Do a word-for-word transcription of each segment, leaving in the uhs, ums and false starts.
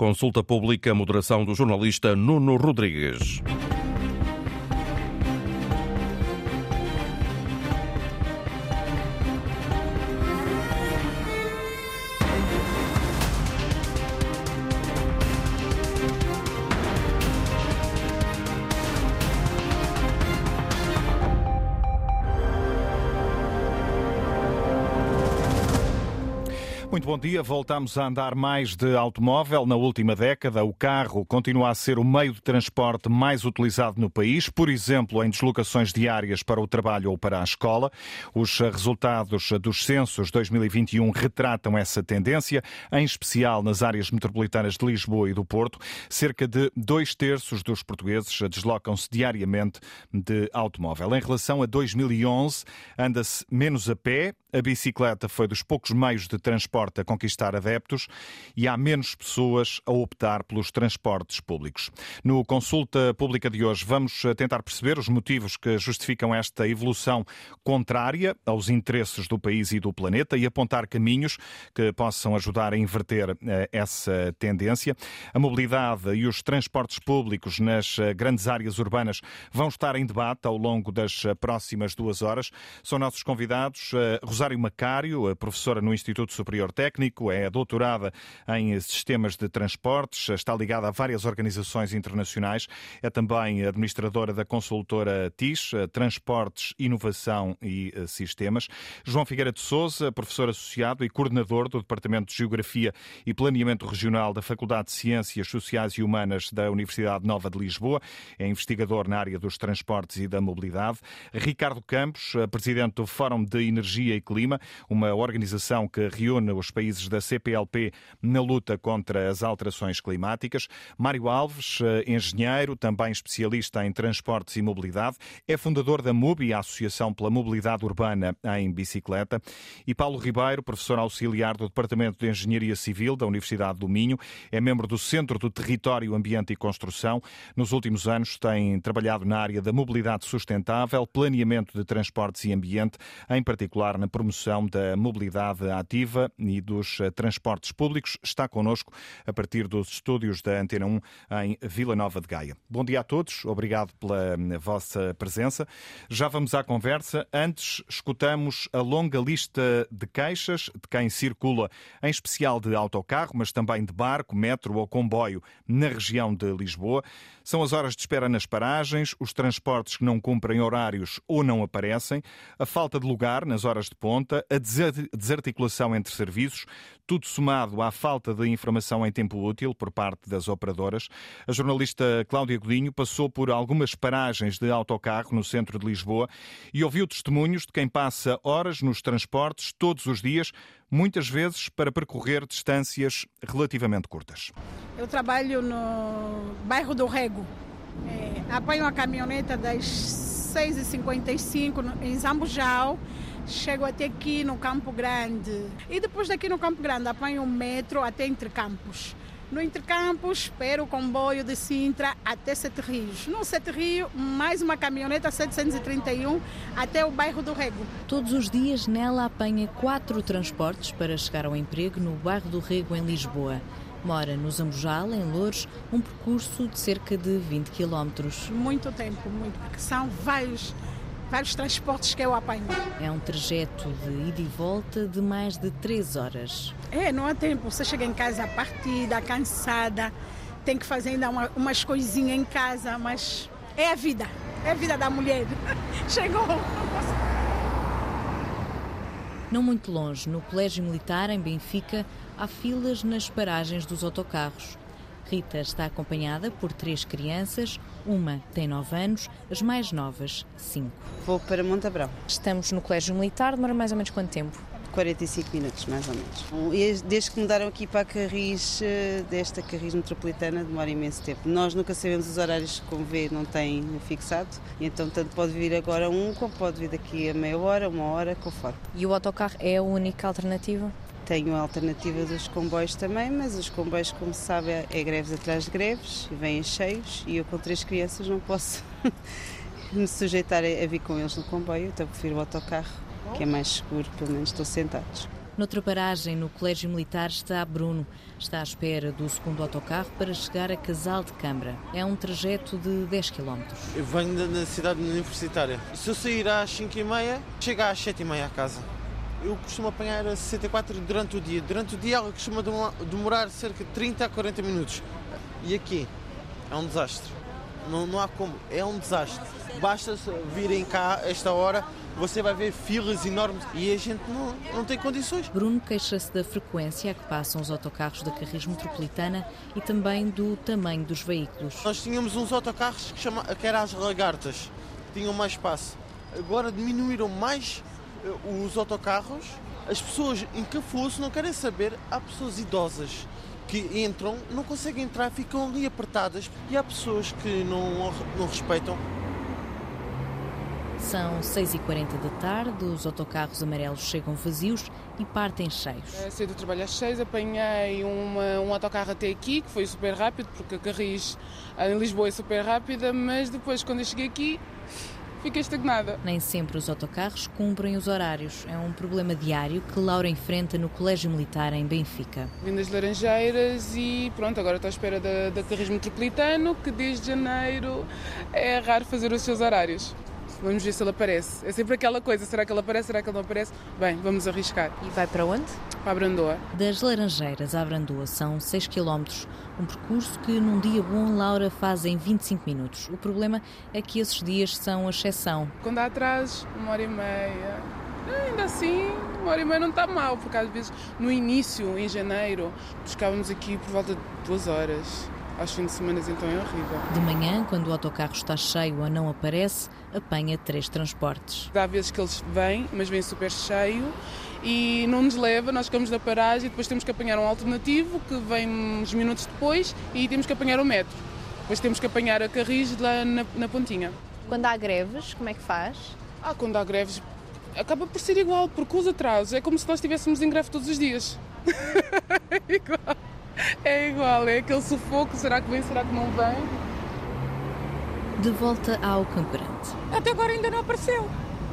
Consulta pública, moderação do jornalista Nuno Rodrigues. Muito bom dia. Voltamos a andar mais de automóvel. Na última década, o carro continua a ser o meio de transporte mais utilizado no país, por exemplo, em deslocações diárias para o trabalho ou para a escola. Os resultados dos censos dois mil e vinte e um retratam essa tendência, em especial nas áreas metropolitanas de Lisboa e do Porto. Cerca de dois terços dos portugueses deslocam-se diariamente de automóvel. Em relação a dois mil e onze, anda-se menos a pé. A bicicleta foi dos poucos meios de transporte a conquistar adeptos e há menos pessoas a optar pelos transportes públicos. No Consulta Pública de hoje vamos tentar perceber os motivos que justificam esta evolução contrária aos interesses do país e do planeta e apontar caminhos que possam ajudar a inverter essa tendência. A mobilidade e os transportes públicos nas grandes áreas urbanas vão estar em debate ao longo das próximas duas horas. São nossos convidados Rosário Macário, professora no Instituto Superior Técnico, é doutorada em sistemas de transportes, está ligada a várias organizações internacionais, é também administradora da consultora T I S, Transportes, Inovação e Sistemas. João Figueira de Sousa, professor associado e coordenador do Departamento de Geografia e Planeamento Regional da Faculdade de Ciências Sociais e Humanas da Universidade Nova de Lisboa, é investigador na área dos transportes e da mobilidade. Ricardo Campos, presidente do Fórum de Energia e Clima, uma organização que reúne os países da C P L P na luta contra as alterações climáticas. Mário Alves, engenheiro, também especialista em transportes e mobilidade, é fundador da MUBI, a Associação pela Mobilidade Urbana em Bicicleta. E Paulo Ribeiro, professor auxiliar do Departamento de Engenharia Civil da Universidade do Minho, é membro do Centro do Território, Ambiente e Construção. Nos últimos anos tem trabalhado na área da mobilidade sustentável, planeamento de transportes e ambiente, em particular na promoção da mobilidade ativa e dos transportes públicos. Está connosco a partir dos estúdios da Antena um em Vila Nova de Gaia. Bom dia a todos, obrigado pela vossa presença. Já vamos à conversa. Antes, escutamos a longa lista de queixas de quem circula, em especial de autocarro, mas também de barco, metro ou comboio na região de Lisboa. São as horas de espera nas paragens, os transportes que não cumprem horários ou não aparecem, a falta de lugar nas horas de ponta, a desarticulação entre serviços, tudo somado à falta de informação em tempo útil por parte das operadoras. A jornalista Cláudia Godinho passou por algumas paragens de autocarro no centro de Lisboa e ouviu testemunhos de quem passa horas nos transportes todos os dias, muitas vezes para percorrer distâncias relativamente curtas. Eu trabalho no bairro do Rego. É, apanho a caminhoneta das seis e cinquenta e cinco em Zambujal, chego até aqui no Campo Grande e depois daqui no Campo Grande apanho o metro até Intercampos. No Intercampos espero o comboio de Sintra até Sete Rios. No Sete Rios, mais uma caminhoneta setecentos e trinta e um até o bairro do Rego. Todos os dias nela apanha quatro transportes para chegar ao emprego no bairro do Rego, em Lisboa. Mora no Zambujal, em Loures, um percurso de cerca de vinte quilómetros. Muito tempo, muito, porque são vários, vários transportes que eu apanho. É um trajeto de ida e volta de mais de três horas. É, não há tempo. Você chega em casa partida, cansada, tem que fazer ainda uma, umas coisinhas em casa, mas é a vida, é a vida da mulher. Chegou. Não muito longe, no Colégio Militar, em Benfica, há filas nas paragens dos autocarros. Rita está acompanhada por três crianças, uma tem nove anos, as mais novas, cinco. Vou para Montabrão. Estamos no Colégio Militar, demora mais ou menos quanto tempo? quarenta e cinco minutos, mais ou menos. E desde que mudaram aqui para a Carris, desta Carris Metropolitana, demora imenso tempo. Nós nunca sabemos os horários, como vê, não tem fixado, e então tanto pode vir agora um, como pode vir daqui a meia hora, uma hora, conforme. E o autocarro é a única alternativa? Tenho a alternativa dos comboios também, mas os comboios, como se sabe, é greves atrás de greves, e vêm cheios, e eu com três crianças não posso me sujeitar a vir com eles no comboio, então prefiro o autocarro, que é mais seguro, pelo menos estão sentados. Noutra paragem, no Colégio Militar, está Bruno. Está à espera do segundo autocarro para chegar a Casal de Câmara. É um trajeto de dez quilómetros. Eu venho da cidade universitária. Se eu sair às cinco e meia, chego às sete e meia a casa. Eu costumo apanhar a sessenta e quatro durante o dia. Durante o dia ela costuma demorar cerca de trinta a quarenta minutos. E aqui é um desastre. Não, não há como. É um desastre. Basta virem cá a esta hora, você vai ver filas enormes e a gente não, não tem condições. Bruno queixa-se da frequência a que passam os autocarros da Carris Metropolitana e também do tamanho dos veículos. Nós tínhamos uns autocarros que, chama, que eram as lagartas, que tinham mais espaço. Agora diminuíram mais uh, os autocarros. As pessoas em que fosse não querem saber. Há pessoas idosas que entram, não conseguem entrar, ficam ali apertadas. E há pessoas que não, não respeitam. São seis e quarenta da tarde, os autocarros amarelos chegam vazios e partem cheios. Saí do trabalho às seis, apanhei uma, um autocarro até aqui, que foi super rápido, porque a Carris em Lisboa é super rápida, mas depois, quando eu cheguei aqui, fiquei estagnada. Nem sempre os autocarros cumprem os horários. É um problema diário que Laura enfrenta no Colégio Militar em Benfica. Vim das Laranjeiras e pronto, agora estou à espera da, da Carris Metropolitano, que desde janeiro é raro fazer os seus horários. Vamos ver se ele aparece. É sempre aquela coisa, será que ele aparece, será que ele não aparece? Bem, vamos arriscar. E vai para onde? Para a Brandoa. Das Laranjeiras à Brandoa são seis quilómetros, um percurso que num dia bom Laura faz em vinte e cinco minutos. O problema é que esses dias são a exceção. Quando há atrasos, uma hora e meia. Ainda assim, uma hora e meia não está mal, porque às vezes no início, em janeiro, buscávamos aqui por volta de duas horas. Aos fins de semana então é horrível. De manhã, quando o autocarro está cheio ou não aparece, apanha três transportes. Há vezes que eles vêm, mas vêm super cheio e não nos leva, nós ficamos na paragem e depois temos que apanhar um alternativo que vem uns minutos depois e temos que apanhar o metro. Depois temos que apanhar a Carris lá na, na pontinha. Quando há greves, como é que faz? Ah, quando há greves, acaba por ser igual, porque os atrasos é como se nós estivéssemos em greve todos os dias. É igual. É igual, é aquele sufoco, será que vem, será que não vem? De volta ao camperante. Até agora ainda não apareceu.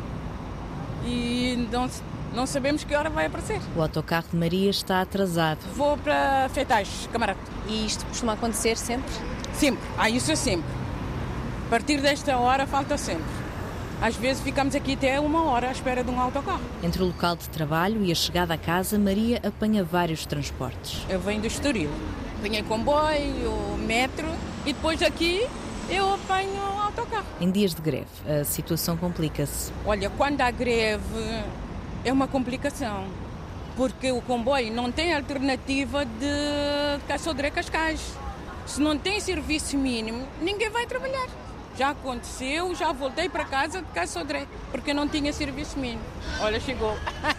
E não, não sabemos que hora vai aparecer. O autocarro de Maria está atrasado. Vou para Feitais, Camarate. E isto costuma acontecer sempre? Sempre, ah, isso é sempre. A partir desta hora falta sempre. Às vezes ficamos aqui até uma hora à espera de um autocarro. Entre o local de trabalho e a chegada à casa, Maria apanha vários transportes. Eu venho do Estoril. Apanhei comboio, metro e depois daqui eu apanho o autocarro. Em dias de greve, a situação complica-se. Olha, quando há greve é uma complicação. Porque o comboio não tem alternativa de Caçodré Cascais. Se não tem serviço mínimo, ninguém vai trabalhar. Já aconteceu, já voltei para casa de Caçodré, porque não tinha serviço mínimo. Olha, chegou.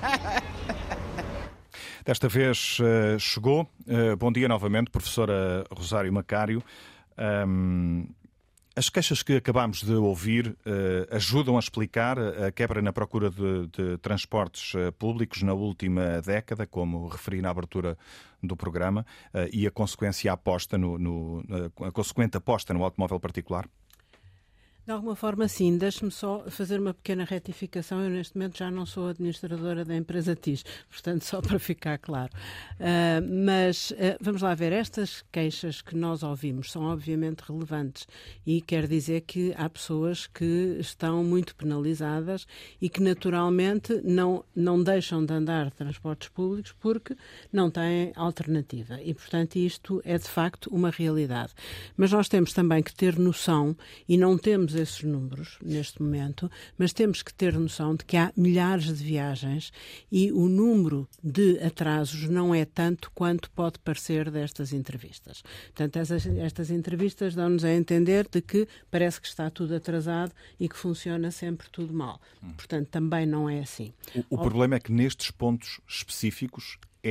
Desta vez uh, chegou. Uh, bom dia novamente, professora Rosário Macário. Um, as queixas que acabámos de ouvir uh, ajudam a explicar a quebra na procura de, de transportes uh, públicos na última década, como referi na abertura do programa, uh, e a consequência aposta no, no, a consequente aposta no automóvel particular? De alguma forma, sim. Deixe-me só fazer uma pequena retificação. Eu, neste momento, já não sou administradora da empresa T I S, portanto, só para ficar claro. Uh, mas, uh, vamos lá ver, estas queixas que nós ouvimos são obviamente relevantes e quer dizer que há pessoas que estão muito penalizadas e que, naturalmente, não, não deixam de andar de transportes públicos porque não têm alternativa. E, portanto, isto é, de facto, uma realidade. Mas nós temos também que ter noção, e não temos esses números neste momento, mas temos que ter noção de que há milhares de viagens e o número de atrasos não é tanto quanto pode parecer destas entrevistas. Portanto, essas, estas entrevistas dão-nos a entender de que parece que está tudo atrasado e que funciona sempre tudo mal. Portanto, também não é assim. O, o problema é que nestes pontos específicos é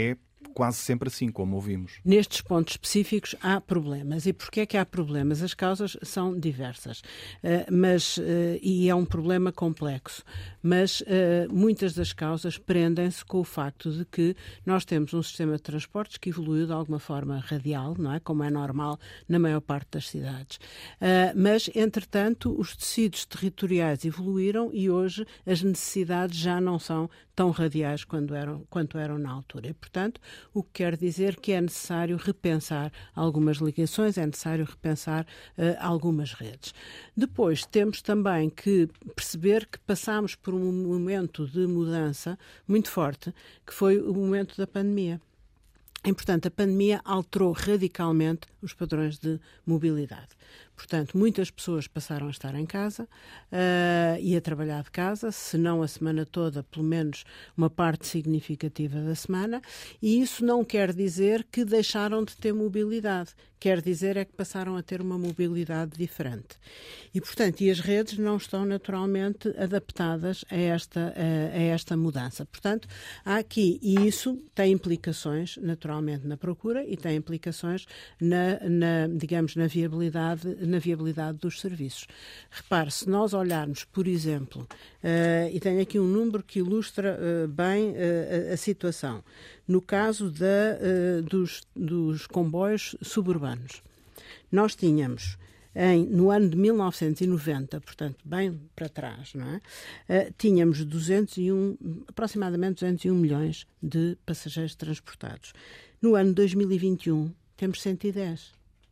quase sempre assim, como ouvimos. Nestes pontos específicos há problemas. E porquê é que há problemas? As causas são diversas, uh, mas, uh, e é um problema complexo. Mas uh, muitas das causas prendem-se com o facto de que nós temos um sistema de transportes que evoluiu de alguma forma radial, não é? Como é normal na maior parte das cidades. Uh, mas, entretanto, os tecidos territoriais evoluíram e hoje as necessidades já não são tão radiais quando eram, quanto eram na altura. E, portanto, o que quer dizer que é necessário repensar algumas ligações, é necessário repensar uh, algumas redes. Depois, temos também que perceber que passámos por um momento de mudança muito forte, que foi o momento da pandemia. E, portanto, a pandemia alterou radicalmente os padrões de mobilidade. Portanto, muitas pessoas passaram a estar em casa uh, e a trabalhar de casa, se não a semana toda, pelo menos uma parte significativa da semana, e isso não quer dizer que deixaram de ter mobilidade. Quer dizer é que passaram a ter uma mobilidade diferente. E, portanto, e as redes não estão naturalmente adaptadas a esta, a, a esta mudança. Portanto, há aqui, e isso tem implicações, naturalmente, na procura e tem implicações na, na digamos, na viabilidade na viabilidade dos serviços. Repare, se nós olharmos, por exemplo, uh, e tenho aqui um número que ilustra uh, bem uh, a, a situação, no caso da, uh, dos, dos comboios suburbanos. Nós tínhamos, em, no ano de mil novecentos e noventa, portanto, bem para trás, não é? Uh, tínhamos duzentos e um, aproximadamente duzentos e um milhões de passageiros transportados. No ano de dois mil e vinte e um, temos cento e dez.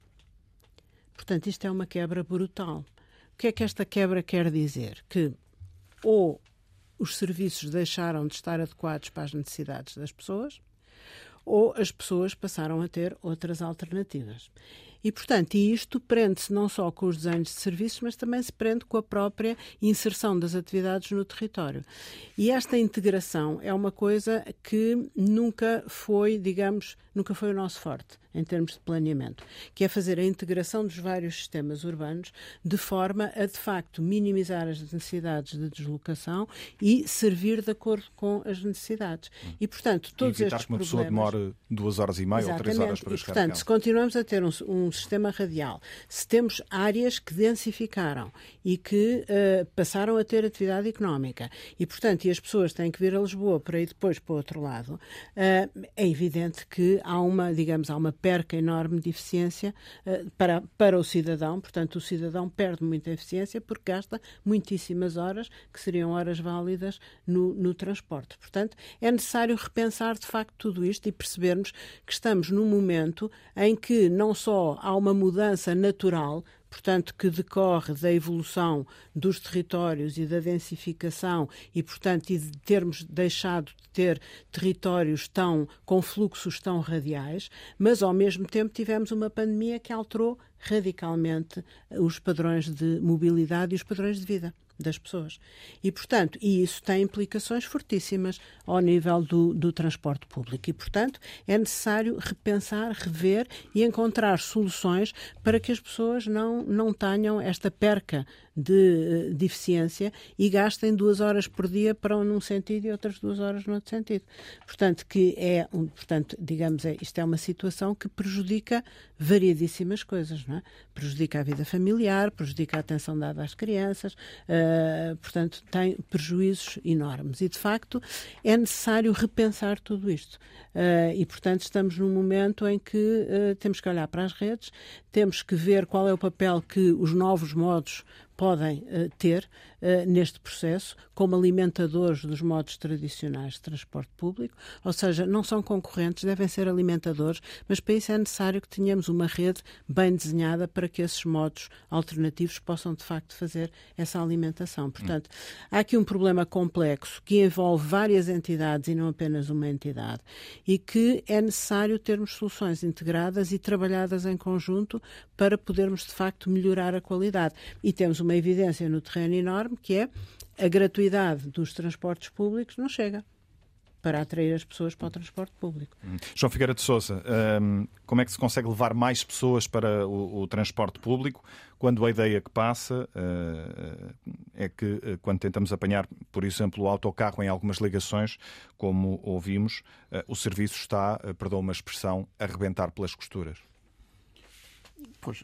Portanto, isto é uma quebra brutal. O que é que esta quebra quer dizer? Que ou os serviços deixaram de estar adequados para as necessidades das pessoas, ou as pessoas passaram a ter outras alternativas. E, portanto, e isto prende-se não só com os desenhos de serviços, mas também se prende com a própria inserção das atividades no território. E esta integração é uma coisa que nunca foi, digamos, nunca foi o nosso forte em termos de planeamento, que é fazer a integração dos vários sistemas urbanos de forma a, de facto, minimizar as necessidades de deslocação e servir de acordo com as necessidades. E, portanto, todos e evitar estes que uma problemas... pessoa demore duas horas e meia Exatamente. ou três horas para e, chegar portanto, a se casa. continuamos a ter um, um sistema radial, se temos áreas que densificaram e que uh, passaram a ter atividade económica e, portanto, e as pessoas têm que vir a Lisboa para ir depois para o outro lado, uh, é evidente que há uma, digamos, há uma perca enorme de eficiência uh, para, para o cidadão. Portanto, o cidadão perde muita eficiência porque gasta muitíssimas horas, que seriam horas válidas no, no transporte. Portanto, é necessário repensar, de facto, tudo isto e percebermos que estamos num momento em que não só há uma mudança natural, portanto, que decorre da evolução dos territórios e da densificação e, portanto, e de termos deixado de ter territórios tão, com fluxos tão radiais, mas, ao mesmo tempo, tivemos uma pandemia que alterou radicalmente os padrões de mobilidade e os padrões de vida das pessoas. E, portanto, e isso tem implicações fortíssimas ao nível do, do transporte público. E, portanto, é necessário repensar, rever e encontrar soluções para que as pessoas não, não tenham esta perca de, de eficiência e gastem duas horas por dia para um num sentido e outras duas horas no outro sentido. Portanto, que é, um, portanto, digamos, é, isto é uma situação que prejudica variedíssimas coisas, não é? Prejudica a vida familiar, prejudica a atenção dada às crianças, uh, portanto, tem prejuízos enormes. E, de facto, é necessário repensar tudo isto. Uh, e, portanto, estamos num momento em que uh, temos que olhar para as redes, temos que ver qual é o papel que os novos modos podem uh, ter uh, neste processo como alimentadores dos modos tradicionais de transporte público, ou seja, não são concorrentes, devem ser alimentadores, mas para isso é necessário que tenhamos uma rede bem desenhada para que esses modos alternativos possam de facto fazer essa alimentação. Portanto, hum. há aqui um problema complexo que envolve várias entidades e não apenas uma entidade e que é necessário termos soluções integradas e trabalhadas em conjunto para podermos de facto melhorar a qualidade. E temos uma evidência no terreno enorme que é a gratuidade dos transportes públicos não chega para atrair as pessoas para o transporte público. Hum. João Figueira de Sousa, hum, como é que se consegue levar mais pessoas para o, o transporte público quando a ideia que passa uh, é que uh, quando tentamos apanhar, por exemplo, o autocarro em algumas ligações, como ouvimos, uh, o serviço está, uh, perdão uma expressão, a arrebentar pelas costuras? Pois,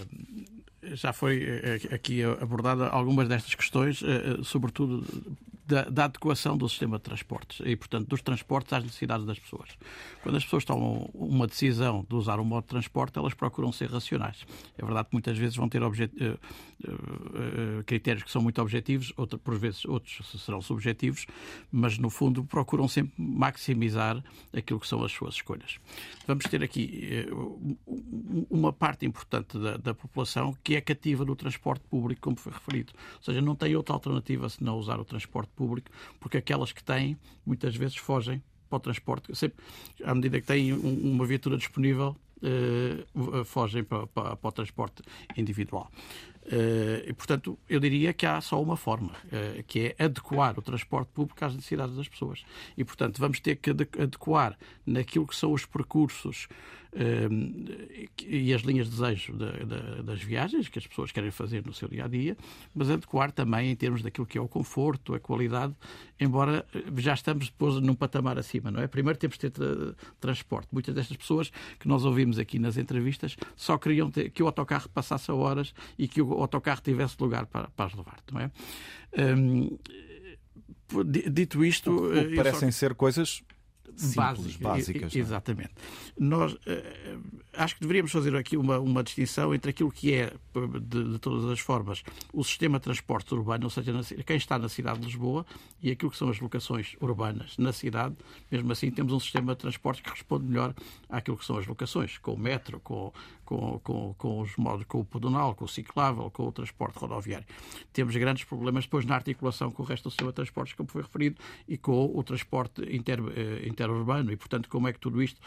já foi aqui abordada algumas destas questões, sobretudo da, da adequação do sistema de transportes e, portanto, dos transportes às necessidades das pessoas. Quando as pessoas tomam uma decisão de usar um modo de transporte, elas procuram ser racionais. É verdade que muitas vezes vão ter objet... critérios que são muito objetivos, outros, por vezes outros serão subjetivos, mas, no fundo, procuram sempre maximizar aquilo que são as suas escolhas. Vamos ter aqui uma parte importante da, da população que é cativa do transporte público, como foi referido. Ou seja, não tem outra alternativa senão usar o transporte público, porque aquelas que têm, muitas vezes fogem para o transporte. Sempre, à medida que têm um, uma viatura disponível, uh, fogem para, para, para o transporte individual. Uh, e, portanto, eu diria que há só uma forma, uh, que é adequar o transporte público às necessidades das pessoas. E, portanto, vamos ter que adequar naquilo que são os percursos uh, e as linhas de desejo de, de, das viagens que as pessoas querem fazer no seu dia-a-dia, mas adequar também em termos daquilo que é o conforto, a qualidade, embora já estamos depois num patamar acima, não é? Primeiro temos de ter tra transporte. Muitas destas pessoas que nós ouvimos aqui nas entrevistas só queriam ter, que o autocarro passasse a horas e que o o autocarro tivesse lugar para, para as levar, não é? Hum, dito isto... O que parecem só... ser coisas simples, básicas. básicas Exatamente. Nós uh, acho que deveríamos fazer aqui uma, uma distinção entre aquilo que é, de, de todas as formas, o sistema de transporte urbano, ou seja, na, quem está na cidade de Lisboa, e aquilo que são as locações urbanas na cidade. Mesmo assim, temos um sistema de transporte que responde melhor àquilo que são as locações, com o metro, com, com, com, com os modos, com o pedonal, com o ciclável, com o transporte rodoviário. Temos grandes problemas depois na articulação com o resto do sistema de transportes, como foi referido, e com o transporte inter, interurbano, e, portanto, como é que tudo isto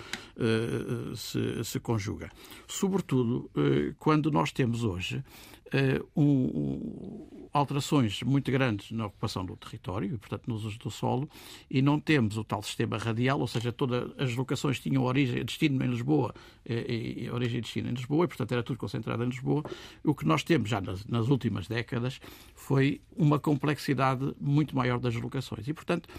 uh, se, se conjuga. Sobretudo, uh, quando nós temos hoje uh, um, um, alterações muito grandes na ocupação do território, e, portanto, nos usos do solo, e não temos o tal sistema radial, ou seja, todas as locações tinham origem, destino em Lisboa, e, e origem e destino em Lisboa, e, portanto, era tudo concentrado em Lisboa. O que nós temos já nas, nas últimas décadas foi uma complexidade muito maior das locações. E, portanto,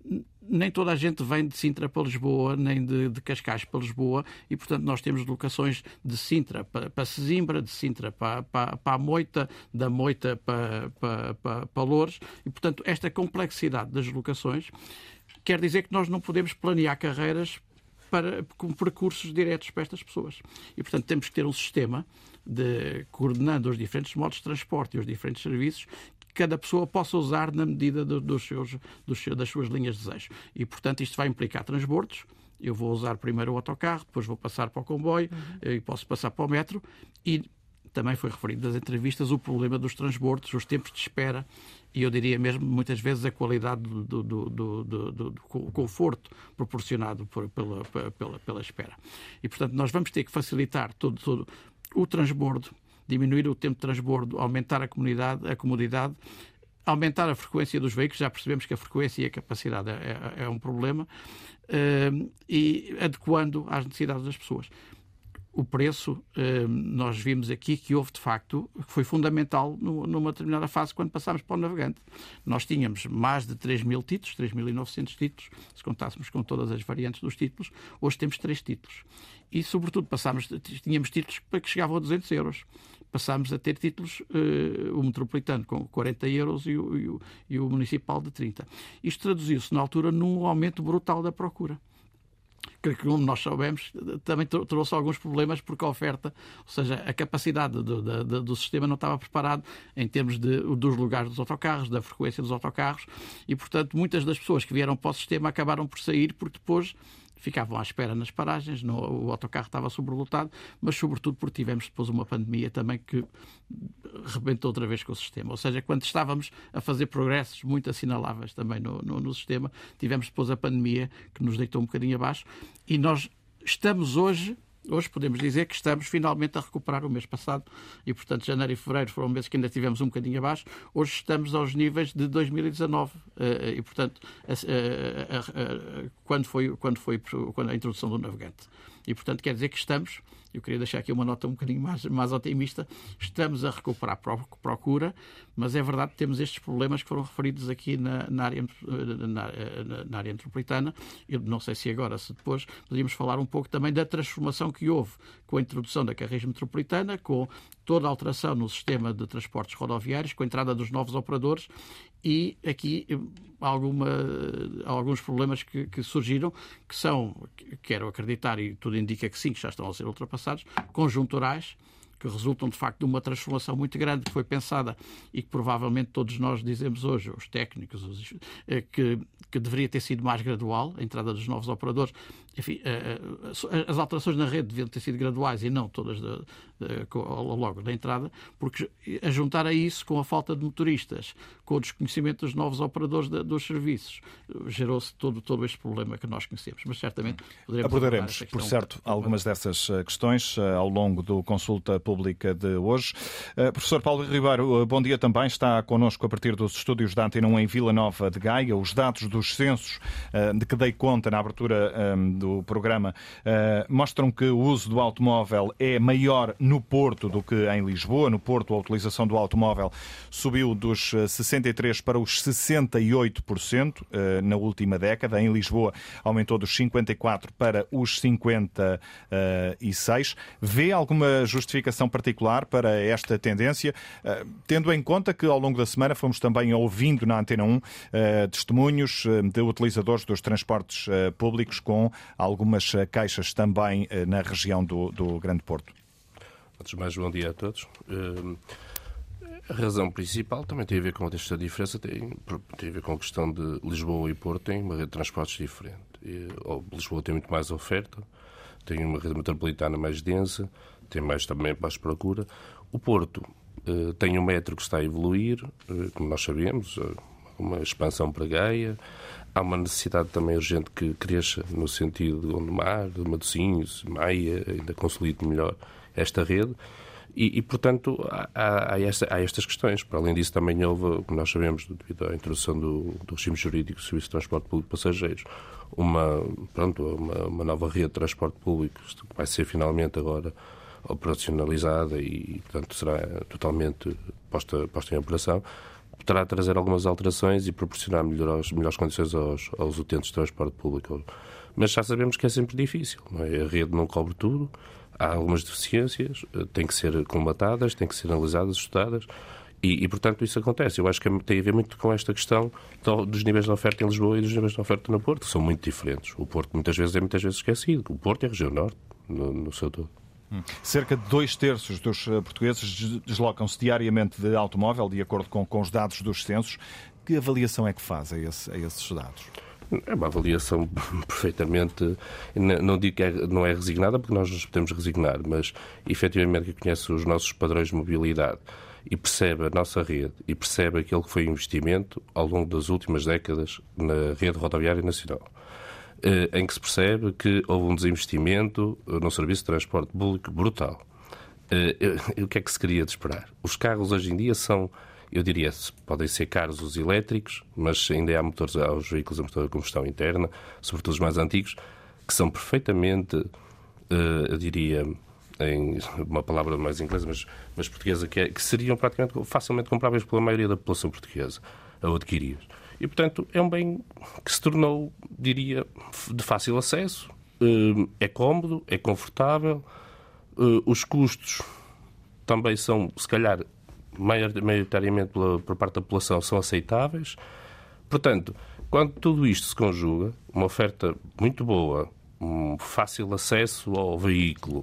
nem toda a gente vem de Sintra para Lisboa, nem de, de Cascais para Lisboa, e, portanto, nós temos locações de Sintra para, para Sesimbra, de Sintra para, para, para a Moita, da Moita para, para, para, para Loures, e, portanto, esta complexidade das locações quer dizer que nós não podemos planear carreiras para, com percursos diretos para estas pessoas. E, portanto, temos que ter um sistema de, coordenando os diferentes modos de transporte e os diferentes serviços, cada pessoa possa usar na medida do, dos seus, dos, das suas linhas de desejo. E, portanto, isto vai implicar transbordos. Eu vou usar primeiro o autocarro, depois vou passar para o comboio, uhum. e posso passar para o metro. E também foi referido nas entrevistas o problema dos transbordos, os tempos de espera e, eu diria mesmo, muitas vezes a qualidade do, do, do, do, do, do, do conforto proporcionado por, pela, pela, pela espera. E, portanto, nós vamos ter que facilitar todo, todo o transbordo, diminuir o tempo de transbordo, aumentar a comunidade, a comodidade, aumentar a frequência dos veículos. Já percebemos que a frequência e a capacidade é, é, é um problema, uh, e adequando às necessidades das pessoas. O preço, uh, nós vimos aqui que houve, de facto, que foi fundamental no, numa determinada fase quando passámos para o navegante. Nós tínhamos mais de três mil títulos, três mil e novecentos títulos, se contássemos com todas as variantes dos títulos. Hoje temos três títulos. E, sobretudo, passámos, tínhamos títulos que chegavam a duzentos euros. Passámos a ter títulos, uh, o metropolitano com quarenta euros e o, e, o, e o municipal de trinta. Isto traduziu-se, na altura, num aumento brutal da procura. Que, como nós soubemos, também trouxe alguns problemas porque a oferta, ou seja, a capacidade do, do, do sistema não estava preparado em termos de, dos lugares dos autocarros, da frequência dos autocarros, e, portanto, muitas das pessoas que vieram para o sistema acabaram por sair porque depois ficavam à espera nas paragens, no, o autocarro estava sobrelotado, mas sobretudo porque tivemos depois uma pandemia também que rebentou outra vez com o sistema. Ou seja, quando estávamos a fazer progressos muito assinaláveis também no, no, no sistema, tivemos depois a pandemia que nos deitou um bocadinho abaixo, e nós estamos hoje, Hoje podemos dizer que estamos finalmente a recuperar o mês passado e, portanto, janeiro e fevereiro foram meses que ainda tivemos um bocadinho abaixo. Hoje estamos aos níveis de dois mil e dezanove e, portanto, a, a, a, a, quando, foi, quando foi quando a introdução do navegante. E, portanto, quer dizer que estamos, eu queria deixar aqui uma nota um bocadinho mais, mais otimista, estamos a recuperar procura, mas é verdade que temos estes problemas que foram referidos aqui na, na, área, na, na área metropolitana. Eu não sei se agora, se depois, poderíamos falar um pouco também da transformação que houve com a introdução da Carris Metropolitana, com toda a alteração no sistema de transportes rodoviários, com a entrada dos novos operadores e aqui alguma, alguns problemas que, que surgiram, que são, quero acreditar, e tudo indica que sim, que já estão a ser ultrapassados, conjunturais, que resultam de facto de uma transformação muito grande que foi pensada e que provavelmente todos nós dizemos hoje, os técnicos, os, que, que deveria ter sido mais gradual, a entrada dos novos operadores. Enfim, as alterações na rede deviam ter sido graduais e não todas de, de, logo da entrada, porque a juntar a isso com a falta de motoristas, com o desconhecimento dos novos operadores de, dos serviços, gerou-se todo, todo este problema que nós conhecemos. Mas certamente poderemos abordaremos, por certo, algumas dessas questões ao longo do Consulta Pública de hoje. Uh, professor Paulo Ribeiro, uh, bom dia também. Está connosco a partir dos estúdios da Antena um em Vila Nova de Gaia. Os dados dos censos uh, de que dei conta na abertura um, do programa uh, mostram que o uso do automóvel é maior no Porto do que em Lisboa. No Porto, a utilização do automóvel subiu dos sessenta e três por cento para os sessenta e oito por cento uh, na última década. Em Lisboa, aumentou dos cinquenta e quatro por cento para os cinquenta e seis por cento. Vê alguma justificação particular para esta tendência, tendo em conta que ao longo da semana fomos também ouvindo na Antena um testemunhos de utilizadores dos transportes públicos com algumas queixas também na região do, do Grande Porto? Antes de mais, bom dia a todos. A razão principal também tem a ver com esta diferença, tem, tem a ver com a questão de Lisboa e Porto têm uma rede de transportes diferente. Lisboa tem muito mais oferta, tem uma rede metropolitana mais densa, tem mais também mais procura. O Porto uh, tem um metro que está a evoluir, uh, como nós sabemos, uh, uma expansão para Gaia. Há uma necessidade também urgente que cresça no sentido de Gondomar, de Matosinhos, Maia, ainda consolide melhor esta rede. E, e portanto, há, há, esta, há estas questões. Para além disso, também houve, como nós sabemos, devido à introdução do, do regime jurídico do Serviço de Transporte Público de Passageiros, uma, pronto, uma, uma nova rede de transporte público que vai ser finalmente agora operacionalizada e, portanto, será totalmente posta, posta em operação, poderá trazer algumas alterações e proporcionar melhores, melhores condições aos, aos utentes de transporte público. Mas já sabemos que é sempre difícil, não é? A rede não cobre tudo, há algumas deficiências, têm que ser colmatadas, têm que ser analisadas, estudadas. E, e, portanto, isso acontece. Eu acho que tem a ver muito com esta questão dos níveis de oferta em Lisboa e dos níveis de oferta no Porto, que são muito diferentes. O Porto muitas vezes é muitas vezes esquecido. O Porto é a região norte, no, no seu todo. Hum. Cerca de dois terços dos portugueses deslocam-se diariamente de automóvel, de acordo com, com os dados dos censos. Que avaliação é que faz a, esse, a esses dados? É uma avaliação perfeitamente, não digo que é, não é resignada, porque nós nos podemos resignar, mas efetivamente que conhece os nossos padrões de mobilidade e percebe a nossa rede e percebe aquele que foi o investimento ao longo das últimas décadas na rede rodoviária nacional, em que se percebe que houve um desinvestimento no serviço de transporte público brutal. O que é que se queria de esperar? Os carros hoje em dia são, eu diria, podem ser caros os elétricos, mas ainda há motores, há os veículos a motor de combustão interna, sobretudo os mais antigos, que são perfeitamente, eu diria, em uma palavra mais inglesa, mas, mas portuguesa, que, é, que seriam praticamente facilmente compráveis pela maioria da população portuguesa ao adquirir. E, portanto, é um bem que se tornou, diria, de fácil acesso, é cómodo, é confortável, os custos também são, se calhar, maioritariamente por parte da população, são aceitáveis. Portanto, quando tudo isto se conjuga, uma oferta muito boa, um fácil acesso ao veículo,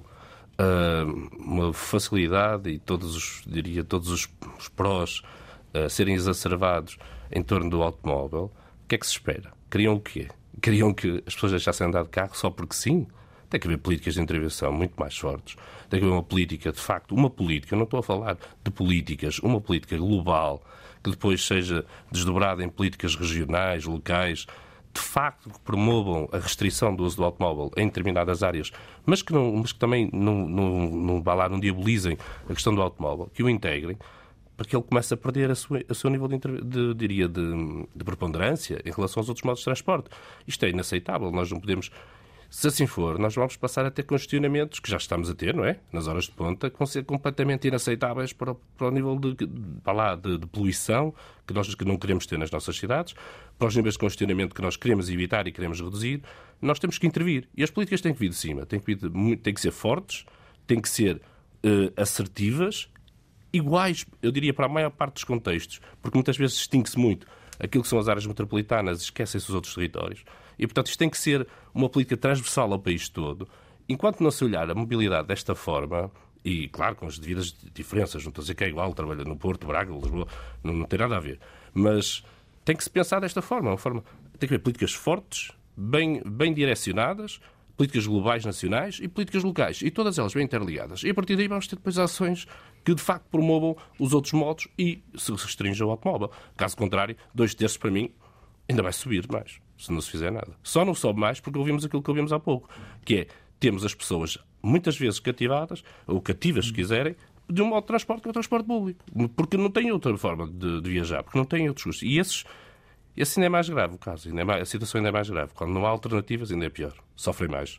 uma facilidade e todos os, diria, todos os, os prós a serem exacerbados em torno do automóvel, o que é que se espera? Queriam o quê? Queriam que as pessoas deixassem andar de carro só porque sim? Tem que haver políticas de intervenção muito mais fortes. Tem que haver uma política, de facto, uma política, eu não estou a falar de políticas, uma política global, que depois seja desdobrada em políticas regionais, locais, de facto que promovam a restrição do uso do automóvel em determinadas áreas, mas que, não, mas que também não, não, não, vá lá, não diabolizem a questão do automóvel, que o integrem, para que ele comece a perder a sua, a seu nível de, de, diria, de, de preponderância em relação aos outros modos de transporte. Isto é inaceitável. Nós não podemos... Se assim for, nós vamos passar a ter congestionamentos, que já estamos a ter, não é? Nas horas de ponta, que vão ser completamente inaceitáveis para o, para o nível de, para lá, de, de poluição que nós que não queremos ter nas nossas cidades, para os níveis de congestionamento que nós queremos evitar e queremos reduzir. Nós temos que intervir. E as políticas têm que vir de cima. Têm que, vir de, têm que ser fortes, têm que ser uh, assertivas, iguais, eu diria, para a maior parte dos contextos, porque muitas vezes distingue-se muito aquilo que são as áreas metropolitanas, esquecem-se os outros territórios. E, portanto, isto tem que ser uma política transversal ao país todo. Enquanto não se olhar a mobilidade desta forma, e, claro, com as devidas diferenças, não estou a dizer que é igual, trabalha no Porto, Braga, Lisboa, não, não tem nada a ver. Mas tem que se pensar desta forma. Uma forma tem que haver políticas fortes, bem, bem direcionadas, políticas globais nacionais e políticas locais, e todas elas bem interligadas. E a partir daí vamos ter depois ações que de facto promovam os outros modos e se restringam ao automóvel. Caso contrário, dois terços para mim ainda vai subir mais, se não se fizer nada. Só não sobe mais porque ouvimos aquilo que ouvimos há pouco, que é, temos as pessoas muitas vezes cativadas, ou cativas se quiserem, de um modo de transporte que é o transporte público, porque não tem outra forma de, de viajar, porque não tem outros custos. E esses, esse ainda é mais grave o caso, ainda é mais, a situação ainda é mais grave. Quando não há alternativas ainda é pior, sofrem mais.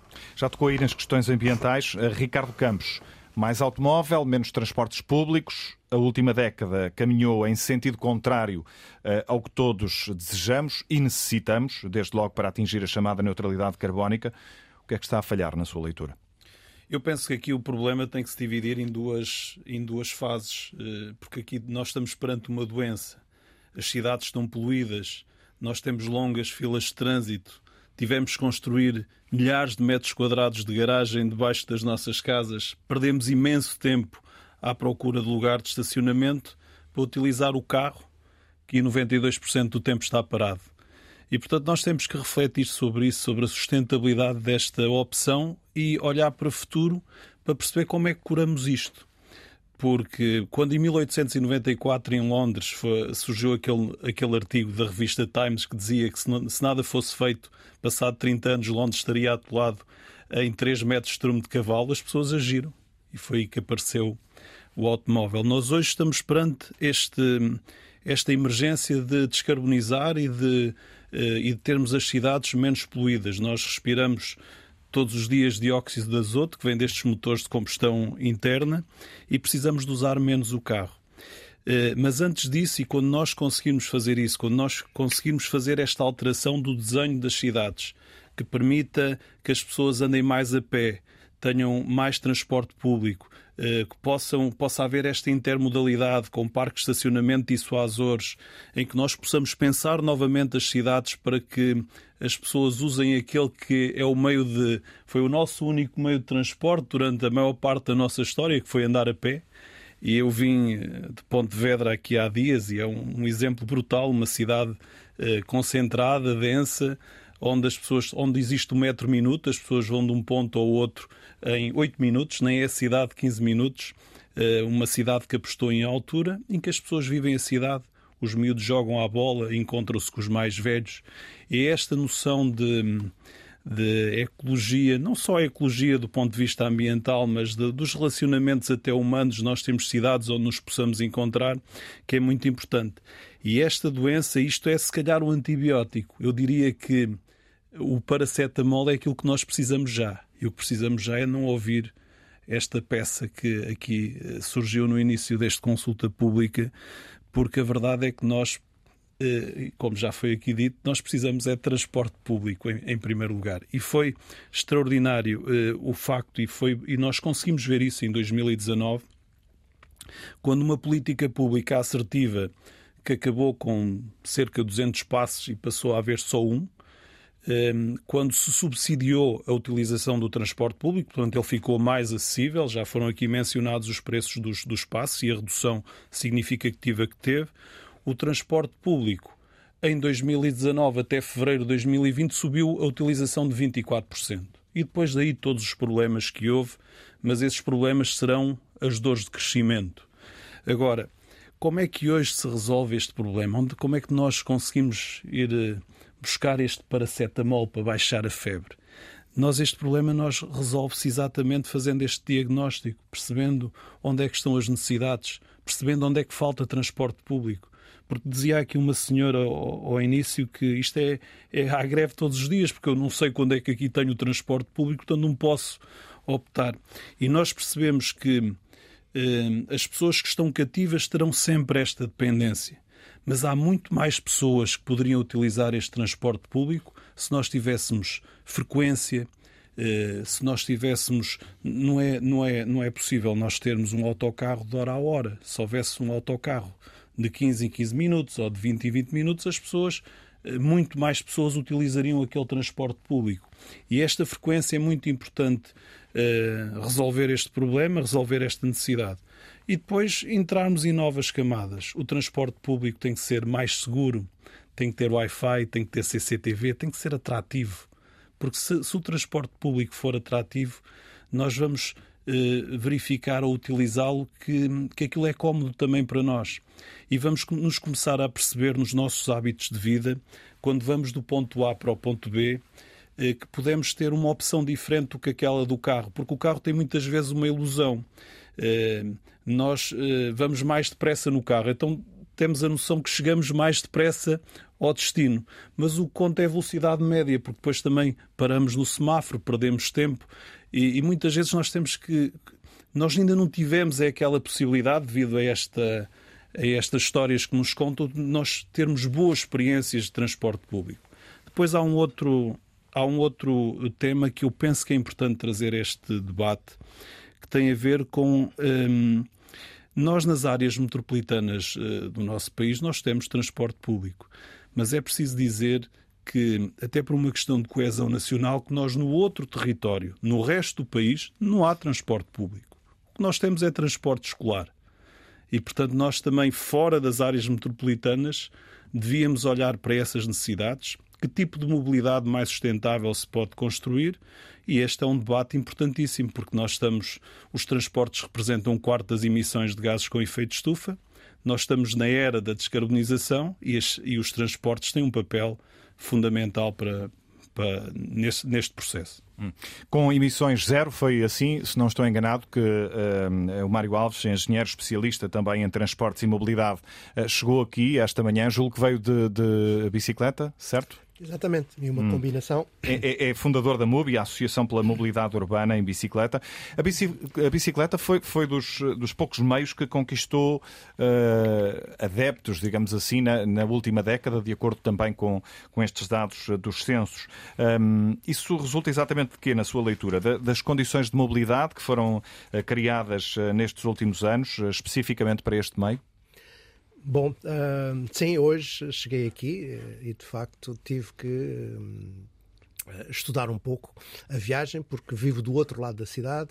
Já tocou aí nas questões ambientais. Ricardo Campos, mais automóvel, menos transportes públicos. A última década caminhou em sentido contrário uh, ao que todos desejamos e necessitamos, desde logo para atingir a chamada neutralidade carbónica. O que é que está a falhar na sua leitura? Eu penso que aqui o problema tem que se dividir em duas, em duas fases, porque aqui nós estamos perante uma doença. As cidades estão poluídas, nós temos longas filas de trânsito, tivemos que construir milhares de metros quadrados de garagem debaixo das nossas casas, perdemos imenso tempo à procura de lugar de estacionamento para utilizar o carro, que noventa e dois por cento do tempo está parado. E, portanto, nós temos que refletir sobre isso, sobre a sustentabilidade desta opção e olhar para o futuro para perceber como é que curamos isto. Porque quando em mil oitocentos e noventa e quatro em Londres foi, surgiu aquele, aquele artigo da revista Times que dizia que se, não, se nada fosse feito, passado trinta anos, Londres estaria atolado em três metros de estrume de cavalo, as pessoas agiram. E foi aí que apareceu o automóvel. Nós hoje estamos perante este, esta emergência de descarbonizar e de, e de termos as cidades menos poluídas. Nós respiramos todos os dias dióxido de azoto, que vem destes motores de combustão interna, e precisamos de usar menos o carro. Mas antes disso, e quando nós conseguirmos fazer isso, quando nós conseguirmos fazer esta alteração do desenho das cidades, que permita que as pessoas andem mais a pé, tenham mais transporte público, que possam, possa haver esta intermodalidade com parques de estacionamento dissuasores, em que nós possamos pensar novamente as cidades para que as pessoas usem aquele que é o meio de... foi o nosso único meio de transporte durante a maior parte da nossa história, que foi andar a pé. E eu vim de Pontevedra aqui há dias e é um, um exemplo brutal, uma cidade eh, concentrada, densa, onde as pessoas, onde existe o metro minuto, as pessoas vão de um ponto ao outro em oito minutos, nem é a cidade de quinze minutos, uma cidade que apostou em altura, em que as pessoas vivem a cidade, os miúdos jogam à bola, encontram-se com os mais velhos. E é esta noção de, de ecologia, não só a ecologia do ponto de vista ambiental, mas de, dos relacionamentos até humanos, nós temos cidades onde nos possamos encontrar, que é muito importante. E esta doença, isto é se calhar o antibiótico. Eu diria que o paracetamol é aquilo que nós precisamos já. E o que precisamos já é não ouvir esta peça que aqui surgiu no início desta consulta pública, porque a verdade é que nós, como já foi aqui dito, nós precisamos é de transporte público em, em primeiro lugar. E foi extraordinário uh, o facto, e, foi, e nós conseguimos ver isso em dois mil e dezanove, quando uma política pública assertiva que acabou com cerca de duzentos passos e passou a haver só um, quando se subsidiou a utilização do transporte público, portanto ele ficou mais acessível, já foram aqui mencionados os preços dos, dos passos e a redução significativa que teve, o transporte público em dois mil e dezanove até fevereiro de dois mil e vinte subiu a utilização de vinte e quatro por cento. E depois daí todos os problemas que houve, mas esses problemas serão as dores de crescimento. Agora, como é que hoje se resolve este problema? Onde, como é que nós conseguimos ir buscar este paracetamol para baixar a febre. Nós, este problema, nós resolve-se exatamente fazendo este diagnóstico, percebendo onde é que estão as necessidades, percebendo onde é que falta transporte público. Porque dizia aqui uma senhora ao, ao início que isto é, é à greve todos os dias, porque eu não sei quando é que aqui tenho o transporte público, portanto não posso optar. E nós percebemos que eh, as pessoas que estão cativas terão sempre esta dependência. Mas há muito mais pessoas que poderiam utilizar este transporte público se nós tivéssemos frequência, se nós tivéssemos... Não é, não é, não é possível nós termos um autocarro de hora a hora. Se houvesse um autocarro de quinze em quinze minutos ou de vinte em vinte minutos, as pessoas, muito mais pessoas utilizariam aquele transporte público. E esta frequência é muito importante, resolver este problema, resolver esta necessidade. E depois entrarmos em novas camadas. O transporte público tem que ser mais seguro, tem que ter Wi-Fi, tem que ter C C T V, tem que ser atrativo. Porque se, se o transporte público for atrativo, nós vamos eh, verificar ou utilizá-lo que, que aquilo é cómodo também para nós. E vamos nos começar a perceber nos nossos hábitos de vida, quando vamos do ponto A para o ponto B, eh, que podemos ter uma opção diferente do que aquela do carro. Porque o carro tem muitas vezes uma ilusão. Uh, nós uh, vamos mais depressa no carro, então temos a noção que chegamos mais depressa ao destino. Mas o que conta é a velocidade média, porque depois também paramos no semáforo, perdemos tempo e, e muitas vezes nós temos que... Nós ainda não tivemos é aquela possibilidade, devido a, esta, a estas histórias que nos contam, de nós termos boas experiências de transporte público. Depois há um outro, há um outro tema que eu penso que é importante trazer a este debate, que tem a ver com... Hum, nós, nas áreas metropolitanas uh, do nosso país, nós temos transporte público. Mas é preciso dizer que, até por uma questão de coesão nacional, que nós no outro território, no resto do país, não há transporte público. O que nós temos é transporte escolar. E, portanto, nós também, fora das áreas metropolitanas, devíamos olhar para essas necessidades, que tipo de mobilidade mais sustentável se pode construir. E este é um debate importantíssimo, porque nós estamos... Os transportes representam um quarto das emissões de gases com efeito de estufa. Nós estamos na era da descarbonização e, as, e os transportes têm um papel fundamental para, para, neste, neste processo. Hum. Com emissões zero, foi assim, se não estou enganado, que uh, o Mário Alves, engenheiro especialista também em transportes e mobilidade, uh, chegou aqui esta manhã, julgo que veio de, de bicicleta, certo? Exatamente, e uma hum. combinação. É, é, é fundador da M U B, a Associação pela Mobilidade Urbana em Bicicleta. A, bici, a bicicleta foi, foi dos, dos poucos meios que conquistou uh, adeptos, digamos assim, na, na última década, de acordo também com, com estes dados dos censos. Um, isso resulta exatamente de quê, na sua leitura? Da, das condições de mobilidade que foram uh, criadas uh, nestes últimos anos, uh, especificamente para este meio? Bom, uh, sim, hoje cheguei aqui e de facto tive que uh, estudar um pouco a viagem, porque vivo do outro lado da cidade.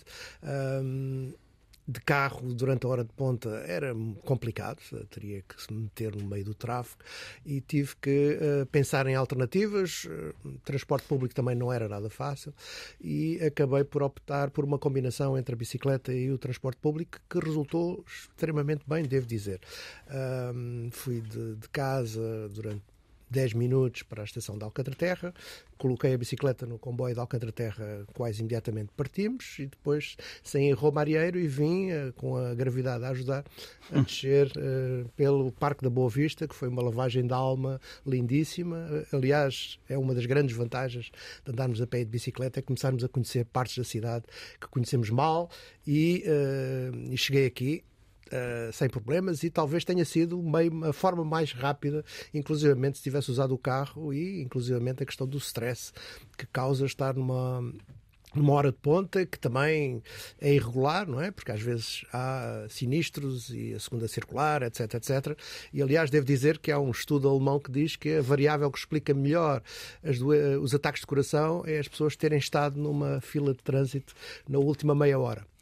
Uh, de carro durante a hora de ponta era complicado, teria que se meter no meio do tráfego e tive que uh, pensar em alternativas. Uh, transporte público também não era nada fácil e acabei por optar por uma combinação entre a bicicleta e o transporte público que resultou extremamente bem, devo dizer. Uh, fui de, de casa durante dez minutos para a estação de Alcântara-Terra, coloquei a bicicleta no comboio de Alcântara-Terra, quase imediatamente partimos, e depois saí em Romarieiro e vim, uh, com a gravidade a ajudar, a descer uh, pelo Parque da Boa Vista, que foi uma lavagem de alma lindíssima. Uh, aliás, é uma das grandes vantagens de andarmos a pé e de bicicleta, é começarmos a conhecer partes da cidade que conhecemos mal, e, uh, e cheguei aqui Uh, sem problemas, e talvez tenha sido meio, a forma mais rápida, inclusivamente se tivesse usado o carro, e inclusivamente a questão do stress que causa estar numa, numa hora de ponta, que também é irregular, não é? Porque às vezes há sinistros e a segunda circular, etc, etcétera. E aliás devo dizer que há um estudo alemão que diz que a variável que explica melhor as do... os ataques de coração é as pessoas terem estado numa fila de trânsito na última meia hora.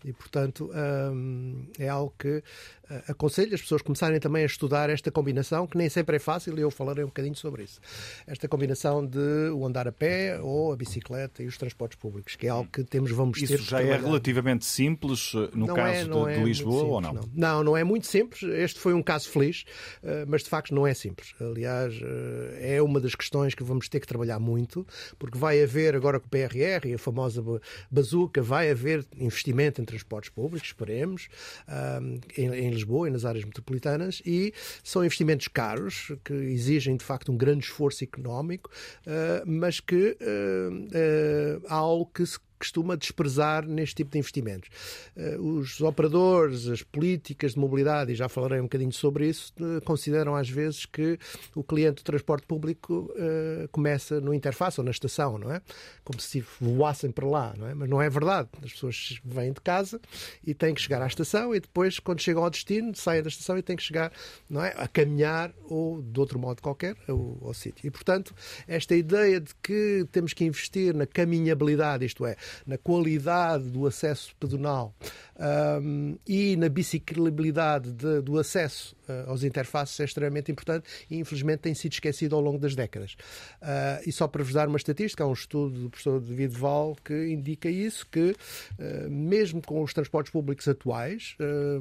E, portanto, hum, é algo que uh, aconselho as pessoas começarem também a estudar esta combinação, que nem sempre é fácil, e eu falarei um bocadinho sobre isso. Esta combinação de o andar a pé ou a bicicleta e os transportes públicos, que é algo que temos, vamos isso ter que já é relativamente simples no não caso é, não de, é de Lisboa simples, ou não? não? Não, não é muito simples. Este foi um caso feliz, uh, mas de facto não é simples. Aliás, uh, é uma das questões que vamos ter que trabalhar muito, porque vai haver agora com o P R R e a famosa bazuca, vai haver investimento em transportes públicos, esperemos, um, em, em Lisboa e nas áreas metropolitanas, e são investimentos caros, que exigem de facto um grande esforço económico, uh, mas que uh, uh, há algo que se costuma desprezar neste tipo de investimentos. Os operadores, as políticas de mobilidade, e já falarei um bocadinho sobre isso, consideram às vezes que o cliente do transporte público uh, começa no interface ou na estação, não é? Como se voassem para lá, não é? Mas não é verdade. As pessoas vêm de casa e têm que chegar à estação e depois, quando chegam ao destino, saem da estação e têm que chegar, não é? A caminhar ou de outro modo qualquer ao, ao sítio. E, portanto, esta ideia de que temos que investir na caminhabilidade, isto é, na qualidade do acesso pedonal um, e na biciclabilidade de, do acesso uh, aos interfaces é extremamente importante e infelizmente tem sido esquecido ao longo das décadas. Uh, e só para vos dar uma estatística, há um estudo do professor David Val que indica isso, que uh, mesmo com os transportes públicos atuais, uh,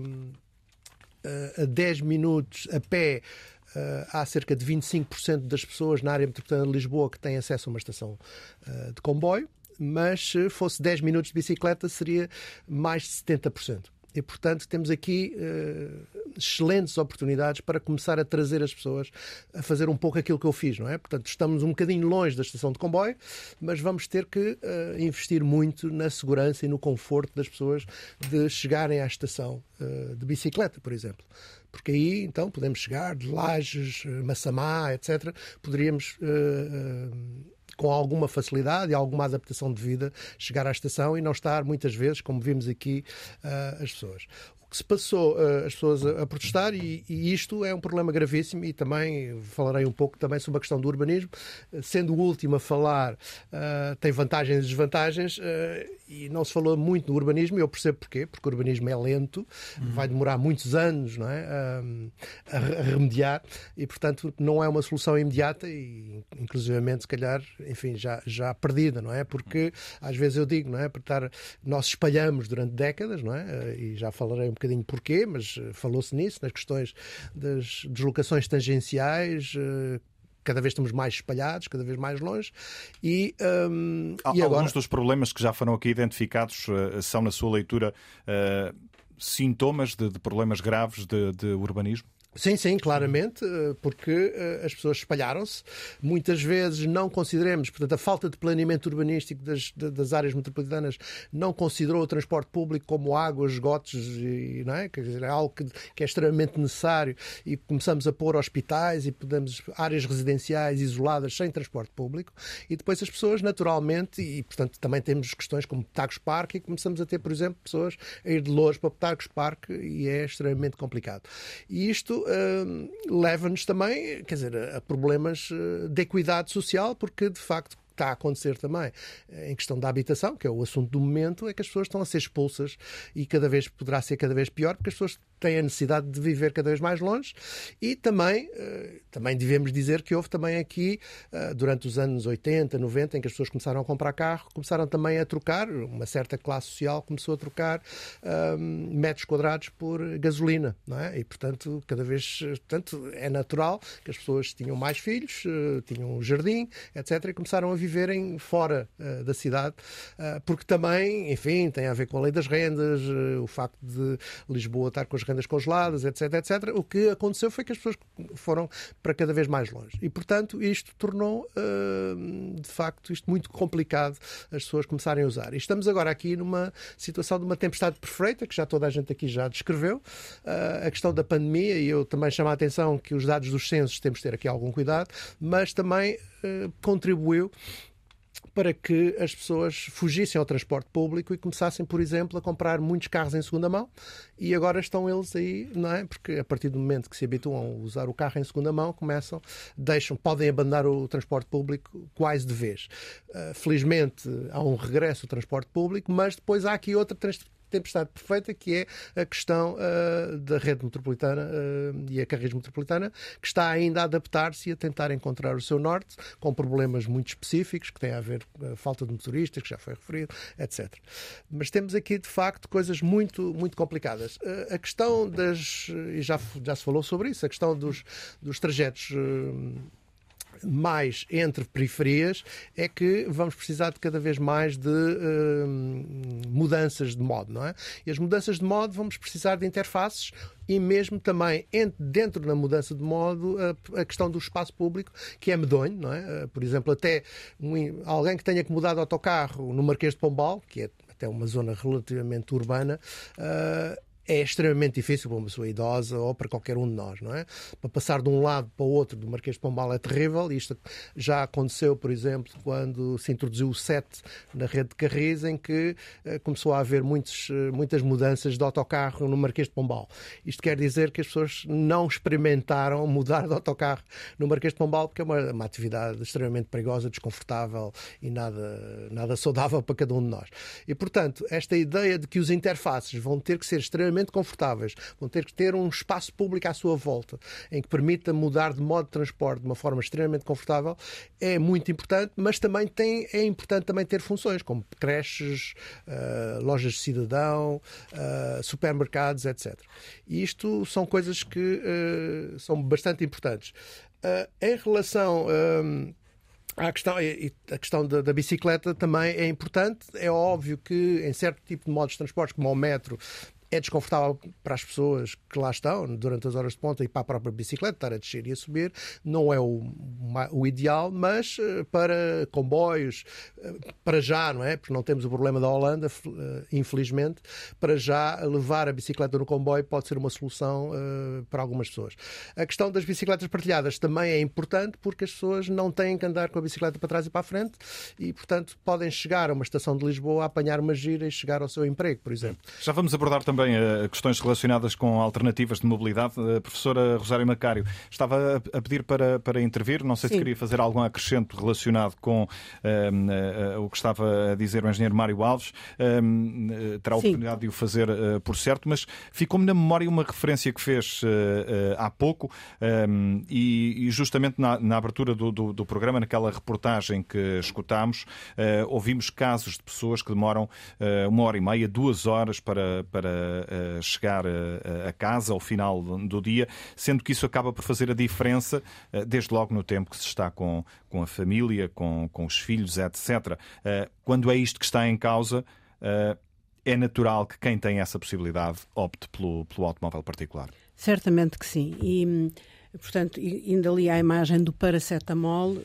uh, a dez minutos a pé, Uh, há cerca de vinte e cinco por cento das pessoas na área metropolitana de Lisboa que têm acesso a uma estação uh, de comboio, mas se fosse dez minutos de bicicleta seria mais de setenta por cento. E, portanto, temos aqui uh, excelentes oportunidades para começar a trazer as pessoas a fazer um pouco aquilo que eu fiz, não é? Portanto, estamos um bocadinho longe da estação de comboio, mas vamos ter que uh, investir muito na segurança e no conforto das pessoas de chegarem à estação uh, de bicicleta, por exemplo. Porque aí, então, podemos chegar de Lajes, Massamá, etcétera. Poderíamos, uh, uh, com alguma facilidade e alguma adaptação de vida, chegar à estação e não estar, muitas vezes, como vimos aqui, uh, as pessoas. O que se passou, uh, as pessoas a, a protestar, e, e isto é um problema gravíssimo, e também falarei um pouco também sobre a questão do urbanismo. Sendo o último a falar, uh, tem vantagens e desvantagens, uh, e não se falou muito do urbanismo, e eu percebo porquê, porque o urbanismo é lento, uhum. vai demorar muitos anos, não é, a, a remediar, e portanto não é uma solução imediata, e inclusivamente se calhar, enfim, já, já perdida, não é, porque às vezes eu digo, não é, porque estar, nós espalhamos durante décadas, não é, e já falarei um bocadinho porquê, mas falou-se nisso, nas questões das deslocações tangenciais, cada vez estamos mais espalhados, cada vez mais longe. E, um, e agora... Alguns dos problemas que já foram aqui identificados uh, são, na sua leitura, uh, sintomas de, de problemas graves de, de urbanismo? Sim, sim, claramente, porque as pessoas espalharam-se. Muitas vezes não consideremos, portanto, a falta de planeamento urbanístico das, das áreas metropolitanas não considerou o transporte público como água, esgotos, e, não é? Quer dizer, é algo que, que é extremamente necessário, e começamos a pôr hospitais e podemos, áreas residenciais isoladas sem transporte público, e depois as pessoas naturalmente, e portanto também temos questões como Petagos Parque, e começamos a ter, por exemplo, pessoas a ir de Loures para Petagos Parque, e é extremamente complicado. E isto Uh, leva-nos também, quer dizer, a problemas de equidade social, porque de facto está a acontecer também em questão da habitação, que é o assunto do momento, é que as pessoas estão a ser expulsas, e cada vez poderá ser cada vez pior, porque as pessoas têm a necessidade de viver cada vez mais longe. E também, também devemos dizer que houve também aqui, durante os anos oitenta, noventa, em que as pessoas começaram a comprar carro, começaram também a trocar, uma certa classe social começou a trocar um, metros quadrados por gasolina, não é? E, portanto, cada vez, portanto, é natural que as pessoas tinham mais filhos, tinham um jardim, etcétera, e começaram a viverem fora uh, da cidade, uh, porque também, enfim, tem a ver com a lei das rendas, uh, o facto de Lisboa estar com as rendas congeladas, etc, etcétera. O que aconteceu foi que as pessoas foram para cada vez mais longe. E, portanto, isto tornou, uh, de facto, isto muito complicado as pessoas começarem a usar. E estamos agora aqui numa situação de uma tempestade perfeita, que já toda a gente aqui já descreveu, uh, a questão da pandemia, e eu também chamo a atenção que os dados dos censos temos de ter aqui algum cuidado, mas também uh, contribuiu para que as pessoas fugissem ao transporte público e começassem, por exemplo, a comprar muitos carros em segunda mão, e agora estão eles aí, não é? Porque a partir do momento que se habituam a usar o carro em segunda mão, começam, deixam, podem abandonar o transporte público quase de vez. Uh, felizmente há um regresso ao transporte público, mas depois há aqui outra trans tempestade perfeita, que é a questão uh, da rede metropolitana uh, e a Carris metropolitana, que está ainda a adaptar-se e a tentar encontrar o seu norte, com problemas muito específicos, que têm a ver com a falta de motoristas, que já foi referido, etcétera. Mas temos aqui, de facto, coisas muito, muito complicadas. Uh, a questão das... e já, já se falou sobre isso, a questão dos, dos trajetos... Uh, mais entre periferias, é que vamos precisar de cada vez mais de uh, mudanças de modo, não é? E as mudanças de modo vamos precisar de interfaces e mesmo também dentro da mudança de modo a, a questão do espaço público, que é medonho, não é? Por exemplo, até um, alguém que tenha que mudar de autocarro no Marquês de Pombal, que é até uma zona relativamente urbana, uh, é extremamente difícil para uma pessoa idosa ou para qualquer um de nós, não é? Para passar de um lado para o outro do Marquês de Pombal é terrível. Isto já aconteceu, por exemplo, quando se introduziu o S E T na rede de Carris, em que uh, começou a haver muitos, uh, muitas mudanças de autocarro no Marquês de Pombal. Isto quer dizer que as pessoas não experimentaram mudar de autocarro no Marquês de Pombal, porque é uma, uma atividade extremamente perigosa, desconfortável e nada, nada saudável para cada um de nós. E, portanto, esta ideia de que os interfaces vão ter que ser extremamente confortáveis, vão ter que ter um espaço público à sua volta, em que permita mudar de modo de transporte de uma forma extremamente confortável, é muito importante, mas também tem, é importante também ter funções, como creches, uh, lojas de cidadão, uh, supermercados, etcétera. E isto são coisas que uh, são bastante importantes. Uh, em relação... Uh, A questão, a questão da, da bicicleta também é importante. É óbvio que em certo tipo de modos de transporte, como o metro, é desconfortável para as pessoas que lá estão durante as horas de ponta e para a própria bicicleta, estar a descer e a subir. Não é o, o ideal, mas para comboios, para já, não é? Porque não temos o problema da Holanda, infelizmente, para já levar a bicicleta no comboio pode ser uma solução uh, para algumas pessoas. A questão das bicicletas partilhadas também é importante, porque as pessoas não têm que andar com a bicicleta para trás e para a frente e, portanto, podem chegar a uma estação de Lisboa, apanhar uma gira e chegar ao seu emprego, por exemplo. Já vamos abordar também questões relacionadas com alternativas de mobilidade. A professora Rosário Macário estava a pedir para, para intervir. Não sei Sim. se queria fazer algum acrescento relacionado com um, uh, uh, o que estava a dizer o engenheiro Mário Alves. Um, uh, terá a oportunidade de o fazer uh, por certo, mas ficou-me na memória uma referência que fez uh, uh, há pouco um, e, e justamente na, na abertura do, do, do programa, naquela reportagem que escutámos, uh, ouvimos casos de pessoas que demoram uh, uma hora e meia, duas horas para, para a chegar a casa ao final do dia, sendo que isso acaba por fazer a diferença desde logo no tempo que se está com, com a família, com, com os filhos, etcétera. Quando é isto que está em causa, é natural que quem tem essa possibilidade opte pelo, pelo automóvel particular. Certamente que sim. E, portanto, indo ali à imagem do paracetamol,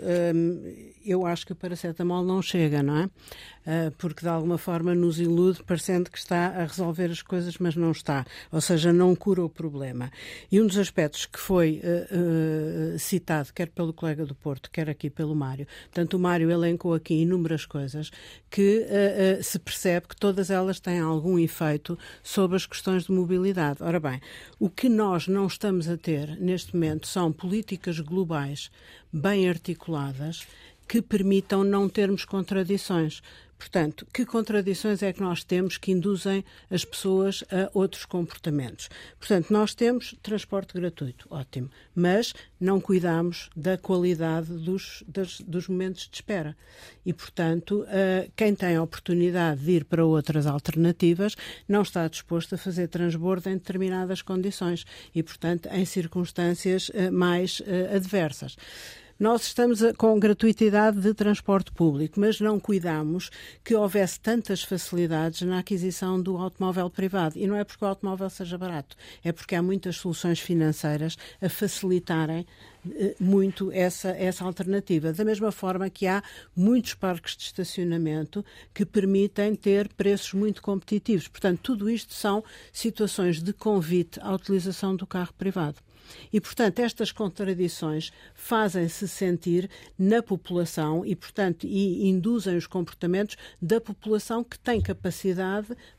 eu acho que o paracetamol não chega, não é? Porque de alguma forma nos ilude, parecendo que está a resolver as coisas, mas não está. Ou seja, não cura o problema. E um dos aspectos que foi uh, uh, citado, quer pelo colega do Porto, quer aqui pelo Mário, portanto o Mário elencou aqui inúmeras coisas que uh, uh, se percebe que todas elas têm algum efeito sobre as questões de mobilidade. Ora bem, o que nós não estamos a ter neste momento são políticas globais bem articuladas que permitam não termos contradições. Portanto, que contradições é que nós temos que induzem as pessoas a outros comportamentos? Portanto, nós temos transporte gratuito, ótimo, mas não cuidamos da qualidade dos, das, dos momentos de espera. E, portanto, uh, quem tem a oportunidade de ir para outras alternativas não está disposto a fazer transbordo em determinadas condições e, portanto, em circunstâncias uh, mais uh, adversas. Nós estamos com gratuitidade de transporte público, mas não cuidamos que houvesse tantas facilidades na aquisição do automóvel privado. E não é porque o automóvel seja barato, é porque há muitas soluções financeiras a facilitarem muito essa, essa alternativa. Da mesma forma que há muitos parques de estacionamento que permitem ter preços muito competitivos. Portanto, tudo isto são situações de convite à utilização do carro privado. E, portanto, estas contradições fazem-se sentir na população e, portanto, e induzem os comportamentos da população que tem capacidade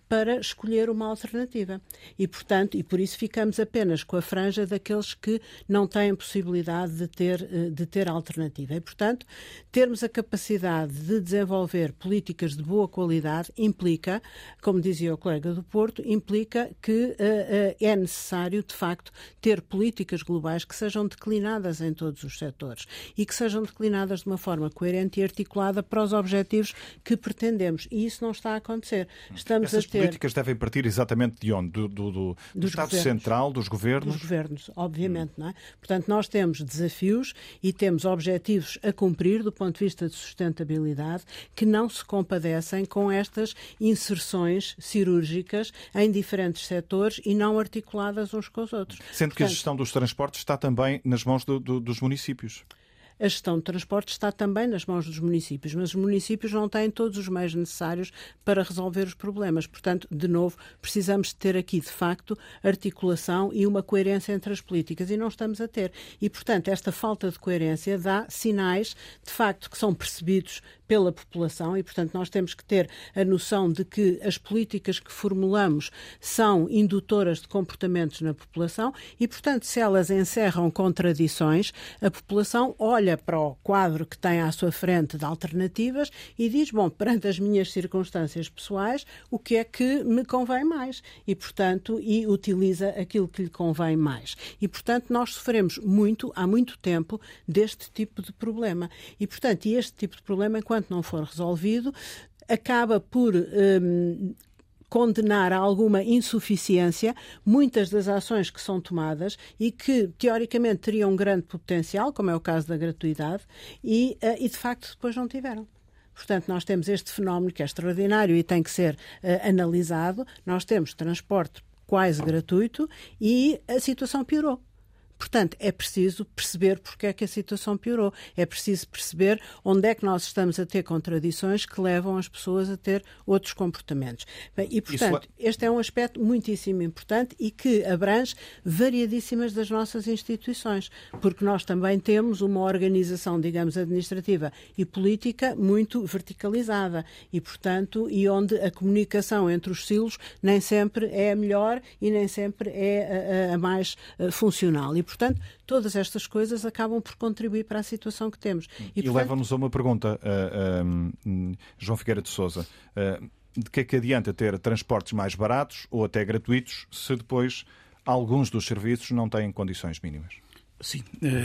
para escolher uma alternativa. E, portanto, e por isso ficamos apenas com a franja daqueles que não têm possibilidade de ter, de ter alternativa. E, portanto, termos a capacidade de desenvolver políticas de boa qualidade implica, como dizia o colega do Porto, implica que uh, uh, é necessário, de facto, ter políticas globais que sejam declinadas em todos os setores e que sejam declinadas de uma forma coerente e articulada para os objetivos que pretendemos. E isso não está a acontecer. Estamos Essas a ter... políticas devem partir exatamente de onde? Do, do, do, do Estado governos. Central, dos governos? Dos governos, obviamente. Hum. Não é? Portanto, nós temos desafios e temos objetivos a cumprir do ponto de vista de sustentabilidade que não se compadecem com estas inserções cirúrgicas em diferentes setores e não articuladas uns com os outros. Sendo Portanto, que a gestão dos transportes está também nas mãos do, do, dos municípios. A gestão de transportes está também nas mãos dos municípios, mas os municípios não têm todos os meios necessários para resolver os problemas. Portanto, de novo, precisamos ter aqui, de facto, articulação e uma coerência entre as políticas, e não estamos a ter. E, portanto, esta falta de coerência dá sinais, de facto, que são percebidos pela população e, portanto, nós temos que ter a noção de que as políticas que formulamos são indutoras de comportamentos na população e, portanto, se elas encerram contradições, a população olha para o quadro que tem à sua frente de alternativas e diz, bom, perante as minhas circunstâncias pessoais, o que é que me convém mais? E, portanto, e utiliza aquilo que lhe convém mais. E, portanto, nós sofremos muito, há muito tempo, deste tipo de problema. E, portanto, e este tipo de problema, enquanto não for resolvido, acaba por hum, condenar a alguma insuficiência muitas das ações que são tomadas e que, teoricamente, teriam um grande potencial, como é o caso da gratuidade, e, uh, e de facto, depois não tiveram. Portanto, nós temos este fenómeno que é extraordinário e tem que ser uh, analisado. Nós temos transporte quase gratuito e a situação piorou. Portanto, é preciso perceber porque é que a situação piorou. É preciso perceber onde é que nós estamos a ter contradições que levam as pessoas a ter outros comportamentos. Bem, e, portanto, é... este é um aspecto muitíssimo importante e que abrange variadíssimas das nossas instituições, porque nós também temos uma organização, digamos, administrativa e política muito verticalizada e, portanto, e onde a comunicação entre os silos nem sempre é a melhor e nem sempre é a, a, a mais a, funcional. E, portanto, todas estas coisas acabam por contribuir para a situação que temos. E, e portanto... leva-nos a uma pergunta, uh, uh, João Figueira de Sousa. Uh, de que é que adianta ter transportes mais baratos ou até gratuitos se depois alguns dos serviços não têm condições mínimas? Sim,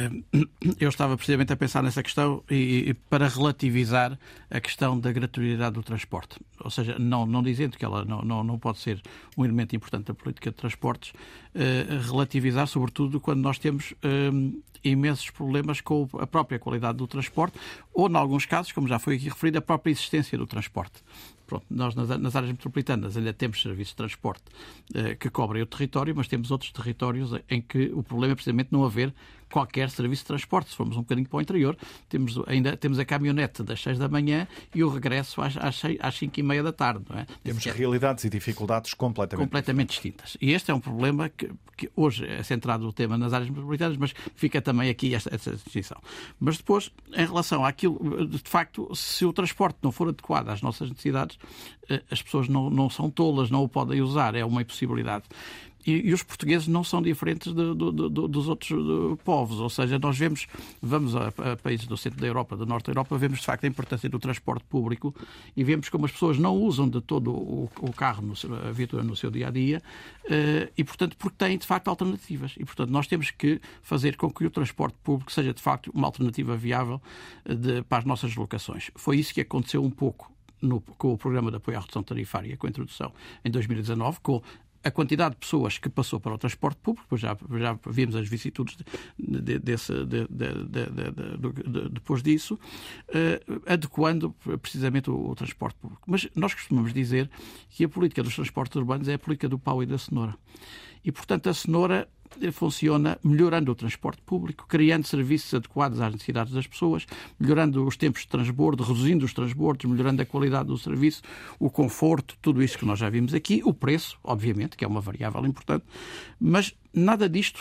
eu estava precisamente a pensar nessa questão e, e para relativizar a questão da gratuidade do transporte. Ou seja, não, não dizendo que ela não, não, não pode ser um elemento importante da política de transportes, eh, relativizar sobretudo quando nós temos eh, imensos problemas com a própria qualidade do transporte ou, em alguns casos, como já foi aqui referido, a própria existência do transporte. Pronto, nós nas, nas áreas metropolitanas ainda temos serviços de transporte eh, que cobrem o território, mas temos outros territórios em que o problema é precisamente não haver qualquer serviço de transporte. Se formos um bocadinho para o interior, temos, ainda temos a caminhonete das seis da manhã e o regresso às, às, seis, às cinco e meia da tarde. Não é? Temos é, realidades e dificuldades completamente, completamente distintas. E este é um problema que, que hoje é centrado o tema nas áreas metropolitanas, mas fica também aqui esta, esta distinção. Mas depois, em relação àquilo, de facto, se o transporte não for adequado às nossas necessidades, as pessoas não, não são tolas, não o podem usar, é uma impossibilidade. E, e os portugueses não são diferentes de, de, de, dos outros de, povos, ou seja, nós vemos, vamos a, a países do centro da Europa, do norte da Europa, vemos de facto a importância do transporte público e vemos como as pessoas não usam de todo o, o carro, no seu, a viatura no seu dia-a-dia uh, e, portanto, porque têm de facto alternativas. E, portanto, nós temos que fazer com que o transporte público seja de facto uma alternativa viável de, para as nossas locações. Foi isso que aconteceu um pouco no, com o programa de apoio à redução tarifária, com a introdução em dois mil e dezanove, com a quantidade de pessoas que passou para o transporte público, já, já vimos as vicissitudes de, de, desse, de, de, de, de, de, depois disso, uh, adequando precisamente o, o transporte público. Mas nós costumamos dizer que a política dos transportes urbanos é a política do pau e da cenoura. E, portanto, a cenoura funciona melhorando o transporte público, criando serviços adequados às necessidades das pessoas, melhorando os tempos de transbordo, reduzindo os transbordos, melhorando a qualidade do serviço, o conforto, tudo isso que nós já vimos aqui, o preço, obviamente, que é uma variável importante, mas nada disto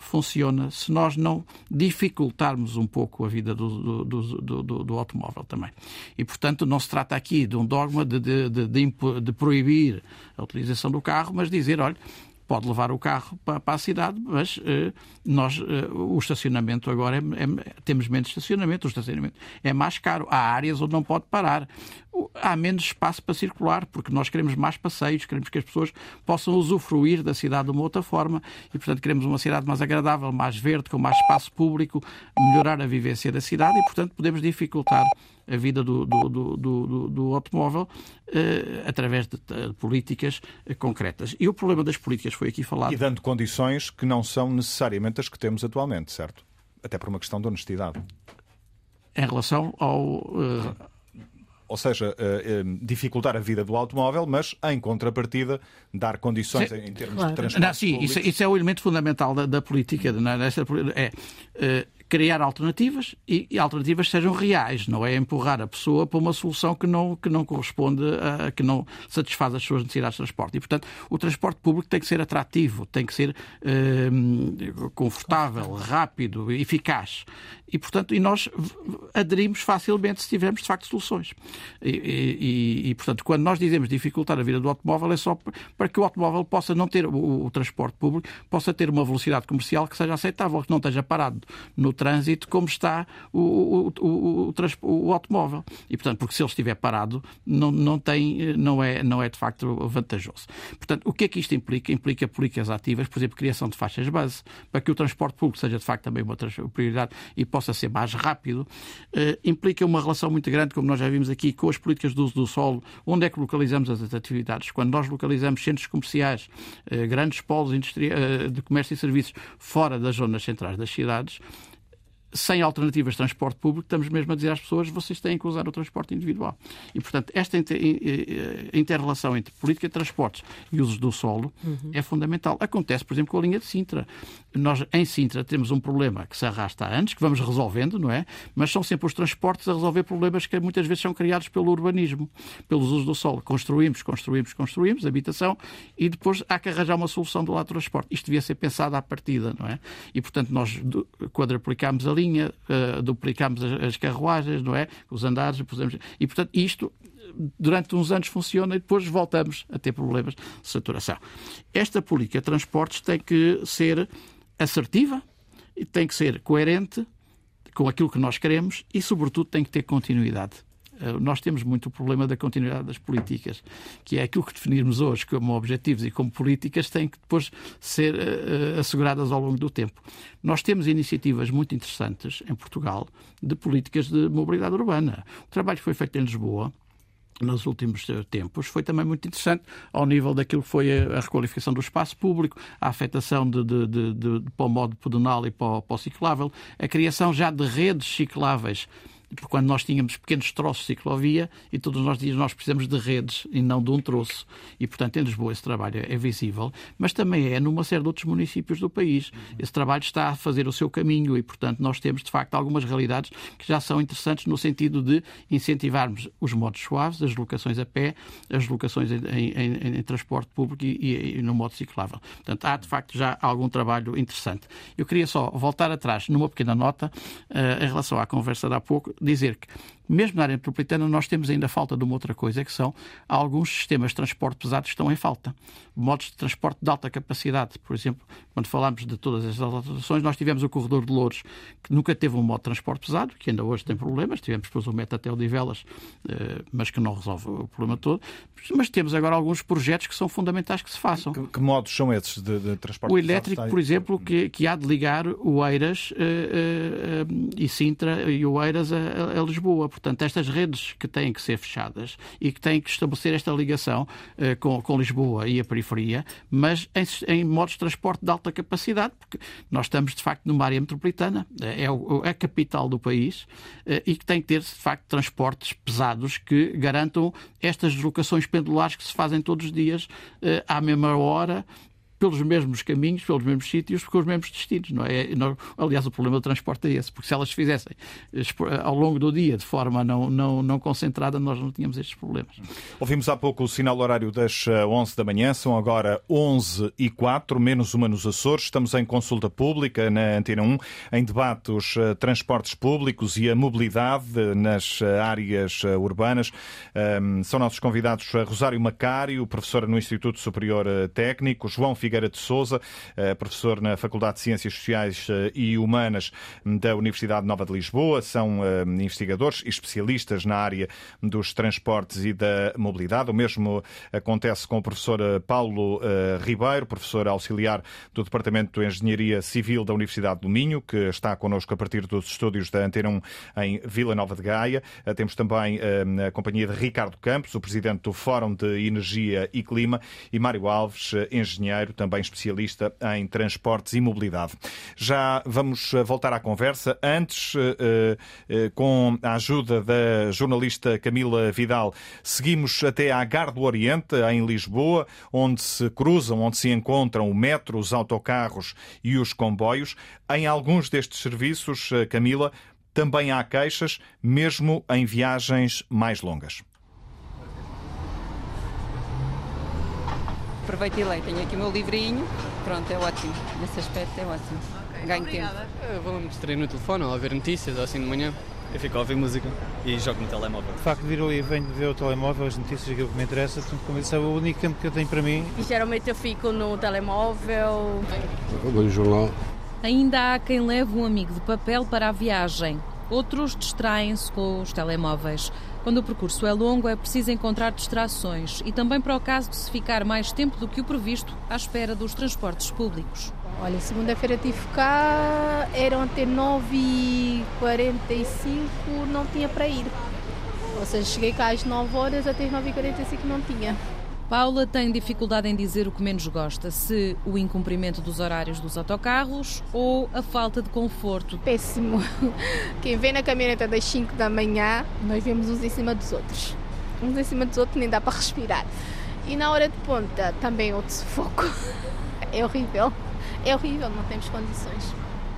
funciona se nós não dificultarmos um pouco a vida do, do, do, do, do automóvel também. E, portanto, não se trata aqui de um dogma de, de, de, de, de proibir a utilização do carro, mas dizer, olha, pode levar o carro para, para a cidade, mas eh, nós, eh, o estacionamento agora, é, é, temos menos estacionamento, o estacionamento é mais caro. Há áreas onde não pode parar. Há menos espaço para circular, porque nós queremos mais passeios, queremos que as pessoas possam usufruir da cidade de uma outra forma e, portanto, queremos uma cidade mais agradável, mais verde, com mais espaço público, melhorar a vivência da cidade e, portanto, podemos dificultar a vida do, do, do, do, do automóvel eh, através de, de políticas eh, concretas. E o problema das políticas foi aqui falado. E dando condições que não são necessariamente as que temos atualmente, certo? Até por uma questão de honestidade. Em relação ao... Uh... Ou seja, uh, uh, dificultar a vida do automóvel, mas, em contrapartida, dar condições sim, em termos claro. de transporte não, sim, isso, isso é o elemento fundamental da, da política. Não é? é uh, criar alternativas e, e alternativas sejam reais, não é empurrar a pessoa para uma solução que não, que não corresponde, a, que não satisfaz as suas necessidades de transporte. E, portanto, o transporte público tem que ser atrativo, tem que ser uh, confortável, rápido, eficaz. E, portanto, e nós aderimos facilmente se tivermos, de facto, soluções. E, e, e, portanto, quando nós dizemos dificultar a vida do automóvel, é só para que o automóvel possa não ter, o, o transporte público, possa ter uma velocidade comercial que seja aceitável, que não esteja parado no trânsito como está o, o, o, o, o automóvel. E, portanto, porque se ele estiver parado, não, não, tem, não, é, não é, de facto, vantajoso. Portanto, o que é que isto implica? Implica políticas ativas, por exemplo, criação de faixas base, para que o transporte público seja, de facto, também uma prioridade e possa possa ser mais rápido, uh, implica uma relação muito grande, como nós já vimos aqui, com as políticas do uso do solo, onde é que localizamos as atividades. Quando nós localizamos centros comerciais, uh, grandes polos uh, de comércio e serviços fora das zonas centrais das cidades, sem alternativas de transporte público, estamos mesmo a dizer às pessoas vocês têm que usar o transporte individual. E, portanto, esta inter-relação entre política de transportes e usos do solo uhum. é fundamental. Acontece, por exemplo, com a linha de Sintra. Nós, em Sintra, temos um problema que se arrasta há anos, que vamos resolvendo, não é? Mas são sempre os transportes a resolver problemas que muitas vezes são criados pelo urbanismo, pelos usos do solo. Construímos, construímos, construímos, habitação, e depois há que arranjar uma solução do lado do transporte. Isto devia ser pensado à partida, não é? E, portanto, nós quadruplicámos a linha, uh, duplicámos as, as carruagens, não é? Os andares, pusemos... e, portanto, isto durante uns anos funciona e depois voltamos a ter problemas de saturação. Esta política de transportes tem que ser assertiva, tem que ser coerente com aquilo que nós queremos e, sobretudo, tem que ter continuidade. Nós temos muito o problema da continuidade das políticas, que é aquilo que definirmos hoje como objetivos e como políticas têm que depois ser uh, asseguradas ao longo do tempo. Nós temos iniciativas muito interessantes em Portugal de políticas de mobilidade urbana. O trabalho que foi feito em Lisboa nos últimos tempos foi também muito interessante ao nível daquilo que foi a, a requalificação do espaço público, a afetação de, de, de, de, de, para o modo pedonal e para, para o ciclável, a criação já de redes cicláveis, porque quando nós tínhamos pequenos troços de ciclovia e todos nós dizíamos nós precisamos de redes e não de um troço. E, portanto, em Lisboa esse trabalho é visível, mas também é numa série de outros municípios do país. Esse trabalho está a fazer o seu caminho e, portanto, nós temos, de facto, algumas realidades que já são interessantes no sentido de incentivarmos os modos suaves, as locações a pé, as locações em, em, em transporte público e, e, e no modo ciclável. Portanto, há, de facto, já algum trabalho interessante. Eu queria só voltar atrás numa pequena nota uh, em relação à conversa de há pouco, dizer que, mesmo na área metropolitana, nós temos ainda falta de uma outra coisa, que são alguns sistemas de transporte pesado que estão em falta. Modos de transporte de alta capacidade. Por exemplo, quando falámos de todas estas alterações, nós tivemos o corredor de Loures, que nunca teve um modo de transporte pesado, que ainda hoje tem problemas. Tivemos depois o metro até o Odivelas, mas que não resolve o problema todo. Mas temos agora alguns projetos que são fundamentais que se façam. Que, que modos são esses de, de transporte pesado? O elétrico, por exemplo, que, que há de ligar o Eiras uh, uh, e Sintra e o Eiras a, a Lisboa. Portanto, estas redes que têm que ser fechadas e que têm que estabelecer esta ligação uh, com, com Lisboa e a periferia, mas em, em modos de transporte de alta capacidade, porque nós estamos, de facto, numa área metropolitana, é, o, é a capital do país, uh, e que tem que ter, de facto, transportes pesados que garantam estas deslocações pendulares que se fazem todos os dias uh, à mesma hora, pelos mesmos caminhos, pelos mesmos sítios, com os mesmos destinos, não é? Aliás, o problema do transporte é esse, porque se elas se fizessem ao longo do dia de forma não, não, não concentrada, nós não tínhamos estes problemas. Ouvimos há pouco o sinal horário das onze da manhã, são agora onze e quatro, menos uma nos Açores. Estamos em consulta pública na Antena um, em debate os transportes públicos e a mobilidade nas áreas urbanas. São nossos convidados Rosário Macário, professora no Instituto Superior Técnico, João Figueira de Sousa, professor na Faculdade de Ciências Sociais e Humanas da Universidade Nova de Lisboa. São investigadores e especialistas na área dos transportes e da mobilidade. O mesmo acontece com o professor Paulo Ribeiro, professor auxiliar do Departamento de Engenharia Civil da Universidade do Minho, que está connosco a partir dos estúdios da Antena um em Vila Nova de Gaia. Temos também a companhia de Ricardo Campos, o presidente do Fórum de Energia e Clima, e Mário Alves, engenheiro, também especialista em transportes e mobilidade. Já vamos voltar à conversa. Antes, com a ajuda da jornalista Camila Vidal, seguimos até à Gare do Oriente, em Lisboa, onde se cruzam, onde se encontram o metro, os autocarros e os comboios. Em alguns destes serviços, Camila, também há queixas, mesmo em viagens mais longas. Aproveito e leio. Tenho aqui o meu livrinho. Pronto, é ótimo. Nesse aspecto é ótimo. Okay, ganho obrigada. tempo. Eu vou-me distrair no telefone ou a ver notícias ou assim de manhã. Eu fico a ouvir música e jogo no telemóvel. De facto, vir ali e venho ver o telemóvel, as notícias, aquilo que me interessa, portanto, como isso é o único tempo que eu tenho para mim. E geralmente eu fico no telemóvel. Eu leio o jornal. Ainda há quem leve um amigo de papel para a viagem. Outros distraem-se com os telemóveis. Quando o percurso é longo, é preciso encontrar distrações e também para o caso de se ficar mais tempo do que o previsto à espera dos transportes públicos. Olha, segunda-feira estive cá, eram até nove e quarenta e cinco, não tinha para ir. Ou seja, cheguei cá às nove horas, até às nove e quarenta e cinco não tinha. Paula tem dificuldade em dizer o que menos gosta, se o incumprimento dos horários dos autocarros ou a falta de conforto. Péssimo. Quem vem na caminhoneta das cinco da manhã, nós vemos uns em cima dos outros. Uns em cima dos outros nem dá para respirar. E na hora de ponta também outro sufoco. É horrível. É horrível, não temos condições.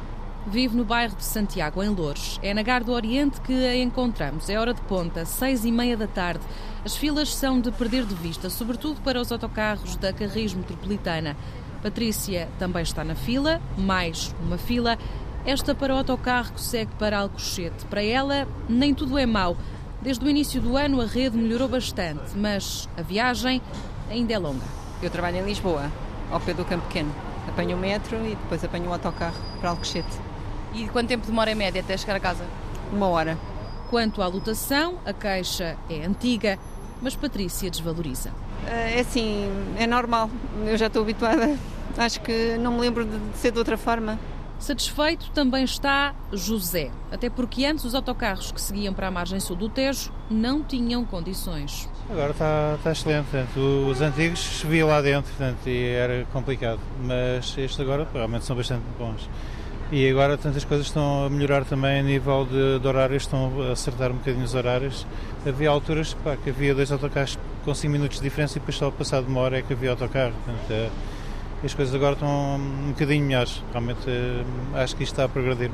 Vive no bairro de Santiago, em Loures. É na Gare do Oriente que a encontramos. É hora de ponta, seis e meia da tarde. As filas são de perder de vista, sobretudo para os autocarros da Carris Metropolitana. Patrícia também está na fila, mais uma fila. Esta para o autocarro que segue para Alcochete. Para ela, nem tudo é mau. Desde o início do ano a rede melhorou bastante, mas a viagem ainda é longa. Eu trabalho em Lisboa, ao pé do Campo Pequeno. Apanho o metro e depois apanho o autocarro para Alcochete. E quanto tempo demora em média até chegar a casa? Uma hora. Quanto à lotação, a queixa é antiga, mas Patrícia desvaloriza. É assim, é normal. Eu já estou habituada. Acho que não me lembro de ser de outra forma. Satisfeito também está José, até porque antes os autocarros que seguiam para a margem sul do Tejo não tinham condições. Agora está, está excelente, portanto, os antigos choviam lá dentro, portanto, e era complicado, mas estes agora realmente são bastante bons. E agora tantas coisas estão a melhorar também a nível de, de horários, estão a acertar um bocadinho os horários. Havia alturas pá, que havia dois autocarros com cinco minutos de diferença e depois só passado uma hora é que havia autocarro. Portanto, é, as coisas agora estão um bocadinho melhores. Realmente acho que isto está a progredir.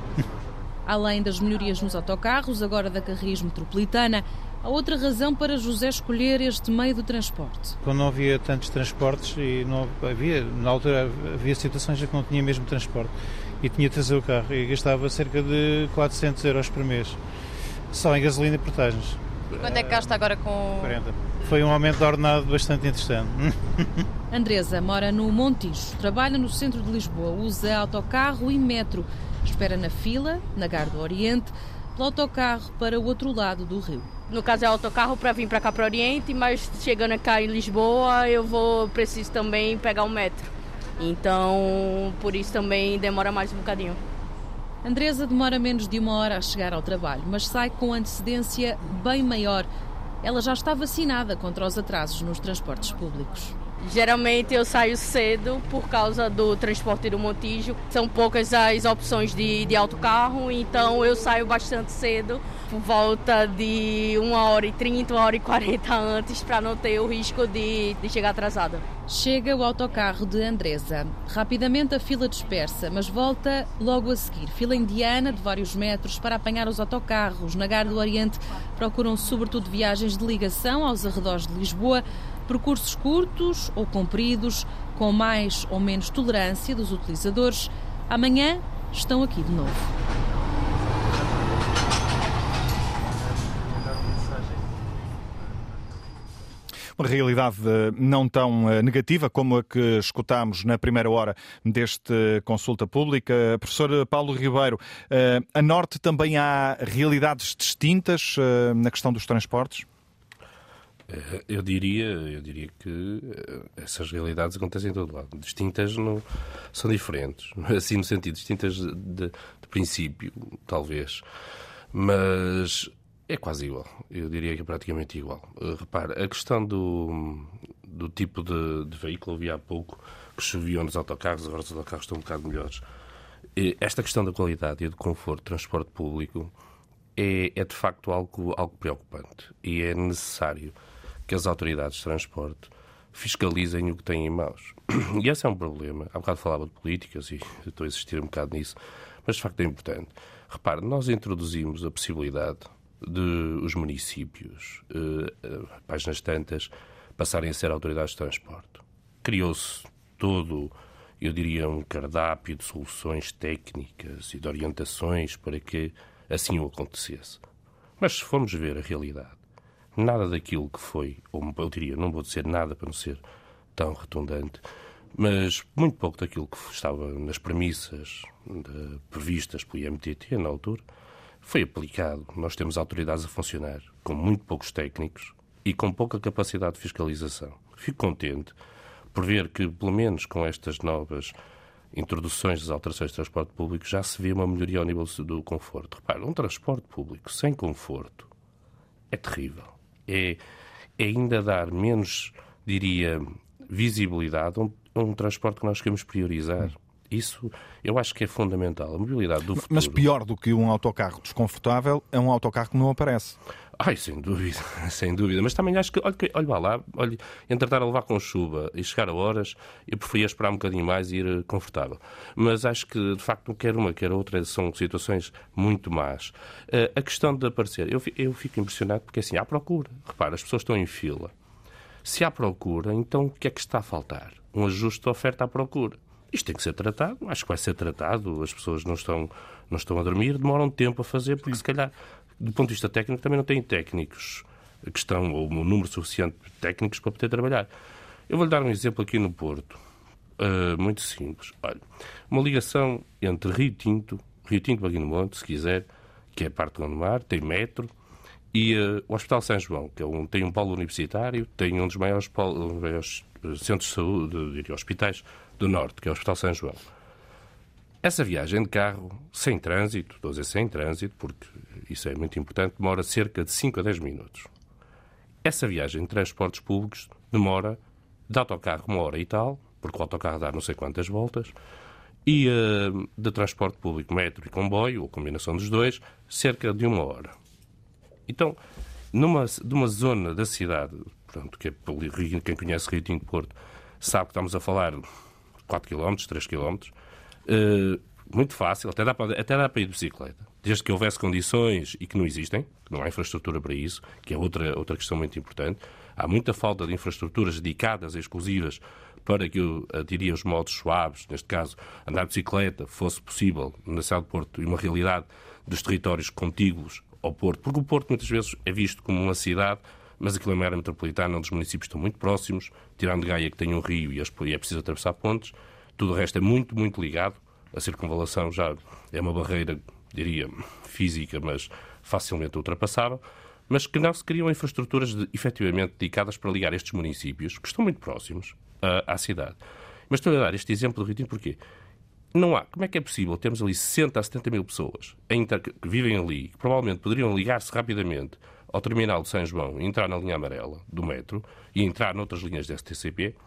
Além das melhorias nos autocarros, agora da Carris Metropolitana, há outra razão para José escolher este meio de transporte. Quando não havia tantos transportes, e não havia, na altura havia situações em que não tinha mesmo transporte e tinha de trazer o carro e gastava cerca de quatrocentos euros por mês, só em gasolina e portagens. E quanto é que gasta agora com... quarenta. Foi um aumento de ordenado bastante interessante. Andresa mora no Montijo, trabalha no centro de Lisboa, usa autocarro e metro. Espera na fila, na Gare do Oriente, pelo autocarro para o outro lado do rio. No caso é autocarro para vir para cá para o Oriente, mas chegando cá em Lisboa eu vou preciso também pegar o metro. Então, por isso também demora mais um bocadinho. Andresa demora menos de uma hora a chegar ao trabalho, mas sai com antecedência bem maior. Ela já está vacinada contra os atrasos nos transportes públicos. Geralmente eu saio cedo por causa do transporte do Montijo. São poucas as opções de, de autocarro, então eu saio bastante cedo, por volta de uma hora e trinta, uma hora e quarenta antes, para não ter o risco de, de chegar atrasada. Chega o autocarro de Andresa. Rapidamente a fila dispersa, mas volta logo a seguir. Fila indiana de vários metros para apanhar os autocarros. Na Gare do Oriente procuram sobretudo viagens de ligação aos arredores de Lisboa, percursos curtos ou compridos, com mais ou menos tolerância dos utilizadores. Amanhã estão aqui de novo. Uma realidade não tão negativa como a que escutámos na primeira hora deste consulta pública. Professor Paulo Ribeiro, a Norte também há realidades distintas na questão dos transportes? Eu diria, eu diria que essas realidades acontecem em todo lado. Distintas não, são diferentes, assim no sentido, distintas de, de, de princípio, talvez. Mas é quase igual. Eu diria que é praticamente igual. Repare, a questão do, do tipo de, de veículo, eu vi há pouco que choviam nos autocarros, agora os autocarros estão um bocado melhores. Esta questão da qualidade e do conforto do transporte público é, é de facto algo, algo preocupante e é necessário que as autoridades de transporte fiscalizem o que têm em mãos. E esse é um problema. Há bocado falava de políticas e estou a insistir um bocado nisso, mas de facto é importante. Repare, nós introduzimos a possibilidade de os municípios, eh, páginas tantas, passarem a ser autoridades de transporte. Criou-se todo, eu diria, um cardápio de soluções técnicas e de orientações para que assim o acontecesse. Mas se formos ver a realidade, nada daquilo que foi, ou eu diria, não vou dizer nada para não ser tão redundante, mas muito pouco daquilo que estava nas premissas de, previstas pelo I M T T na altura, foi aplicado. Nós temos autoridades a funcionar com muito poucos técnicos e com pouca capacidade de fiscalização. Fico contente por ver que, pelo menos com estas novas introduções das alterações de transporte público, já se vê uma melhoria ao nível do conforto. Repare, um transporte público sem conforto é terrível. É, é ainda dar menos, diria, visibilidade a um, a um transporte que nós queremos priorizar. Isso eu acho que é fundamental. A mobilidade do futuro. Mas pior do que um autocarro desconfortável é um autocarro que não aparece. Ai, sem dúvida, sem dúvida. Mas também acho que, olha, olha lá, olha, entre estar a levar com chuva e chegar a horas, eu preferia esperar um bocadinho mais e ir confortável. Mas acho que, de facto, quer uma, quer outra, são situações muito más. Uh, a questão de aparecer, eu, eu fico impressionado porque, assim, há procura. Repara, as pessoas estão em fila. Se há procura, então o que é que está a faltar? Um ajuste de oferta à procura. Isto tem que ser tratado, acho que vai ser tratado, as pessoas não estão, não estão a dormir, demoram tempo a fazer, porque se calhar, do ponto de vista técnico, também não têm técnicos que estão, ou um número suficiente de técnicos para poder trabalhar. Eu vou-lhe dar um exemplo aqui no Porto, uh, muito simples. Olha, uma ligação entre Rio Tinto, Rio Tinto para Guimarães, se quiser, que é a parte do Gondomar, tem metro, e uh, o Hospital São João, que é um, tem um polo universitário, tem um dos maiores, polo, um maiores centros de saúde, diria, hospitais do Norte, que é o Hospital São João. Essa viagem de carro, sem trânsito, estou a dizer sem trânsito, porque isso é muito importante, demora cerca de cinco a dez minutos. Essa viagem de transportes públicos demora, de autocarro, uma hora e tal, porque o autocarro dá não sei quantas voltas, e uh, de transporte público, metro e comboio, ou combinação dos dois, cerca de uma hora. Então, numa, numa zona da cidade, pronto, que é, quem conhece Rio Tinto Porto, sabe que estamos a falar quatro quilómetros, três quilómetros, uh, muito fácil, até dá, para, até dá para ir de bicicleta. Desde que houvesse condições, e que não existem, que não há infraestrutura para isso, que é outra, outra questão muito importante. Há muita falta de infraestruturas dedicadas, exclusivas, para que, eu diria, os modos suaves, neste caso, andar de bicicleta, fosse possível na cidade de Porto, e uma realidade dos territórios contíguos ao Porto. Porque o Porto, muitas vezes, é visto como uma cidade, mas aquilo é uma área metropolitana onde os municípios estão muito próximos, tirando Gaia, que tem um rio e é preciso atravessar pontes. Tudo o resto é muito, muito ligado. A circunvalação já é uma barreira, diria, física, mas facilmente ultrapassável. Mas que não se criam infraestruturas de, efetivamente dedicadas para ligar estes municípios, que estão muito próximos uh, à cidade. Mas estou a dar este exemplo do Rio Tinto porquê? Não há. Como é que é possível termos ali sessenta a setenta mil pessoas que vivem ali, que provavelmente poderiam ligar-se rapidamente ao terminal de São João e entrar na linha amarela do metro e entrar noutras linhas da S T C P,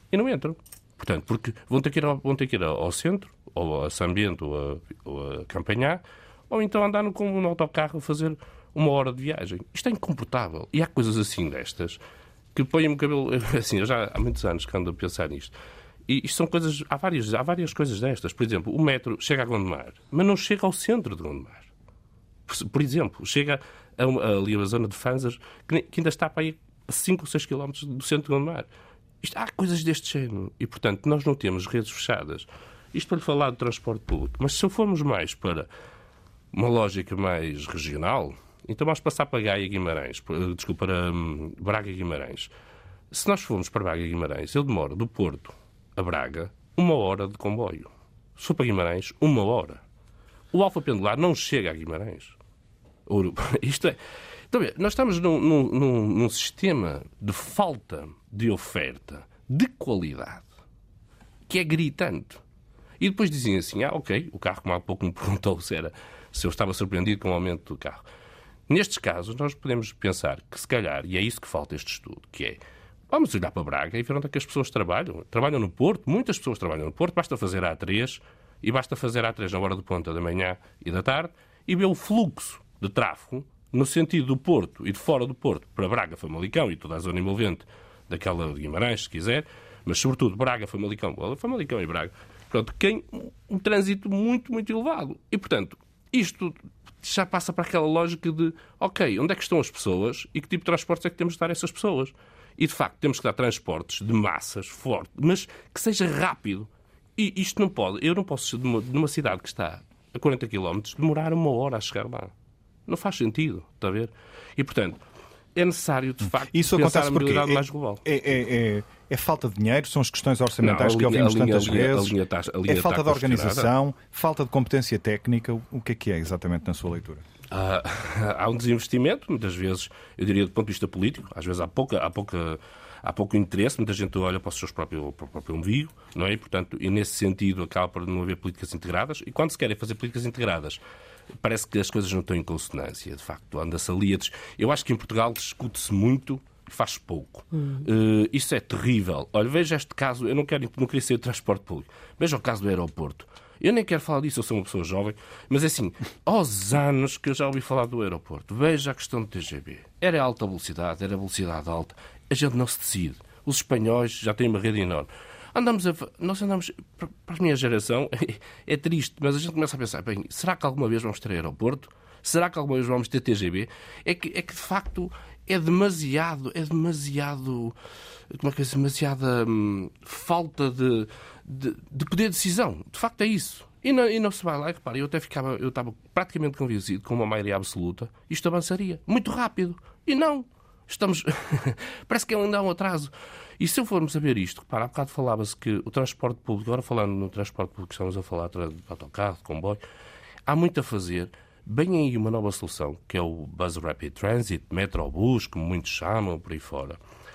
e não entram. Portanto, porque vão ter que ir ao, vão ter que ir ao centro, ou a São Bento, ou a, ou a Campanhar, ou então andar no, no autocarro a fazer uma hora de viagem. Isto é incomportável. E há coisas assim destas que põem-me o cabelo... Assim, eu já há muitos anos que ando a pensar nisto. E isto são coisas... Há várias, há várias coisas destas. Por exemplo, o metro chega a Gondomar, mas não chega ao centro de Gondomar. Por, por exemplo, chega a, a, ali a zona de Fanzas, que, que ainda está para aí a cinco ou seis quilómetros do centro de Gondomar. Isto, há coisas deste género. E, portanto, nós não temos redes fechadas. Isto para lhe falar do transporte público. Mas se formos mais para uma lógica mais regional, então vamos passar para Gaia e Guimarães. Desculpa, para um, Braga e Guimarães. Se nós formos para Braga e Guimarães, eu demoro do Porto a Braga uma hora de comboio. Se for para Guimarães, uma hora. O Alfa Pendular não chega a Guimarães. Isto é... Então, nós estamos num, num, num sistema de falta de oferta, de qualidade, que é gritante. E depois dizem assim, ah, ok, o carro, como há pouco me perguntou se, era, se eu estava surpreendido com o aumento do carro. Nestes casos, nós podemos pensar que, se calhar, e é isso que falta este estudo, que é, vamos olhar para Braga e ver onde é que as pessoas trabalham. Trabalham no Porto, muitas pessoas trabalham no Porto, basta fazer A três, e basta fazer A três na hora de ponta da manhã e da tarde, e ver o fluxo de tráfego no sentido do Porto e de fora do Porto, para Braga, Famalicão e toda a zona envolvente daquela de Guimarães, se quiser, mas sobretudo Braga, Famalicão, Famalicão e Braga, pronto, tem um trânsito muito, muito elevado. E, portanto, isto já passa para aquela lógica de, ok, onde é que estão as pessoas e que tipo de transportes é que temos de dar a essas pessoas? E, de facto, temos que dar transportes de massas, forte, mas que seja rápido. E isto não pode, eu não posso, numa cidade que está a quarenta quilómetros, demorar uma hora a chegar lá. Não faz sentido, está a ver? E, portanto, é necessário, de facto, isso pensar acontece a mobilidade é, mais global. É, é, é, é falta de dinheiro, são as questões orçamentais não, que linha, ouvimos linha, tantas linha, vezes, linha tá, é falta tá de organização, falta de competência técnica. O que é que é exatamente na sua leitura? Ah, há um desinvestimento, muitas vezes, eu diria do ponto de vista político, às vezes há pouca... Há pouca Há pouco interesse, muita gente olha para o seu próprio, para o próprio umbigo, não é? E, portanto, e nesse sentido acaba por não haver políticas integradas. E quando se querem fazer políticas integradas, parece que as coisas não estão em consonância. De facto, anda-se ali a... Eu acho que em Portugal discute-se muito e faz pouco. Uhum. Uh, isso é terrível. Olha, veja este caso, eu não, quero, não queria ser de transporte público. Veja o caso do aeroporto. Eu nem quero falar disso, eu sou uma pessoa jovem, mas assim, aos anos que eu já ouvi falar do aeroporto, veja a questão do T G V. Era alta velocidade, era velocidade alta. A gente não se decide. Os espanhóis já têm uma rede enorme. Andamos a, nós andamos, para a minha geração, é triste, mas a gente começa a pensar, bem, será que alguma vez vamos ter aeroporto? Será que alguma vez vamos ter T G V? É que, é que de facto, é demasiado, é demasiado, como é que é, demasiada hum, falta de, de, de poder de decisão. De facto é isso. E não, e não se vai lá, e repara, eu até ficava, eu estava praticamente convencido, com uma maioria absoluta, isto avançaria muito rápido. E não. Estamos... Parece que ainda há um atraso. E se eu formos a ver isto, repara, há bocado falava-se que o transporte público, agora falando no transporte público, estamos a falar de autocarro, de comboio, há muito a fazer. Bem aí uma nova solução, que é o Bus Rapid Transit, Metrobus, como muitos chamam, por aí fora.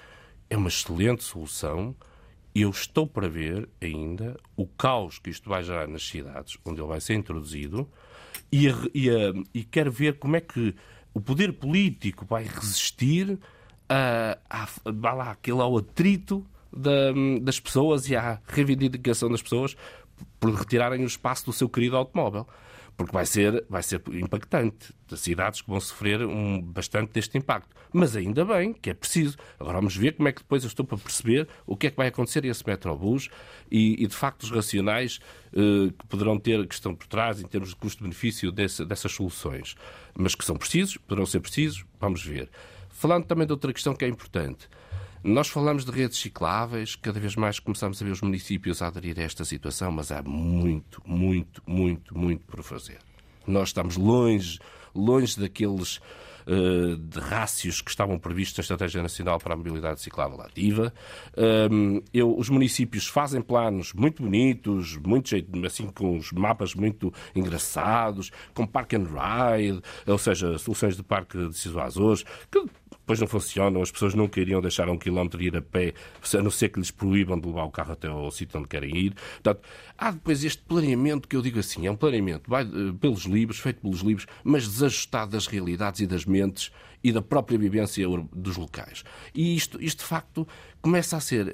É uma excelente solução. Eu estou para ver ainda o caos que isto vai gerar nas cidades, onde ele vai ser introduzido, e, a, e, a, e quero ver como é que o poder político vai resistir a, a, a, lá, aquele ao atrito da, das pessoas e à reivindicação das pessoas por retirarem o espaço do seu querido automóvel. Porque vai ser, vai ser impactante. As cidades que vão sofrer um, bastante deste impacto. Mas ainda bem que é preciso. Agora vamos ver como é que depois eu estou para perceber o que é que vai acontecer a esse Metrobus e, e de facto, os racionais eh, que poderão ter, que estão por trás em termos de custo-benefício desse, dessas soluções. Mas que são precisos, poderão ser precisos, vamos ver. Falando também de outra questão que é importante. Nós falamos de redes cicláveis, cada vez mais começamos a ver os municípios a aderir a esta situação, mas há muito, muito, muito, muito por fazer. Nós estamos longe, longe daqueles uh, de rácios que estavam previstos na Estratégia Nacional para a Mobilidade Ciclável Ativa. Um, eu, os municípios fazem planos muito bonitos, muito jeito, assim, com os mapas muito engraçados, com Park and Ride, ou seja, soluções de parque de Ciso Azores, que depois não funcionam, as pessoas nunca iriam deixar um quilómetro de ir a pé, a não ser que lhes proíbam de levar o carro até ao sítio onde querem ir. Portanto, há depois este planeamento que eu digo assim, é um planeamento vai, uh, pelos livros, feito pelos livros, mas desajustado das realidades e das mentes e da própria vivência dos locais. E isto, isto de facto, começa a ser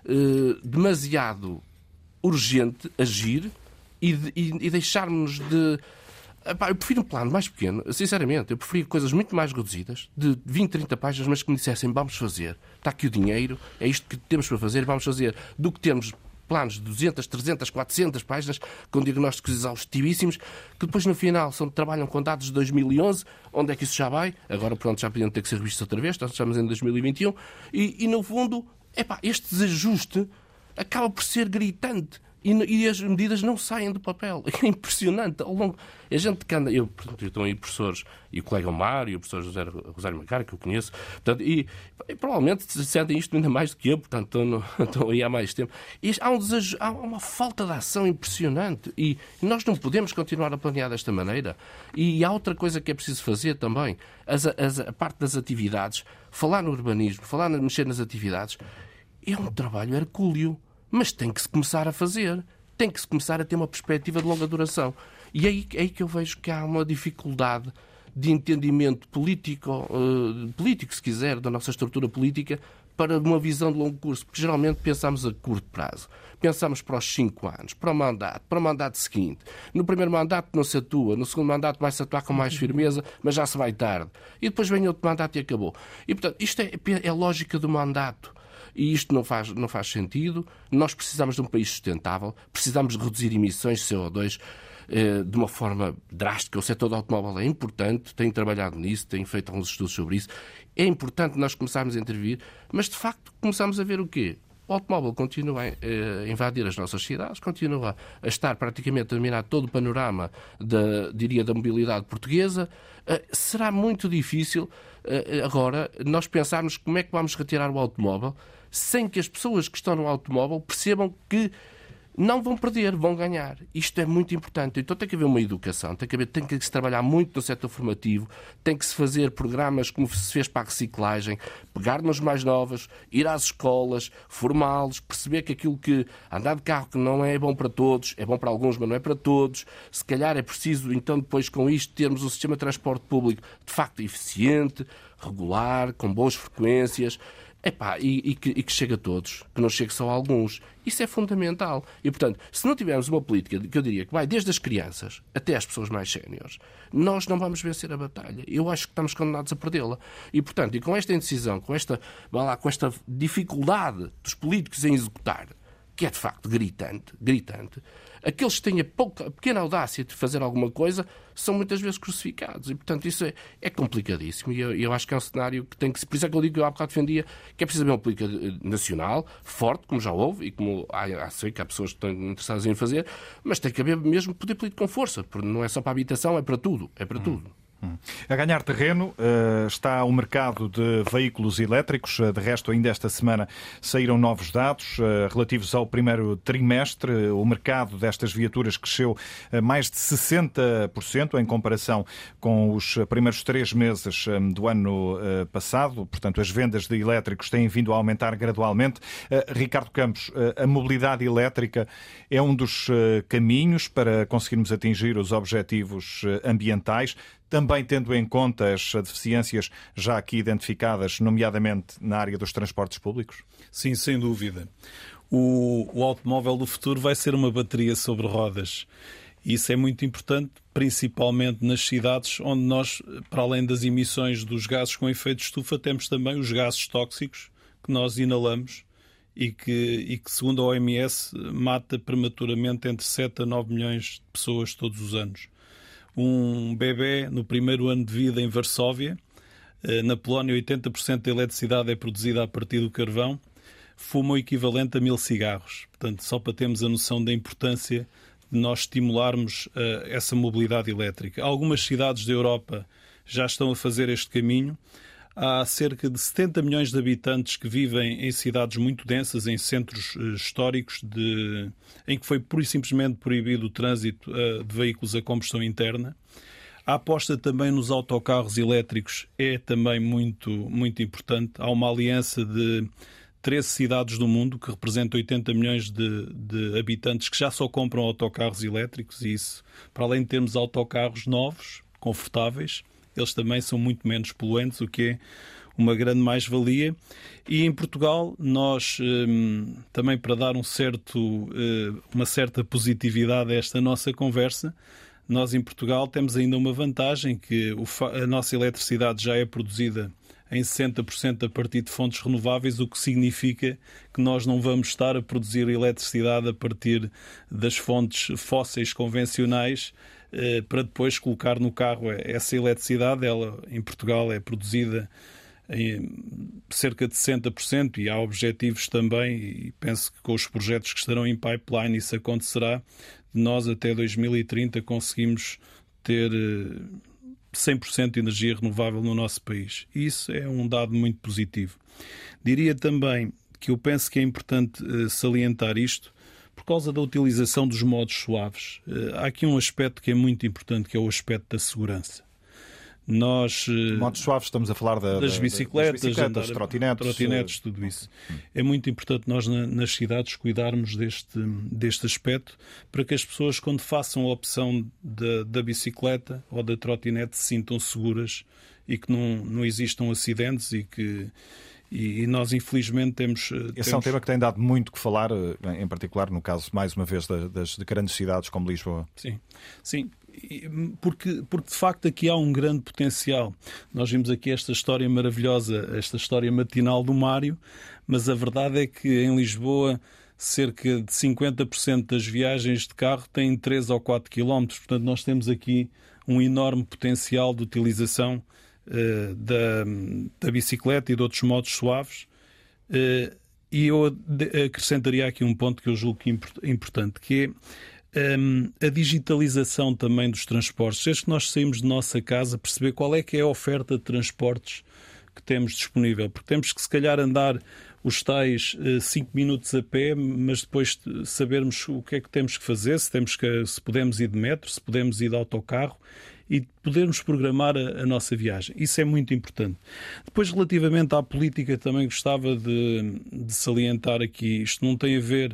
uh, demasiado urgente agir e, de, e, e deixarmos de... Epá, eu prefiro um plano mais pequeno, sinceramente. Eu prefiro coisas muito mais reduzidas, de vinte, trinta páginas, mas que me dissessem vamos fazer. Está aqui o dinheiro, é isto que temos para fazer, vamos fazer. Do que termos planos de duzentas, trezentas, quatrocentas páginas, com diagnósticos exaustivíssimos, que depois no final são, trabalham com dados de dois mil e onze, onde é que isso já vai? Agora, pronto, já podiam ter que ser revistos outra vez, nós estamos em dois mil e vinte e um, e, e no fundo, epá, este desajuste acaba por ser gritante. E, e as medidas não saem do papel. É impressionante. Ao longo... A gente que anda... Eu, portanto, estão aí professores, e o colega Mário, e o professor José Rosário Macari, que eu conheço, portanto, e, e provavelmente sentem isto ainda mais do que eu, portanto, estão, no, estão aí há mais tempo. E há, um desejo, há uma falta de ação impressionante. E nós não podemos continuar a planear desta maneira. E há outra coisa que é preciso fazer também. As, as, a parte das atividades, falar no urbanismo, falar no mexer nas atividades, é um trabalho hercúleo. Mas tem que se começar a fazer. Tem que se começar a ter uma perspectiva de longa duração. E é aí, é aí que eu vejo que há uma dificuldade de entendimento político, uh, político, se quiser, da nossa estrutura política, para uma visão de longo curso. Porque geralmente pensamos a curto prazo. Pensamos para os cinco anos, para o mandato, para o mandato seguinte. No primeiro mandato não se atua, no segundo mandato vai-se atuar com mais firmeza, mas já se vai tarde. E depois vem outro mandato e acabou. E, portanto, isto é, é a lógica do mandato. E isto não faz, não faz sentido. Nós precisamos de um país sustentável, precisamos de reduzir emissões de C O dois eh, de uma forma drástica. O setor do automóvel é importante, tenho trabalhado nisso, tenho feito alguns estudos sobre isso. É importante nós começarmos a intervir, mas de facto começamos a ver o quê? O automóvel continua a invadir as nossas cidades, continua a estar praticamente a dominar todo o panorama da, diria, da mobilidade portuguesa. Será muito difícil agora nós pensarmos como é que vamos retirar o automóvel sem que as pessoas que estão no automóvel percebam que não vão perder, vão ganhar. Isto é muito importante. Então tem que haver uma educação, tem que, haver, tem que se trabalhar muito no setor formativo, tem que se fazer programas como se fez para a reciclagem, pegar nos mais novos, ir às escolas, formá-los, perceber que aquilo que andar de carro que não é bom para todos, é bom para alguns, mas não é para todos. Se calhar é preciso, então, depois com isto, termos um sistema de transporte público de facto eficiente, regular, com boas frequências. Epá, e, e, que, e que chegue a todos, que não chegue só a alguns. Isso é fundamental. E, portanto, se não tivermos uma política que eu diria que vai desde as crianças até às pessoas mais séniores, nós não vamos vencer a batalha. Eu acho que estamos condenados a perdê-la. E, portanto, e com esta indecisão, com esta, vá lá, com esta dificuldade dos políticos em executar, que é de facto gritante, gritante, aqueles que têm a, pouca, a pequena audácia de fazer alguma coisa são muitas vezes crucificados. E, portanto, isso é, é complicadíssimo. E eu, eu acho que é um cenário que tem que... Por isso é que eu digo que eu há bocado defendia que é preciso haver uma política nacional, forte, como já houve, e como há, há, sei que há pessoas que estão interessadas em fazer, mas tem que haver mesmo poder político com força, porque não é só para a habitação, é para tudo. É para hum. tudo. A ganhar terreno está o mercado de veículos elétricos. De resto, ainda esta semana saíram novos dados relativos ao primeiro trimestre. O mercado destas viaturas cresceu mais de sessenta por cento em comparação com os primeiros três meses do ano passado. Portanto, as vendas de elétricos têm vindo a aumentar gradualmente. Ricardo Campos, a mobilidade elétrica é um dos caminhos para conseguirmos atingir os objetivos ambientais, também tendo em conta as deficiências já aqui identificadas, nomeadamente na área dos transportes públicos? Sim, sem dúvida. O, o automóvel do futuro vai ser uma bateria sobre rodas. E isso é muito importante, principalmente nas cidades onde nós, para além das emissões dos gases com efeito de estufa, temos também os gases tóxicos que nós inalamos e que, e que segundo a O M S, mata prematuramente entre sete a nove milhões de pessoas todos os anos. Um bebê no primeiro ano de vida em Varsóvia, na Polónia oitenta por cento da eletricidade é produzida a partir do carvão, fuma o equivalente a mil cigarros. Portanto, só para termos a noção da importância de nós estimularmos uh, essa mobilidade elétrica. Algumas cidades da Europa já estão a fazer este caminho. Há cerca de setenta milhões de habitantes que vivem em cidades muito densas, em centros uh, históricos, de... em que foi pura e simplesmente proibido o trânsito uh, de veículos a combustão interna. A aposta também nos autocarros elétricos é também muito, muito importante. Há uma aliança de treze cidades do mundo que representam oitenta milhões de, de habitantes que já só compram autocarros elétricos e isso, para além de termos autocarros novos, confortáveis, eles também são muito menos poluentes, o que é uma grande mais-valia. E em Portugal, nós, também para dar um certo, uma certa positividade a esta nossa conversa, nós em Portugal temos ainda uma vantagem, que a nossa eletricidade já é produzida em sessenta por cento a partir de fontes renováveis, o que significa que nós não vamos estar a produzir eletricidade a partir das fontes fósseis convencionais para depois colocar no carro. Essa eletricidade, ela em Portugal é produzida em cerca de sessenta por cento e há objetivos também, e penso que com os projetos que estarão em pipeline isso acontecerá. Nós até dois mil e trinta conseguimos ter cem por cento de energia renovável no nosso país. Isso é um dado muito positivo. Diria também que eu penso que é importante salientar isto por causa da utilização dos modos suaves. Há aqui um aspecto que é muito importante, que é o aspecto da segurança. Nós, modos suaves, estamos a falar da, das bicicletas, das, bicicletas, andar, trotinetes, trotinetes, tudo isso. É muito importante nós nas cidades cuidarmos deste, deste aspecto para que as pessoas, quando façam a opção da, da bicicleta ou da trotinete, se sintam seguras e que não, não existam acidentes e que E, e nós, infelizmente, temos... Esse temos... é um tema que tem dado muito que falar, em particular no caso, mais uma vez, das de grandes cidades como Lisboa. Sim, sim. Porque, porque de facto aqui há um grande potencial. Nós vimos aqui esta história maravilhosa, esta história matinal do Mário, mas a verdade é que em Lisboa cerca de cinquenta por cento das viagens de carro têm três ou quatro quilómetros. Portanto, nós temos aqui um enorme potencial de utilização uh, da, da bicicleta e de outros modos suaves. Uh, e eu acrescentaria aqui um ponto que eu julgo que é importante, que é Um, a digitalização também dos transportes. Desde que nós saímos de nossa casa, perceber qual é que é a oferta de transportes que temos disponível. Porque temos que, se calhar, andar os tais cinco minutos a pé, mas depois sabermos o que é que temos que fazer, se, temos que, se podemos ir de metro, se podemos ir de autocarro e podermos programar a, a nossa viagem. Isso é muito importante. Depois, relativamente à política, também gostava de, de salientar aqui. Isto não tem a ver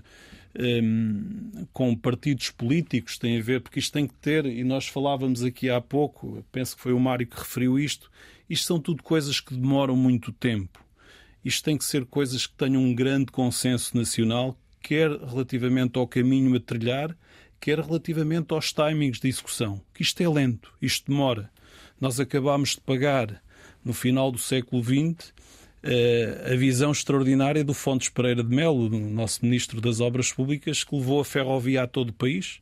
Um, com partidos políticos, tem a ver, porque isto tem que ter, e nós falávamos aqui há pouco, penso que foi o Mário que referiu isto, isto são tudo coisas que demoram muito tempo. Isto tem que ser coisas que tenham um grande consenso nacional, quer relativamente ao caminho a trilhar, quer relativamente aos timings de execução. Que isto é lento, isto demora. Nós acabámos de pagar, no final do século vinte, a visão extraordinária do Fontes Pereira de Melo, nosso Ministro das Obras Públicas, que levou a ferrovia a todo o país.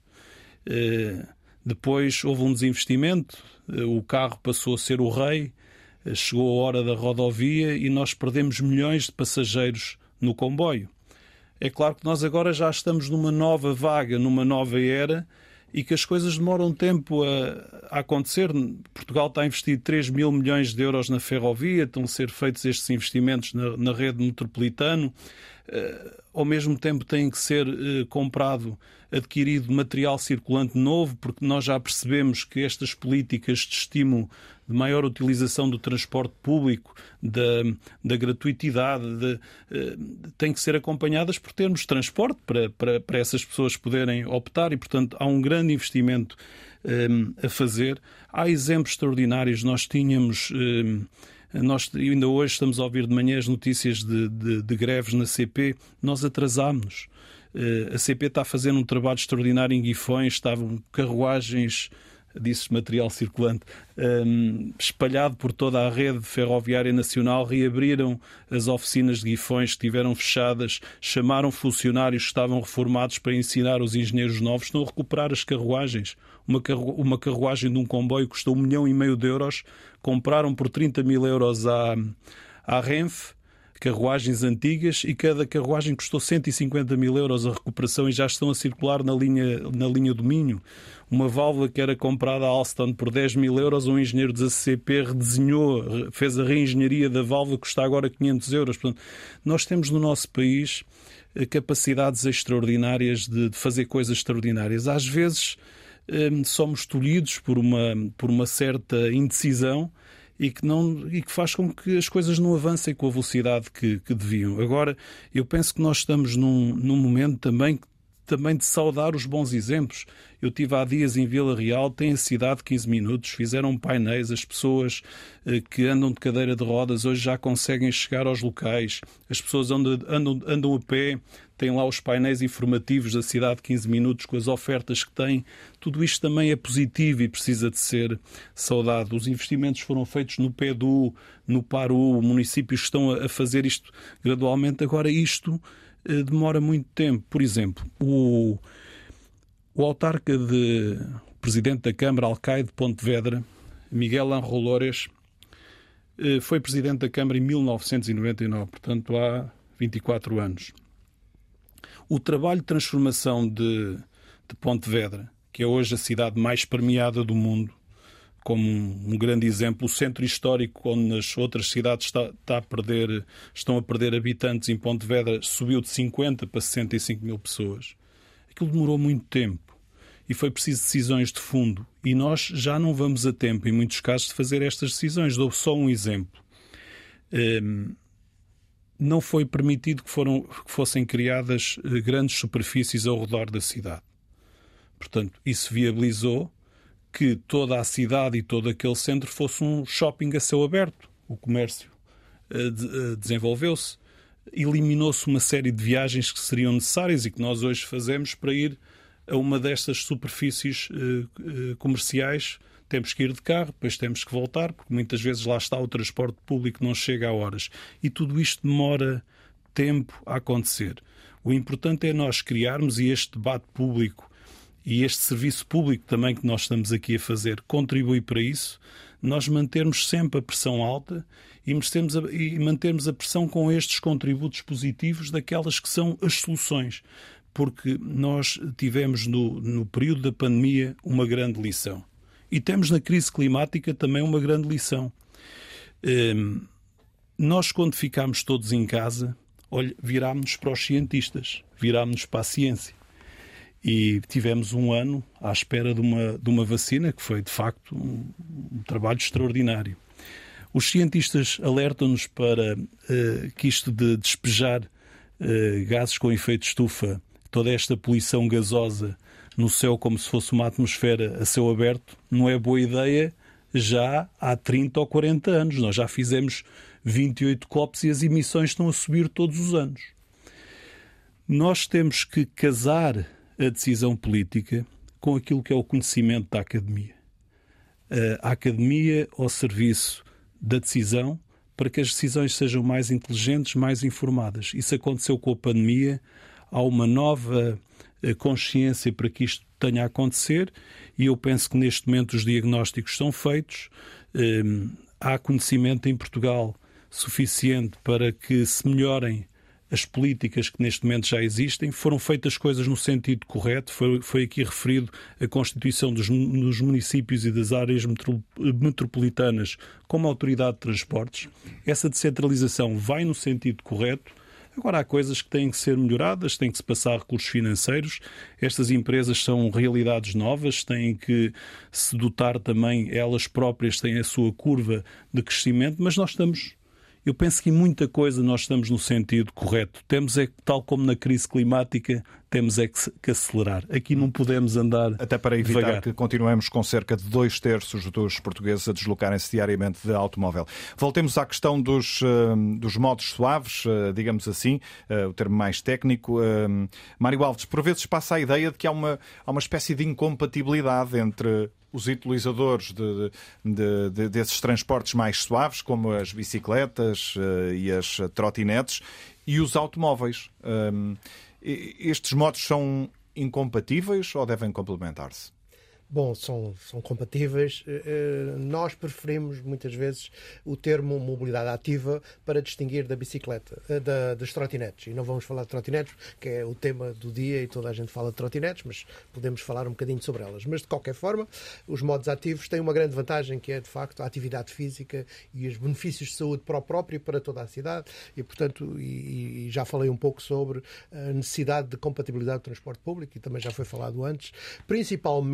Depois houve um desinvestimento, o carro passou a ser o rei, chegou a hora da rodovia e nós perdemos milhões de passageiros no comboio. É claro que nós agora já estamos numa nova vaga, numa nova era, e que as coisas demoram tempo a, a acontecer. Portugal está a investir três mil milhões de euros na ferrovia, estão a ser feitos estes investimentos na, na rede metropolitana. Uh, ao mesmo tempo tem que ser uh, comprado, adquirido material circulante novo, porque nós já percebemos que estas políticas de estímulo de maior utilização do transporte público, da, da gratuitidade, de, uh, têm que ser acompanhadas por termos transporte para, para, para essas pessoas poderem optar e, portanto, há um grande investimento um, a fazer. Há exemplos extraordinários. Nós tínhamos... Um, Nós ainda hoje estamos a ouvir de manhã as notícias de, de, de greves na C P. Nós atrasámos-nos. A C P está a fazer um trabalho extraordinário em Guifões, estavam carruagens, disse material circulante, um, espalhado por toda a rede ferroviária nacional, reabriram as oficinas de Guifões que estiveram fechadas, chamaram funcionários que estavam reformados para ensinar os engenheiros novos, estão a recuperar as carruagens. Uma, carru- uma carruagem de um comboio custou um milhão e meio de euros, compraram por trinta mil euros à, à Renfe, carruagens antigas, e cada carruagem custou cento e cinquenta mil euros a recuperação e já estão a circular na linha, na linha do Minho. Uma válvula que era comprada à Alstom por dez mil euros, um engenheiro da C P redesenhou, fez a reengenharia da válvula, que custa agora quinhentos euros. Portanto, nós temos no nosso país capacidades extraordinárias de, de fazer coisas extraordinárias. Às vezes hum, somos tolhidos por uma, por uma certa indecisão, e que, não, e que faz com que as coisas não avancem com a velocidade que, que deviam. Agora, eu penso que nós estamos num, num momento também que também de saudar os bons exemplos. Eu estive há dias em Vila Real, tem a cidade de quinze minutos, fizeram painéis, as pessoas eh, que andam de cadeira de rodas hoje já conseguem chegar aos locais, as pessoas andam, andam, andam a pé, têm lá os painéis informativos da cidade de quinze minutos com as ofertas que têm. Tudo isto também é positivo e precisa de ser saudado. Os investimentos foram feitos no P E D U, no PARU, municípios estão a fazer isto gradualmente. Agora isto eh, demora muito tempo. Por exemplo, o... O autarca de o presidente da Câmara, Alcaide de Pontevedra, Miguel Anjo Lores, foi presidente da Câmara em mil novecentos e noventa e nove, portanto há vinte e quatro anos. O trabalho de transformação de, de Pontevedra, que é hoje a cidade mais premiada do mundo, como um, um grande exemplo, o centro histórico onde as outras cidades está, está a perder, estão a perder habitantes, em Pontevedra subiu de cinquenta para sessenta e cinco mil pessoas. Aquilo demorou muito tempo e foi preciso decisões de fundo. E nós já não vamos a tempo, em muitos casos, de fazer estas decisões. Dou só um exemplo. Um, não foi permitido que, foram, que fossem criadas grandes superfícies ao redor da cidade. Portanto, isso viabilizou que toda a cidade e todo aquele centro fosse um shopping a céu aberto. O comércio uh, de, uh, desenvolveu-se. Eliminou-se uma série de viagens que seriam necessárias e que nós hoje fazemos para ir a uma destas superfícies uh, uh, comerciais. Temos que ir de carro, depois temos que voltar, porque muitas vezes lá está o transporte público que não chega a horas. E tudo isto demora tempo a acontecer. O importante é nós criarmos, e este debate público e este serviço público também que nós estamos aqui a fazer contribui para isso, nós mantermos sempre a pressão alta e mantermos a, e mantermos a pressão com estes contributos positivos daquelas que são as soluções. Porque nós tivemos no, no período da pandemia uma grande lição. E temos na crise climática também uma grande lição. Um, nós, quando ficámos todos em casa, olha, virámos-nos para os cientistas, virámos-nos para a ciência. E tivemos um ano à espera de uma, de uma vacina, que foi, de facto, um, um trabalho extraordinário. Os cientistas alertam-nos para uh, que isto de despejar uh, gases com efeito de estufa, toda esta poluição gasosa no céu como se fosse uma atmosfera a céu aberto, não é boa ideia já há trinta ou quarenta anos. Nós já fizemos vinte e oito COPs e as emissões estão a subir todos os anos. Nós temos que casar a decisão política com aquilo que é o conhecimento da academia. A academia ao serviço da decisão para que as decisões sejam mais inteligentes, mais informadas. Isso aconteceu com a pandemia. Há uma nova consciência para que isto tenha a acontecer e eu penso que neste momento os diagnósticos são feitos. Há conhecimento em Portugal suficiente para que se melhorem as políticas que neste momento já existem. Foram feitas coisas no sentido correto. Foi, foi aqui referido a constituição dos, dos municípios e das áreas metro, metropolitanas como autoridade de transportes. Essa descentralização vai no sentido correto. Agora, há coisas que têm que ser melhoradas, têm que se passar recursos financeiros. Estas empresas são realidades novas, têm que se dotar também, elas próprias têm a sua curva de crescimento, mas nós estamos... Eu penso que em muita coisa nós estamos no sentido correto. Temos é que, tal como na crise climática, temos é que, que acelerar. Aqui não podemos andar Até para evitar devagar. Que continuemos com cerca de dois terços dos portugueses a deslocarem-se diariamente de automóvel. Voltemos à questão dos, uh, dos modos suaves, uh, digamos assim, uh, o termo mais técnico. Uh, Mário Alves, por vezes passa a ideia de que há uma, há uma espécie de incompatibilidade entre os utilizadores de, de, de, desses transportes mais suaves, como as bicicletas uh, e as trotinetes, e os automóveis. Um, estes modos são incompatíveis ou devem complementar-se? Bom, são, são compatíveis. Nós preferimos, muitas vezes, o termo mobilidade ativa para distinguir da bicicleta, da, das trotinetes. E não vamos falar de trotinetes, que é o tema do dia e toda a gente fala de trotinetes, mas podemos falar um bocadinho sobre elas. Mas, de qualquer forma, os modos ativos têm uma grande vantagem, que é, de facto, a atividade física e os benefícios de saúde para o próprio e para toda a cidade. E, portanto, e, e já falei um pouco sobre a necessidade de compatibilidade do transporte público, e também já foi falado antes, principalmente, como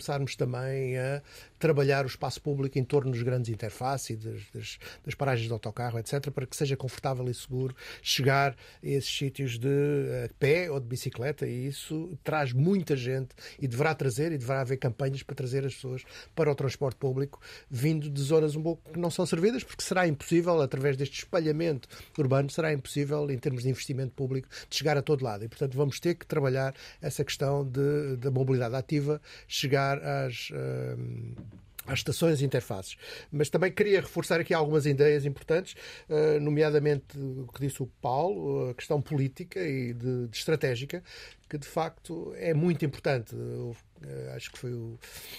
começarmos também a trabalhar o espaço público em torno dos grandes interfaces, das, das, das paragens de autocarro, etcétera, para que seja confortável e seguro chegar a esses sítios de a pé ou de bicicleta, e isso traz muita gente e deverá trazer, e deverá haver campanhas para trazer as pessoas para o transporte público vindo de zonas um pouco que não são servidas, porque será impossível, através deste espalhamento urbano, será impossível, em termos de investimento público, de chegar a todo lado. E, portanto, vamos ter que trabalhar essa questão de, da mobilidade ativa, chegar às... Uh, às estações e interfaces. Mas também queria reforçar aqui algumas ideias importantes, nomeadamente o que disse o Paulo, a questão política e de, de estratégica, que de facto é muito importante. Eu, acho que foi o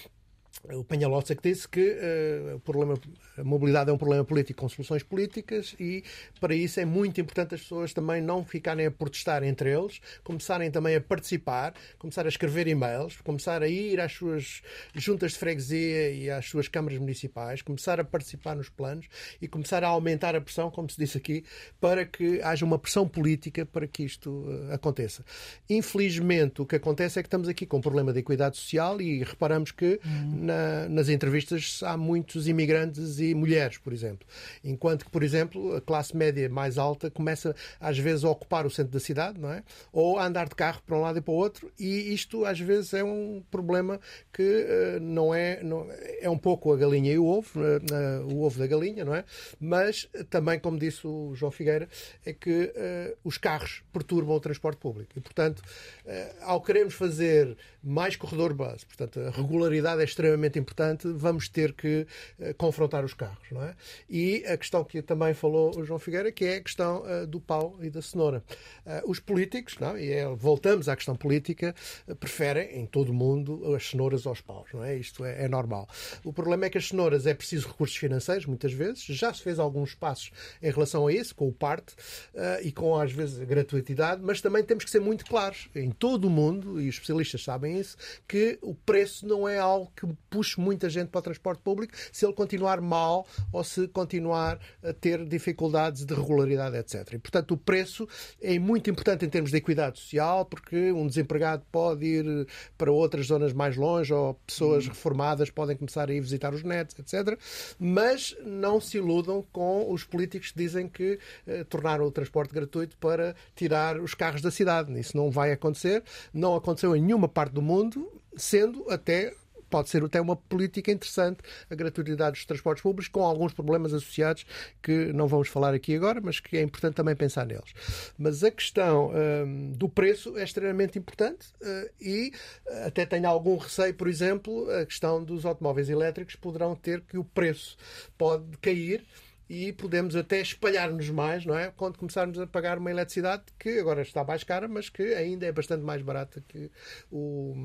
O Penhalossi que disse que uh, o problema, a mobilidade é um problema político com soluções políticas, e para isso é muito importante as pessoas também não ficarem a protestar entre eles, começarem também a participar, começar a escrever e-mails, começar a ir às suas juntas de freguesia e às suas câmaras municipais, começar a participar nos planos e começar a aumentar a pressão, como se disse aqui, para que haja uma pressão política para que isto uh, aconteça. Infelizmente, o que acontece é que estamos aqui com um problema de equidade social e reparamos que hum. Na, nas entrevistas há muitos imigrantes e mulheres, por exemplo. Enquanto que, por exemplo, a classe média mais alta começa, às vezes, a ocupar o centro da cidade, não é? Ou a andar de carro para um lado e para o outro, e isto, às vezes, é um problema que uh, não é... Não, é um pouco a galinha e o ovo, uh, uh, o ovo da galinha, não é? Mas também, como disse o João Figueira, é que uh, os carros perturbam o transporte público. E, portanto, uh, ao queremos fazer mais corredor bus, portanto, a regularidade é extremamente importante, vamos ter que uh, confrontar os carros, não é? E a questão que também falou o João Figueira, que é a questão uh, do pau e da cenoura. Uh, os políticos, não, e é, voltamos à questão política, uh, preferem em todo o mundo as cenouras aos paus, não é? Isto é, é normal. O problema é que as cenouras é preciso recursos financeiros, muitas vezes, já se fez alguns passos em relação a isso, com o PARTE uh, e com, às vezes, a gratuitidade, mas também temos que ser muito claros, em todo o mundo, e os especialistas sabem isso, que o preço não é algo que puxe muita gente para o transporte público se ele continuar mal ou se continuar a ter dificuldades de regularidade, etcétera. E, portanto, o preço é muito importante em termos de equidade social, porque um desempregado pode ir para outras zonas mais longe, ou pessoas reformadas podem começar a ir visitar os netos, etcétera. Mas não se iludam com os políticos que dizem que eh, tornaram o transporte gratuito para tirar os carros da cidade. Isso não vai acontecer. Não aconteceu em nenhuma parte do mundo, sendo até... pode ser até uma política interessante a gratuidade dos transportes públicos, com alguns problemas associados que não vamos falar aqui agora, mas que é importante também pensar neles. Mas a questão hum, do preço é extremamente importante uh, e até tenho algum receio, por exemplo, a questão dos automóveis elétricos poderão ter que o preço pode cair, e podemos até espalhar-nos mais, não é? Quando começarmos a pagar uma eletricidade que agora está mais cara, mas que ainda é bastante mais barata que o,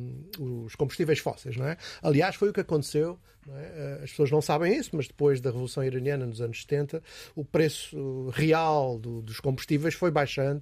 os combustíveis fósseis, não é? Aliás, foi o que aconteceu, não é? As pessoas não sabem isso, mas depois da Revolução Iraniana nos anos setenta, o preço real do, dos combustíveis foi baixando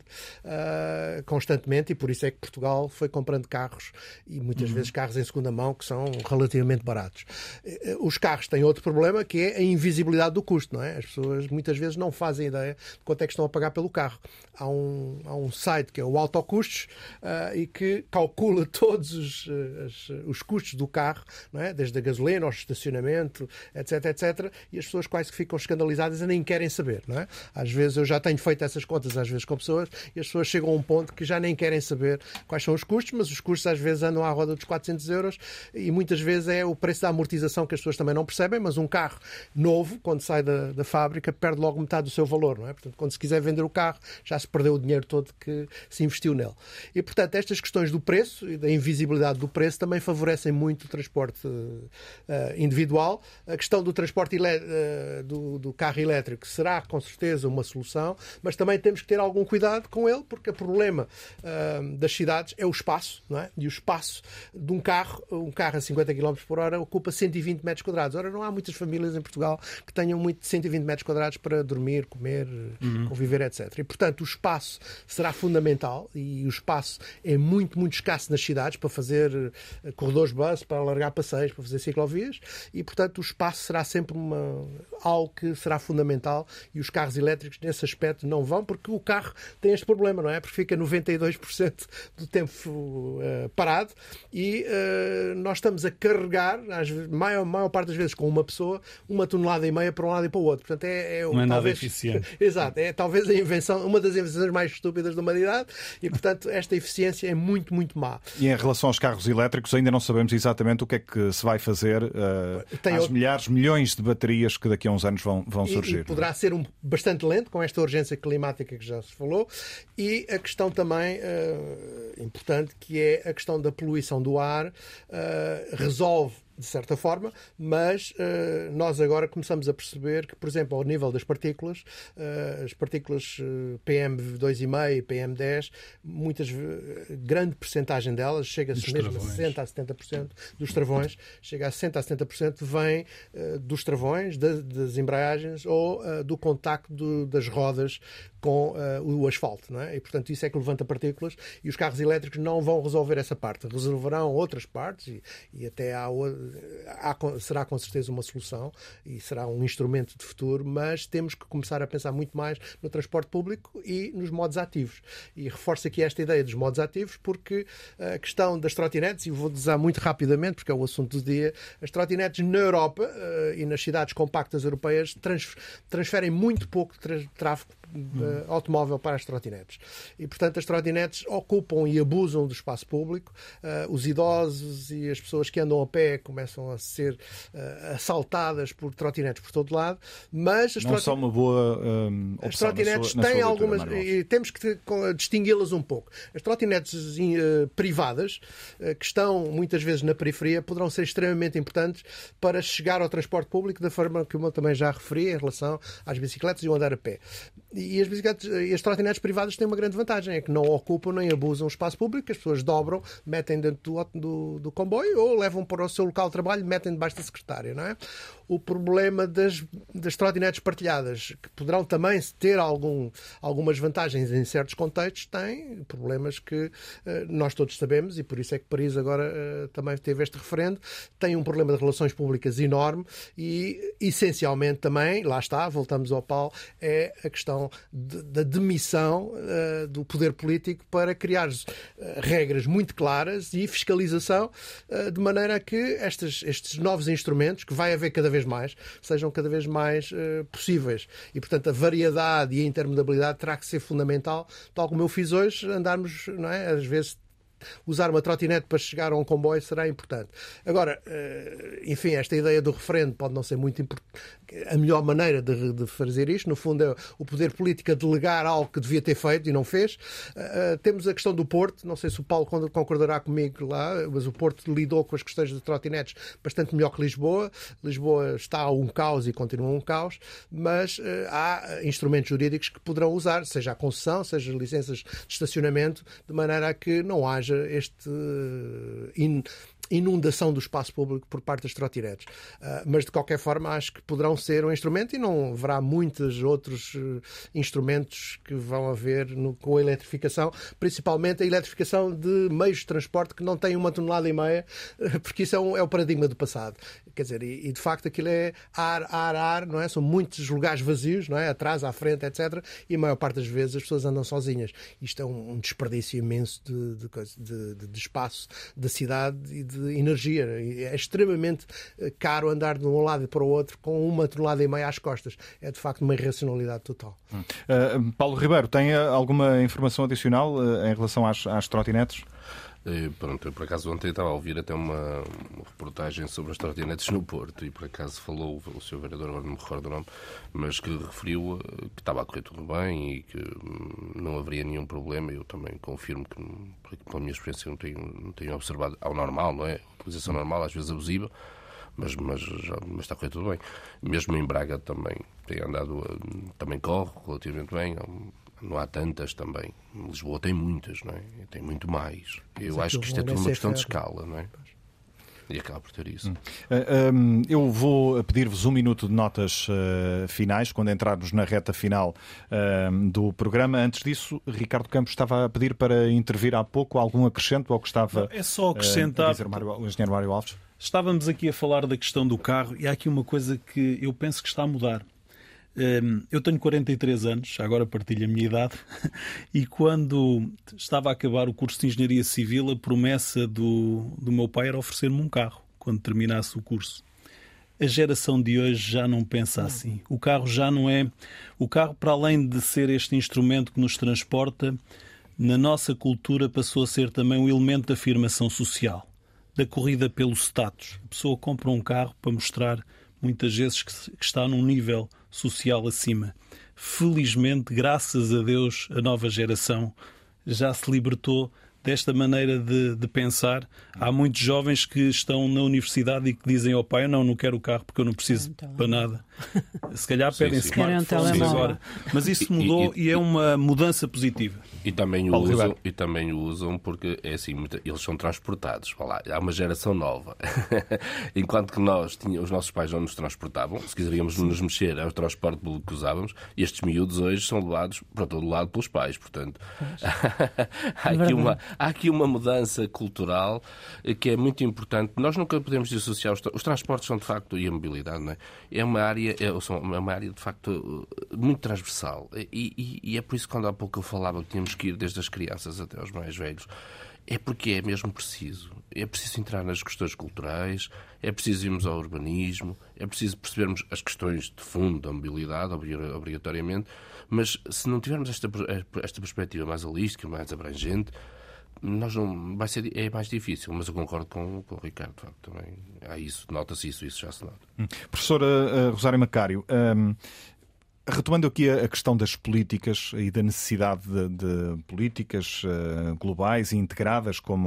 uh, constantemente, e por isso é que Portugal foi comprando carros, e muitas uhum. vezes carros em segunda mão, que são relativamente baratos. Os carros têm outro problema, que é a invisibilidade do custo, não é? As pessoas muitas vezes não fazem ideia de quanto é que estão a pagar pelo carro. Há um, há um site que é o Autocustos uh, e que calcula todos os, os, os custos do carro, não é? Desde a gasolina, ao estacionamento, etc, etcétera. E as pessoas quase que ficam escandalizadas e nem querem saber, não é? Às vezes eu já tenho feito essas contas, às vezes com pessoas, e as pessoas chegam a um ponto que já nem querem saber quais são os custos, mas os custos às vezes andam à roda dos quatrocentos euros, e muitas vezes é o preço da amortização que as pessoas também não percebem, mas um carro novo, quando sai da, da fábrica, perde logo metade do seu valor, não é? Portanto, quando se quiser vender o carro, já se perdeu o dinheiro todo que se investiu nele. E, portanto, estas questões do preço e da invisibilidade do preço também favorecem muito o transporte uh, individual. A questão do transporte uh, do, do carro elétrico será, com certeza, uma solução, mas também temos que ter algum cuidado com ele, porque o problema uh, das cidades é o espaço, não é? E o espaço de um carro, um carro a cinquenta quilómetros por hora ocupa cento e vinte metros quadrados. Ora, não há muitas famílias em Portugal que tenham muito de cento e vinte metros quadrados para dormir, comer, uhum. conviver, etcétera. E, portanto, o espaço será fundamental, e o espaço é muito, muito escasso nas cidades para fazer corredores bus, para alargar passeios, para fazer ciclovias, e, portanto, o espaço será sempre uma, algo que será fundamental e os carros elétricos, nesse aspecto, não vão, porque o carro tem este problema, não é? Porque fica noventa e dois por cento do tempo uh, parado e uh, nós estamos a carregar, às vezes, maior, maior parte das vezes, com uma pessoa, uma tonelada e meia para um lado e para o outro. Portanto, é, é, não é talvez, nada eficiente. Exato, é talvez a invenção, uma das invenções mais estúpidas da humanidade e, portanto, esta eficiência é muito, muito má. E em relação aos carros elétricos, ainda não sabemos exatamente o que é que se vai fazer uh, às outro... milhares, milhões de baterias que daqui a uns anos vão, vão surgir. E, e poderá ser um, bastante lento, com esta urgência climática que já se falou, e a questão também uh, importante, que é a questão da poluição do ar, uh, resolve de certa forma, mas uh, nós agora começamos a perceber que, por exemplo, ao nível das partículas, uh, as partículas uh, P M dois vírgula cinco e P M dez, muitas, uh, grande percentagem delas, chega-se mesmo travões. a sessenta a setenta por cento dos travões, chega a sessenta a setenta por cento vem uh, dos travões, da, das embreagens ou uh, do contacto do, das rodas com uh, o asfalto, não é? E, portanto, isso é que levanta partículas e os carros elétricos não vão resolver essa parte. Resolverão outras partes e, e até há, há, será com certeza uma solução e será um instrumento de futuro, mas temos que começar a pensar muito mais no transporte público e nos modos ativos. E reforço aqui esta ideia dos modos ativos porque a questão das trotinetes, e vou dizer muito rapidamente porque é o assunto do dia, as trotinetes na Europa uh, e nas cidades compactas europeias trans, transferem muito pouco tra tráfego uh, automóvel para as trotinetes. E, portanto, as trotinetes ocupam e abusam do espaço público. Uh, os idosos e as pessoas que andam a pé começam a ser uh, assaltadas por trotinetes por todo lado, mas as não são uma boa um, opção. As trotinetes na sua, têm na algumas e temos que distingui-las um pouco. As trotinetes uh, privadas, uh, que estão muitas vezes na periferia, poderão ser extremamente importantes para chegar ao transporte público da forma que eu também já referi em relação às bicicletas e o andar a pé. E as bicicletas e as trotinetes privadas têm uma grande vantagem, é que não ocupam nem abusam o espaço público, as pessoas dobram, metem dentro do, do, do comboio ou levam para o seu local de trabalho, metem debaixo da secretária, não é? O problema das, das trotinetes partilhadas, que poderão também ter algum, algumas vantagens em certos contextos, têm problemas que uh, nós todos sabemos, e por isso é que Paris agora uh, também teve este referendo, tem um problema de relações públicas enorme e, essencialmente também, lá está, voltamos ao Paulo, é a questão de, da demissão uh, do poder político para criar uh, regras muito claras e fiscalização uh, de maneira a que estes, estes novos instrumentos, que vai haver cada vez mais, sejam cada vez mais uh, possíveis. E, portanto, a variedade e a intermodalidade terá que ser fundamental, tal como eu fiz hoje, andarmos, não é? Às vezes usar uma trotinete para chegar a um comboio será importante. Agora, enfim, esta ideia do referendo pode não ser muito importante. A melhor maneira de, de fazer isto, no fundo, é o poder político a delegar algo que devia ter feito e não fez. Uh, temos a questão do Porto, não sei se o Paulo concordará comigo lá, mas o Porto lidou com as questões de trotinetes bastante melhor que Lisboa. Lisboa está a um caos e continua um caos, mas uh, há instrumentos jurídicos que poderão usar, seja a concessão, seja licenças de estacionamento, de maneira a que não haja este in, inundação do espaço público por parte das trotinetes. Uh, mas, de qualquer forma, acho que poderão ser um instrumento e não haverá muitos outros uh, instrumentos que vão haver no, com a eletrificação, principalmente a eletrificação de meios de transporte que não têm uma tonelada e meia, uh, porque isso é, um, é o paradigma do passado. Quer dizer, e, e de facto aquilo é ar, ar, ar, não é? São muitos lugares vazios, não é? Atrás, à frente, etcétera. E a maior parte das vezes as pessoas andam sozinhas. Isto é um, um desperdício imenso de, de, de, de, de espaço da cidade e de energia. É extremamente caro andar de um lado para o outro com uma tonelada e meia às costas. É de facto uma irracionalidade total. Uh, Paulo Ribeiro, tem alguma informação adicional uh, em relação às, às trotinetes? Pronto, eu por acaso ontem estava a ouvir até uma, uma reportagem sobre as trotinetes no Porto e por acaso falou o seu vereador, agora não me recordo o nome, mas que referiu que estava a correr tudo bem e que não haveria nenhum problema. Eu também confirmo que, pela minha experiência, não tenho, não tenho observado ao normal, não é? A utilização normal, às vezes abusiva, mas, mas, já, mas está a correr tudo bem. Mesmo em Braga também tem andado, também corre relativamente bem. Não há tantas também. Lisboa tem muitas, não é? Tem muito mais. Eu acho que isto é tudo uma questão de escala, não é? E acaba por ter isso. Hum. Uh, um, eu vou pedir-vos um minuto de notas uh, finais, quando entrarmos na reta final uh, do programa. Antes disso, Ricardo Campos estava a pedir para intervir há pouco. Algum acrescento ao que estava Não, é só acrescentar, uh, a dizer o, Mário, o engenheiro Mário Alves? Estávamos aqui a falar da questão do carro e há aqui uma coisa que eu penso que está a mudar. Eu tenho quarenta e três anos, agora partilho a minha idade, e quando estava a acabar o curso de Engenharia Civil, a promessa do, do meu pai era oferecer-me um carro, quando terminasse o curso. A geração de hoje já não pensa assim. O carro já não é... O carro, para além de ser este instrumento que nos transporta, na nossa cultura passou a ser também um elemento de afirmação social, da corrida pelo status. A pessoa compra um carro para mostrar, muitas vezes, que está num nível social acima. Felizmente, graças a Deus, a nova geração já se libertou desta maneira de, de pensar. Há muitos jovens que estão na universidade e que dizem ao pai: não, não quero o carro porque eu não preciso então, para nada. Se calhar pedem smartphones agora. Mas isso mudou e, e, e é uma mudança positiva. E também, o usam, e também o usam porque é assim, eles são transportados. Lá, há uma geração nova. Enquanto que nós, tínhamos, os nossos pais não nos transportavam, se quiseríamos nos mexer ao transporte público que usávamos, estes miúdos hoje são levados para todo lado pelos pais. Portanto, há, aqui uma, há aqui uma mudança cultural que é muito importante. Nós nunca podemos dissociar. Os, os transportes são, de facto, e a mobilidade, não é? É uma área, é, são, é uma área, de facto, muito transversal. E, e, e é por isso que, quando há pouco eu falava que tínhamos que ir desde as crianças até aos mais velhos, é porque é mesmo preciso. É preciso entrar nas questões culturais, é preciso irmos ao urbanismo, é preciso percebermos as questões de fundo da mobilidade, obrigatoriamente, mas se não tivermos esta, esta perspectiva mais holística, mais abrangente, nós não, vai ser, é mais difícil, mas eu concordo com, com o Ricardo. Também há isso, nota-se isso, isso já se nota. Hum. Professora uh, Rosário Macário, um, retomando aqui a questão das políticas e da necessidade de, de políticas uh, globais e integradas, como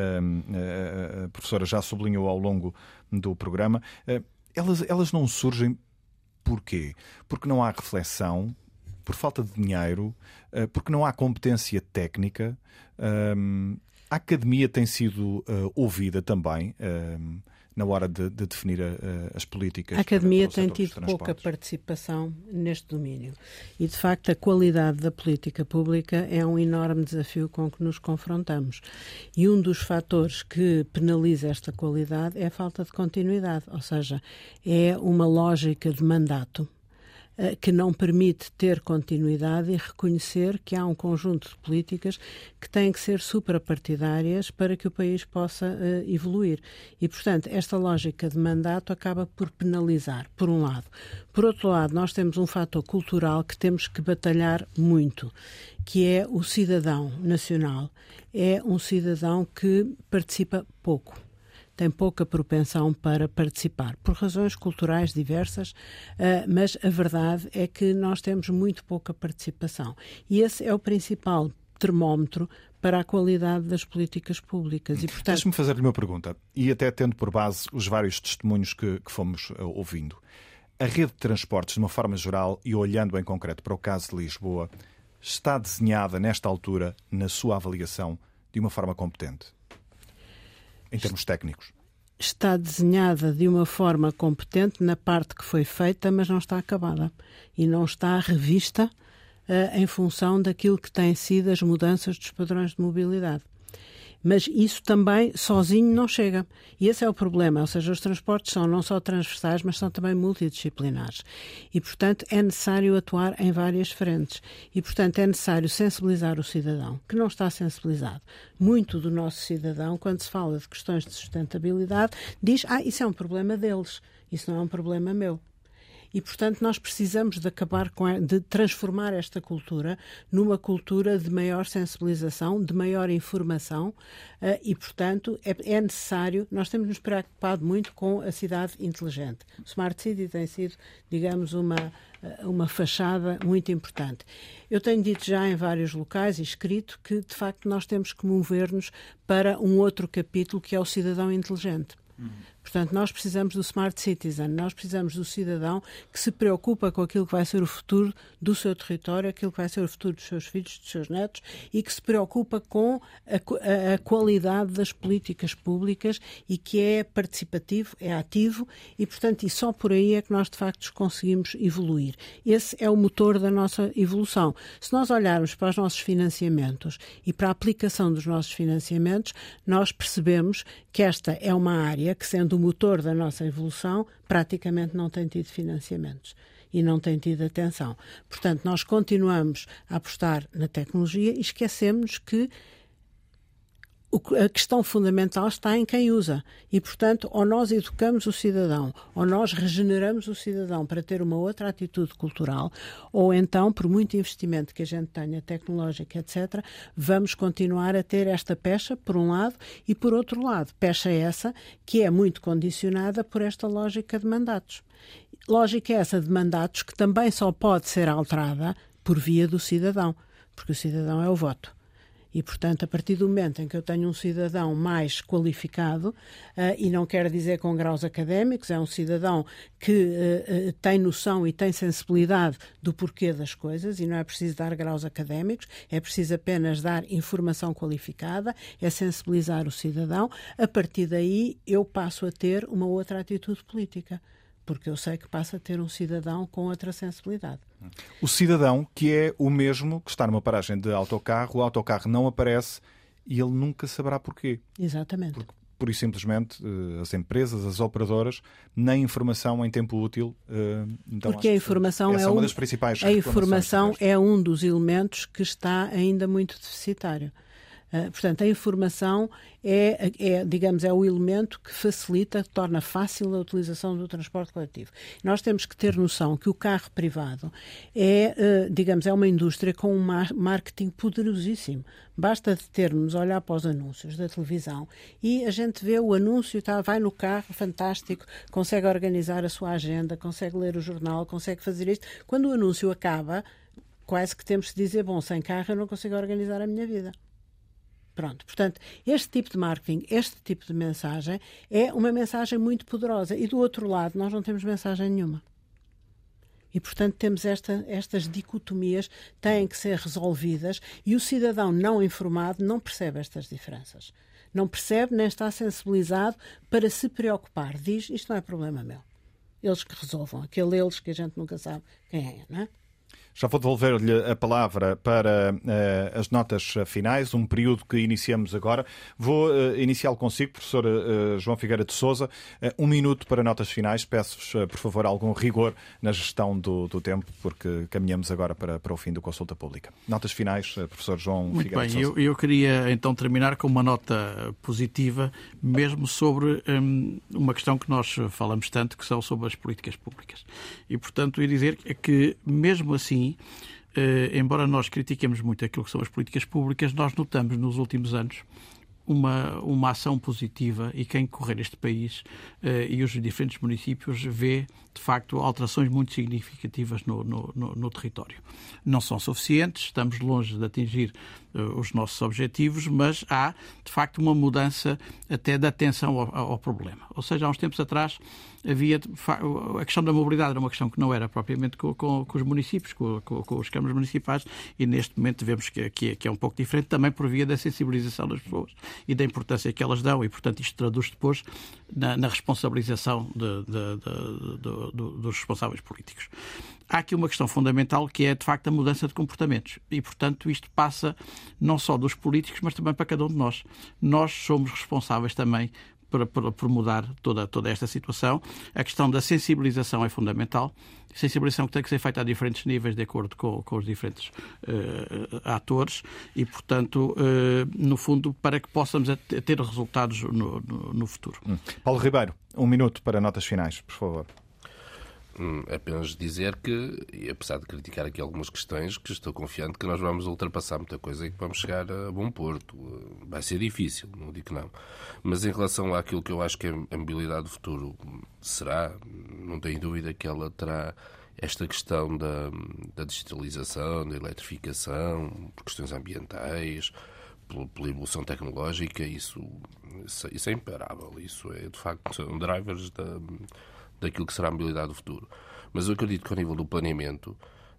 uh, a professora já sublinhou ao longo do programa, uh, elas, elas não surgem porquê? Porque não há reflexão, por falta de dinheiro, uh, porque não há competência técnica. Uh, a academia tem sido uh, ouvida também uh, na hora de, de definir a, a, as políticas. A academia tem tido pouca participação neste domínio e, de facto, a qualidade da política pública é um enorme desafio com que nos confrontamos. E um dos fatores que penaliza esta qualidade é a falta de continuidade, ou seja, é uma lógica de mandato que não permite ter continuidade e reconhecer que há um conjunto de políticas que têm que ser suprapartidárias para que o país possa uh, evoluir. E, portanto, esta lógica de mandato acaba por penalizar, por um lado. Por outro lado, nós temos um fator cultural que temos que batalhar muito, que é o cidadão nacional. É um cidadão que participa pouco. Tem pouca propensão para participar, por razões culturais diversas, mas a verdade é que nós temos muito pouca participação. E esse é o principal termómetro para a qualidade das políticas públicas. E, portanto... Deixe-me fazer-lhe uma pergunta, e até tendo por base os vários testemunhos que, que fomos uh, ouvindo. A rede de transportes, de uma forma geral, e olhando em concreto para o caso de Lisboa, está desenhada, nesta altura, na sua avaliação, de uma forma competente? Em termos técnicos? Está desenhada de uma forma competente na parte que foi feita, mas não está acabada. E não está revista uh, em função daquilo que têm sido as mudanças dos padrões de mobilidade. Mas isso também sozinho não chega. E esse é o problema. Ou seja, os transportes são não só transversais, mas são também multidisciplinares. E, portanto, é necessário atuar em várias frentes. E, portanto, é necessário sensibilizar o cidadão, que não está sensibilizado. Muito do nosso cidadão, quando se fala de questões de sustentabilidade, diz: ah, isso é um problema deles, isso não é um problema meu. E, portanto, nós precisamos de acabar com, de transformar esta cultura numa cultura de maior sensibilização, de maior informação uh, e, portanto, é, é necessário, nós temos nos preocupado muito com a cidade inteligente. O Smart City tem sido, digamos, uma, uma fachada muito importante. Eu tenho dito já em vários locais e escrito que, de facto, nós temos que mover-nos para um outro capítulo que é o cidadão inteligente. Portanto, nós precisamos do Smart Citizen, nós precisamos do cidadão que se preocupa com aquilo que vai ser o futuro do seu território, aquilo que vai ser o futuro dos seus filhos, dos seus netos, e que se preocupa com a, a, a qualidade das políticas públicas e que é participativo, é ativo e, portanto, e só por aí é que nós, de facto, conseguimos evoluir. Esse é o motor da nossa evolução. Se nós olharmos para os nossos financiamentos e para a aplicação dos nossos financiamentos, nós percebemos que esta é uma área que, sendo o motor da nossa evolução, praticamente não tem tido financiamentos e não tem tido atenção. Portanto, nós continuamos a apostar na tecnologia e esquecemos que a questão fundamental está em quem usa. E, portanto, ou nós educamos o cidadão, ou nós regeneramos o cidadão para ter uma outra atitude cultural, ou então, por muito investimento que a gente tenha, tecnológico, etcétera, vamos continuar a ter esta pecha, por um lado, e, por outro lado, pecha essa que é muito condicionada por esta lógica de mandatos. Lógica essa de mandatos que também só pode ser alterada por via do cidadão, porque o cidadão é o voto. E, portanto, a partir do momento em que eu tenho um cidadão mais qualificado, uh, e não quer dizer com graus académicos, é um cidadão que uh, uh, tem noção e tem sensibilidade do porquê das coisas, e não é preciso dar graus académicos, é preciso apenas dar informação qualificada, é sensibilizar o cidadão. A partir daí, eu passo a ter uma outra atitude política, porque eu sei que passa a ter um cidadão com outra sensibilidade. O cidadão que é o mesmo que está numa paragem de autocarro, o autocarro não aparece e ele nunca saberá porquê. Exatamente. Porque, pura e simplesmente, as empresas, as operadoras, nem informação em tempo útil. Então, porque a informação é, é uma um, das principais a informação é um dos elementos que está ainda muito deficitário. Uh, portanto, a informação é, é, digamos, é o elemento que facilita, que torna fácil a utilização do transporte coletivo. Nós temos que ter noção que o carro privado é, uh, digamos, é uma indústria com um marketing poderosíssimo. Basta de termos, olhar para os anúncios da televisão e a gente vê o anúncio, tá, vai no carro, fantástico, consegue organizar a sua agenda, consegue ler o jornal, consegue fazer isto. Quando o anúncio acaba, quase que temos que dizer, bom, sem carro eu não consigo organizar a minha vida. Pronto, portanto, este tipo de marketing, este tipo de mensagem é uma mensagem muito poderosa e do outro lado nós não temos mensagem nenhuma. E, portanto, temos esta, estas dicotomias que têm que ser resolvidas e o cidadão não informado não percebe estas diferenças. Não percebe nem está sensibilizado para se preocupar. Diz, isto não é problema meu. Eles que resolvam. Aquele eles que a gente nunca sabe quem é, não é? Já vou devolver-lhe a palavra para uh, as notas finais, um período que iniciamos agora. Vou uh, iniciá-lo consigo, professor uh, João Figueira de Sousa. Uh, um minuto para notas finais. Peço-vos, uh, por favor, algum rigor na gestão do, do tempo, porque caminhamos agora para, para o fim do Consulta Pública. Notas finais, uh, professor João Muito Figueira bem, de Sousa. Eu, eu queria então terminar com uma nota positiva, mesmo sobre um, uma questão que nós falamos tanto, que são sobre as políticas públicas. E, portanto, eu ia dizer que, mesmo assim, Uh, embora nós critiquemos muito aquilo que são as políticas públicas, nós notamos nos últimos anos uma, uma ação positiva e quem correr este país uh, e os diferentes municípios vê, de facto, alterações muito significativas no, no, no, no território. Não são suficientes, estamos longe de atingir uh, os nossos objetivos, mas há, de facto, uma mudança até da atenção ao, ao problema. Ou seja, há uns tempos atrás havia a questão da mobilidade, era uma questão que não era propriamente com, com, com os municípios, com, com, com os câmaras municipais, e neste momento vemos que, que, é, que é um pouco diferente, também por via da sensibilização das pessoas e da importância que elas dão, e portanto isto traduz depois na, na responsabilização de, de, de, de, de, dos responsáveis políticos. Há aqui uma questão fundamental que é, de facto, a mudança de comportamentos. E, portanto, isto passa não só dos políticos, mas também para cada um de nós. Nós somos responsáveis também por, por, por mudar toda, toda esta situação. A questão da sensibilização é fundamental. Sensibilização que tem que ser feita a diferentes níveis, de acordo com, com os diferentes uh, atores. E, portanto, uh, no fundo, para que possamos ter resultados no, no, no futuro. Hum. Paulo Ribeiro, um minuto para notas finais, por favor. Hum, apenas dizer que, e apesar de criticar aqui algumas questões, que estou confiante que nós vamos ultrapassar muita coisa e que vamos chegar a bom porto. Vai ser difícil, não digo que não. Mas em relação àquilo que eu acho que a mobilidade do futuro será, não tenho dúvida que ela terá esta questão da, da digitalização, da eletrificação, por questões ambientais, pela evolução tecnológica, isso, isso é imparável. Isso é, de facto, são drivers da, daquilo que será a mobilidade do futuro. Mas eu acredito que, ao nível do planeamento,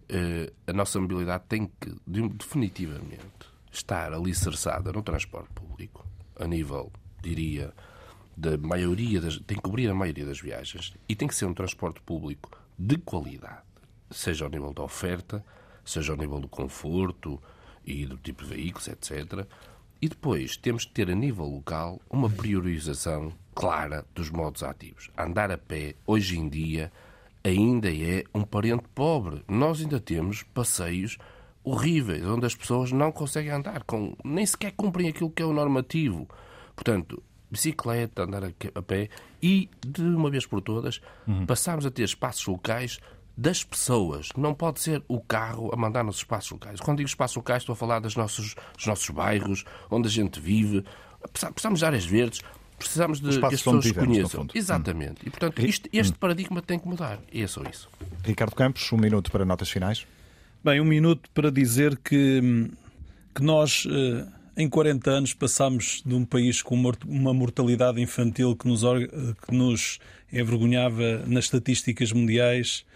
a nossa mobilidade tem que, definitivamente, estar alicerçada no transporte público, a nível, diria, da maioria das, tem que cobrir a maioria das viagens, e tem que ser um transporte público de qualidade, seja ao nível da oferta, seja ao nível do conforto e do tipo de veículos, etcétera. E depois temos que ter a nível local uma priorização clara dos modos ativos. Andar a pé, hoje em dia, ainda é um parente pobre. Nós ainda temos passeios horríveis, onde as pessoas não conseguem andar, com, nem sequer cumprem aquilo que é o normativo. Portanto, bicicleta, andar a pé e, de uma vez por todas, uhum. passarmos a ter espaços locais das pessoas. Não pode ser o carro a mandar nos espaços locais. Quando digo espaços locais, estou a falar dos nossos, dos nossos bairros, onde a gente vive. Precisamos de áreas verdes, precisamos de que as pessoas se conheçam. Exatamente. Hum. E, portanto, isto, este hum. paradigma tem que mudar. E é só isso. Ricardo Campos, um minuto para notas finais. Bem, um minuto para dizer que, que nós... Uh... Em quarenta anos passámos de um país com uma mortalidade infantil que nos, que nos envergonhava nas estatísticas mundiais,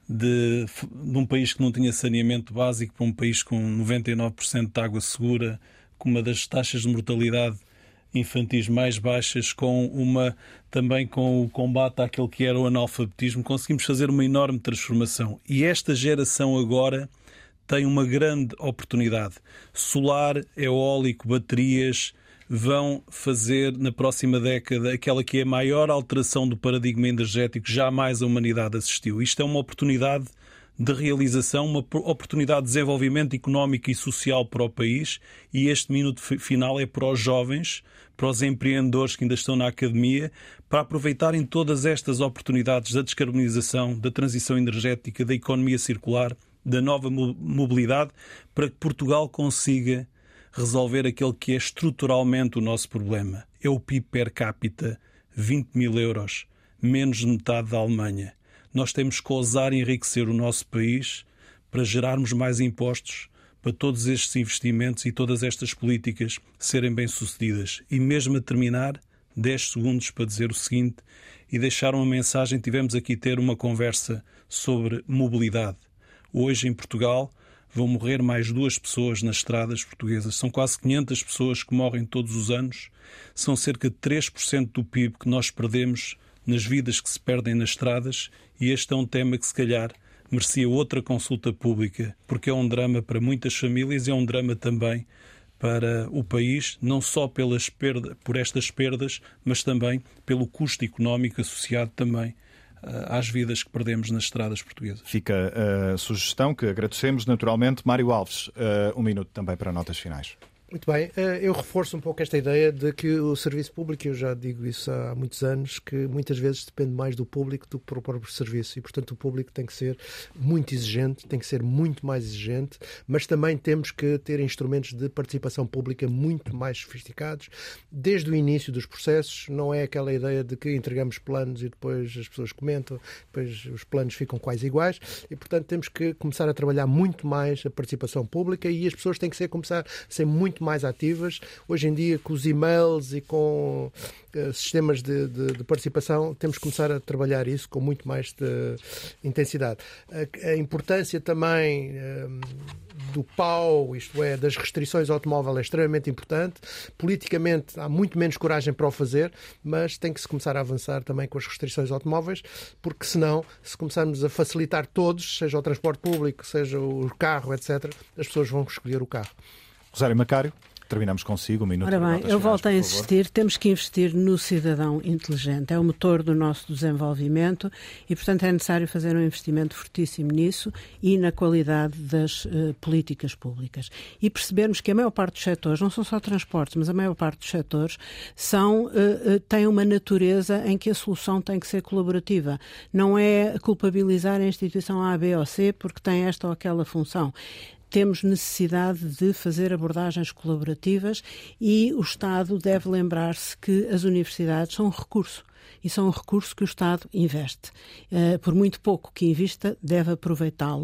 de, de um país que não tinha saneamento básico para um país com noventa e nove por cento de água segura, com uma das taxas de mortalidade infantis mais baixas, com uma, também com o combate àquele que era o analfabetismo. Conseguimos fazer uma enorme transformação. E esta geração agora tem uma grande oportunidade. Solar, eólico, baterias vão fazer na próxima década aquela que é a maior alteração do paradigma energético que jamais a humanidade assistiu. Isto é uma oportunidade de realização, uma oportunidade de desenvolvimento económico e social para o país, e este minuto final é para os jovens, para os empreendedores que ainda estão na academia, para aproveitarem todas estas oportunidades da descarbonização, da transição energética, da economia circular, da nova mobilidade, para que Portugal consiga resolver aquele que é estruturalmente o nosso problema. É o P I B per capita, vinte mil euros, menos de metade da Alemanha. Nós temos que ousar enriquecer o nosso país para gerarmos mais impostos, para todos estes investimentos e todas estas políticas serem bem-sucedidas. E mesmo a terminar, dez segundos para dizer o seguinte e deixar uma mensagem. Tivemos aqui ter uma conversa sobre mobilidade. Hoje, em Portugal, vão morrer mais duas pessoas nas estradas portuguesas. São quase quinhentas pessoas que morrem todos os anos. São cerca de três por cento do P I B que nós perdemos nas vidas que se perdem nas estradas, e este é um tema que, se calhar, merecia outra consulta pública, porque é um drama para muitas famílias e é um drama também para o país, não só pelas perdas, por estas perdas, mas também pelo custo económico associado também às vidas que perdemos nas estradas portuguesas. Fica a sugestão que agradecemos naturalmente. Mário Alves, um minuto também para notas finais. Muito bem, eu reforço um pouco esta ideia de que o serviço público, eu já digo isso há muitos anos, que muitas vezes depende mais do público do que do próprio serviço, e portanto o público tem que ser muito exigente, tem que ser muito mais exigente, mas também temos que ter instrumentos de participação pública muito mais sofisticados, desde o início dos processos. Não é aquela ideia de que entregamos planos e depois as pessoas comentam, depois os planos ficam quase iguais, e portanto temos que começar a trabalhar muito mais a participação pública, e as pessoas têm que ser, começar a ser muito mais ativas. Hoje em dia, com os e-mails e com uh, sistemas de, de, de participação, temos que começar a trabalhar isso com muito mais de intensidade. A, a importância também uh, do P A U, isto é, das restrições ao automóvel, é extremamente importante. Politicamente há muito menos coragem para o fazer, mas tem que se começar a avançar também com as restrições automóveis, porque senão, se começarmos a facilitar todos, seja o transporte público, seja o carro, etcétera, as pessoas vão escolher o carro. Rosário Macário, terminamos consigo um minuto. Ora bem, eu volto a insistir, temos que investir no cidadão inteligente, é o motor do nosso desenvolvimento e, portanto, é necessário fazer um investimento fortíssimo nisso e na qualidade das uh, políticas públicas. E percebermos que a maior parte dos setores, não são só transportes, mas a maior parte dos setores, são, uh, uh, têm uma natureza em que a solução tem que ser colaborativa. Não é culpabilizar a instituição A, B ou C porque tem esta ou aquela função. Temos necessidade de fazer abordagens colaborativas e o Estado deve lembrar-se que as universidades são um recurso. E são um recurso que o Estado investe. Uh, por muito pouco que invista, deve aproveitá-lo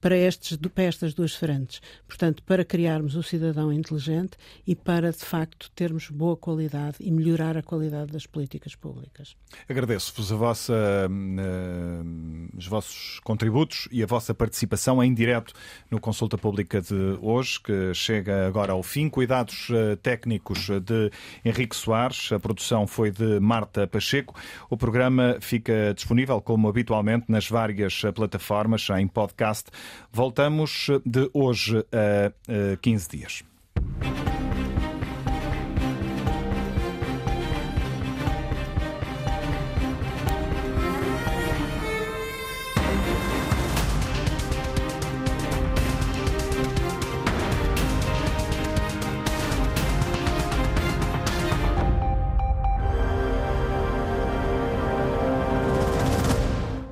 para, estes, para estas duas frentes. Portanto, para criarmos o cidadão inteligente e para, de facto, termos boa qualidade e melhorar a qualidade das políticas públicas. Agradeço-vos a vossa, uh, os vossos contributos e a vossa participação em direto no Consulta Pública de hoje, que chega agora ao fim. Cuidados uh, técnicos de Henrique Soares, a produção foi de Marta Pacheco. O programa fica disponível, como habitualmente, nas várias plataformas em podcast. Voltamos de hoje a quinze dias.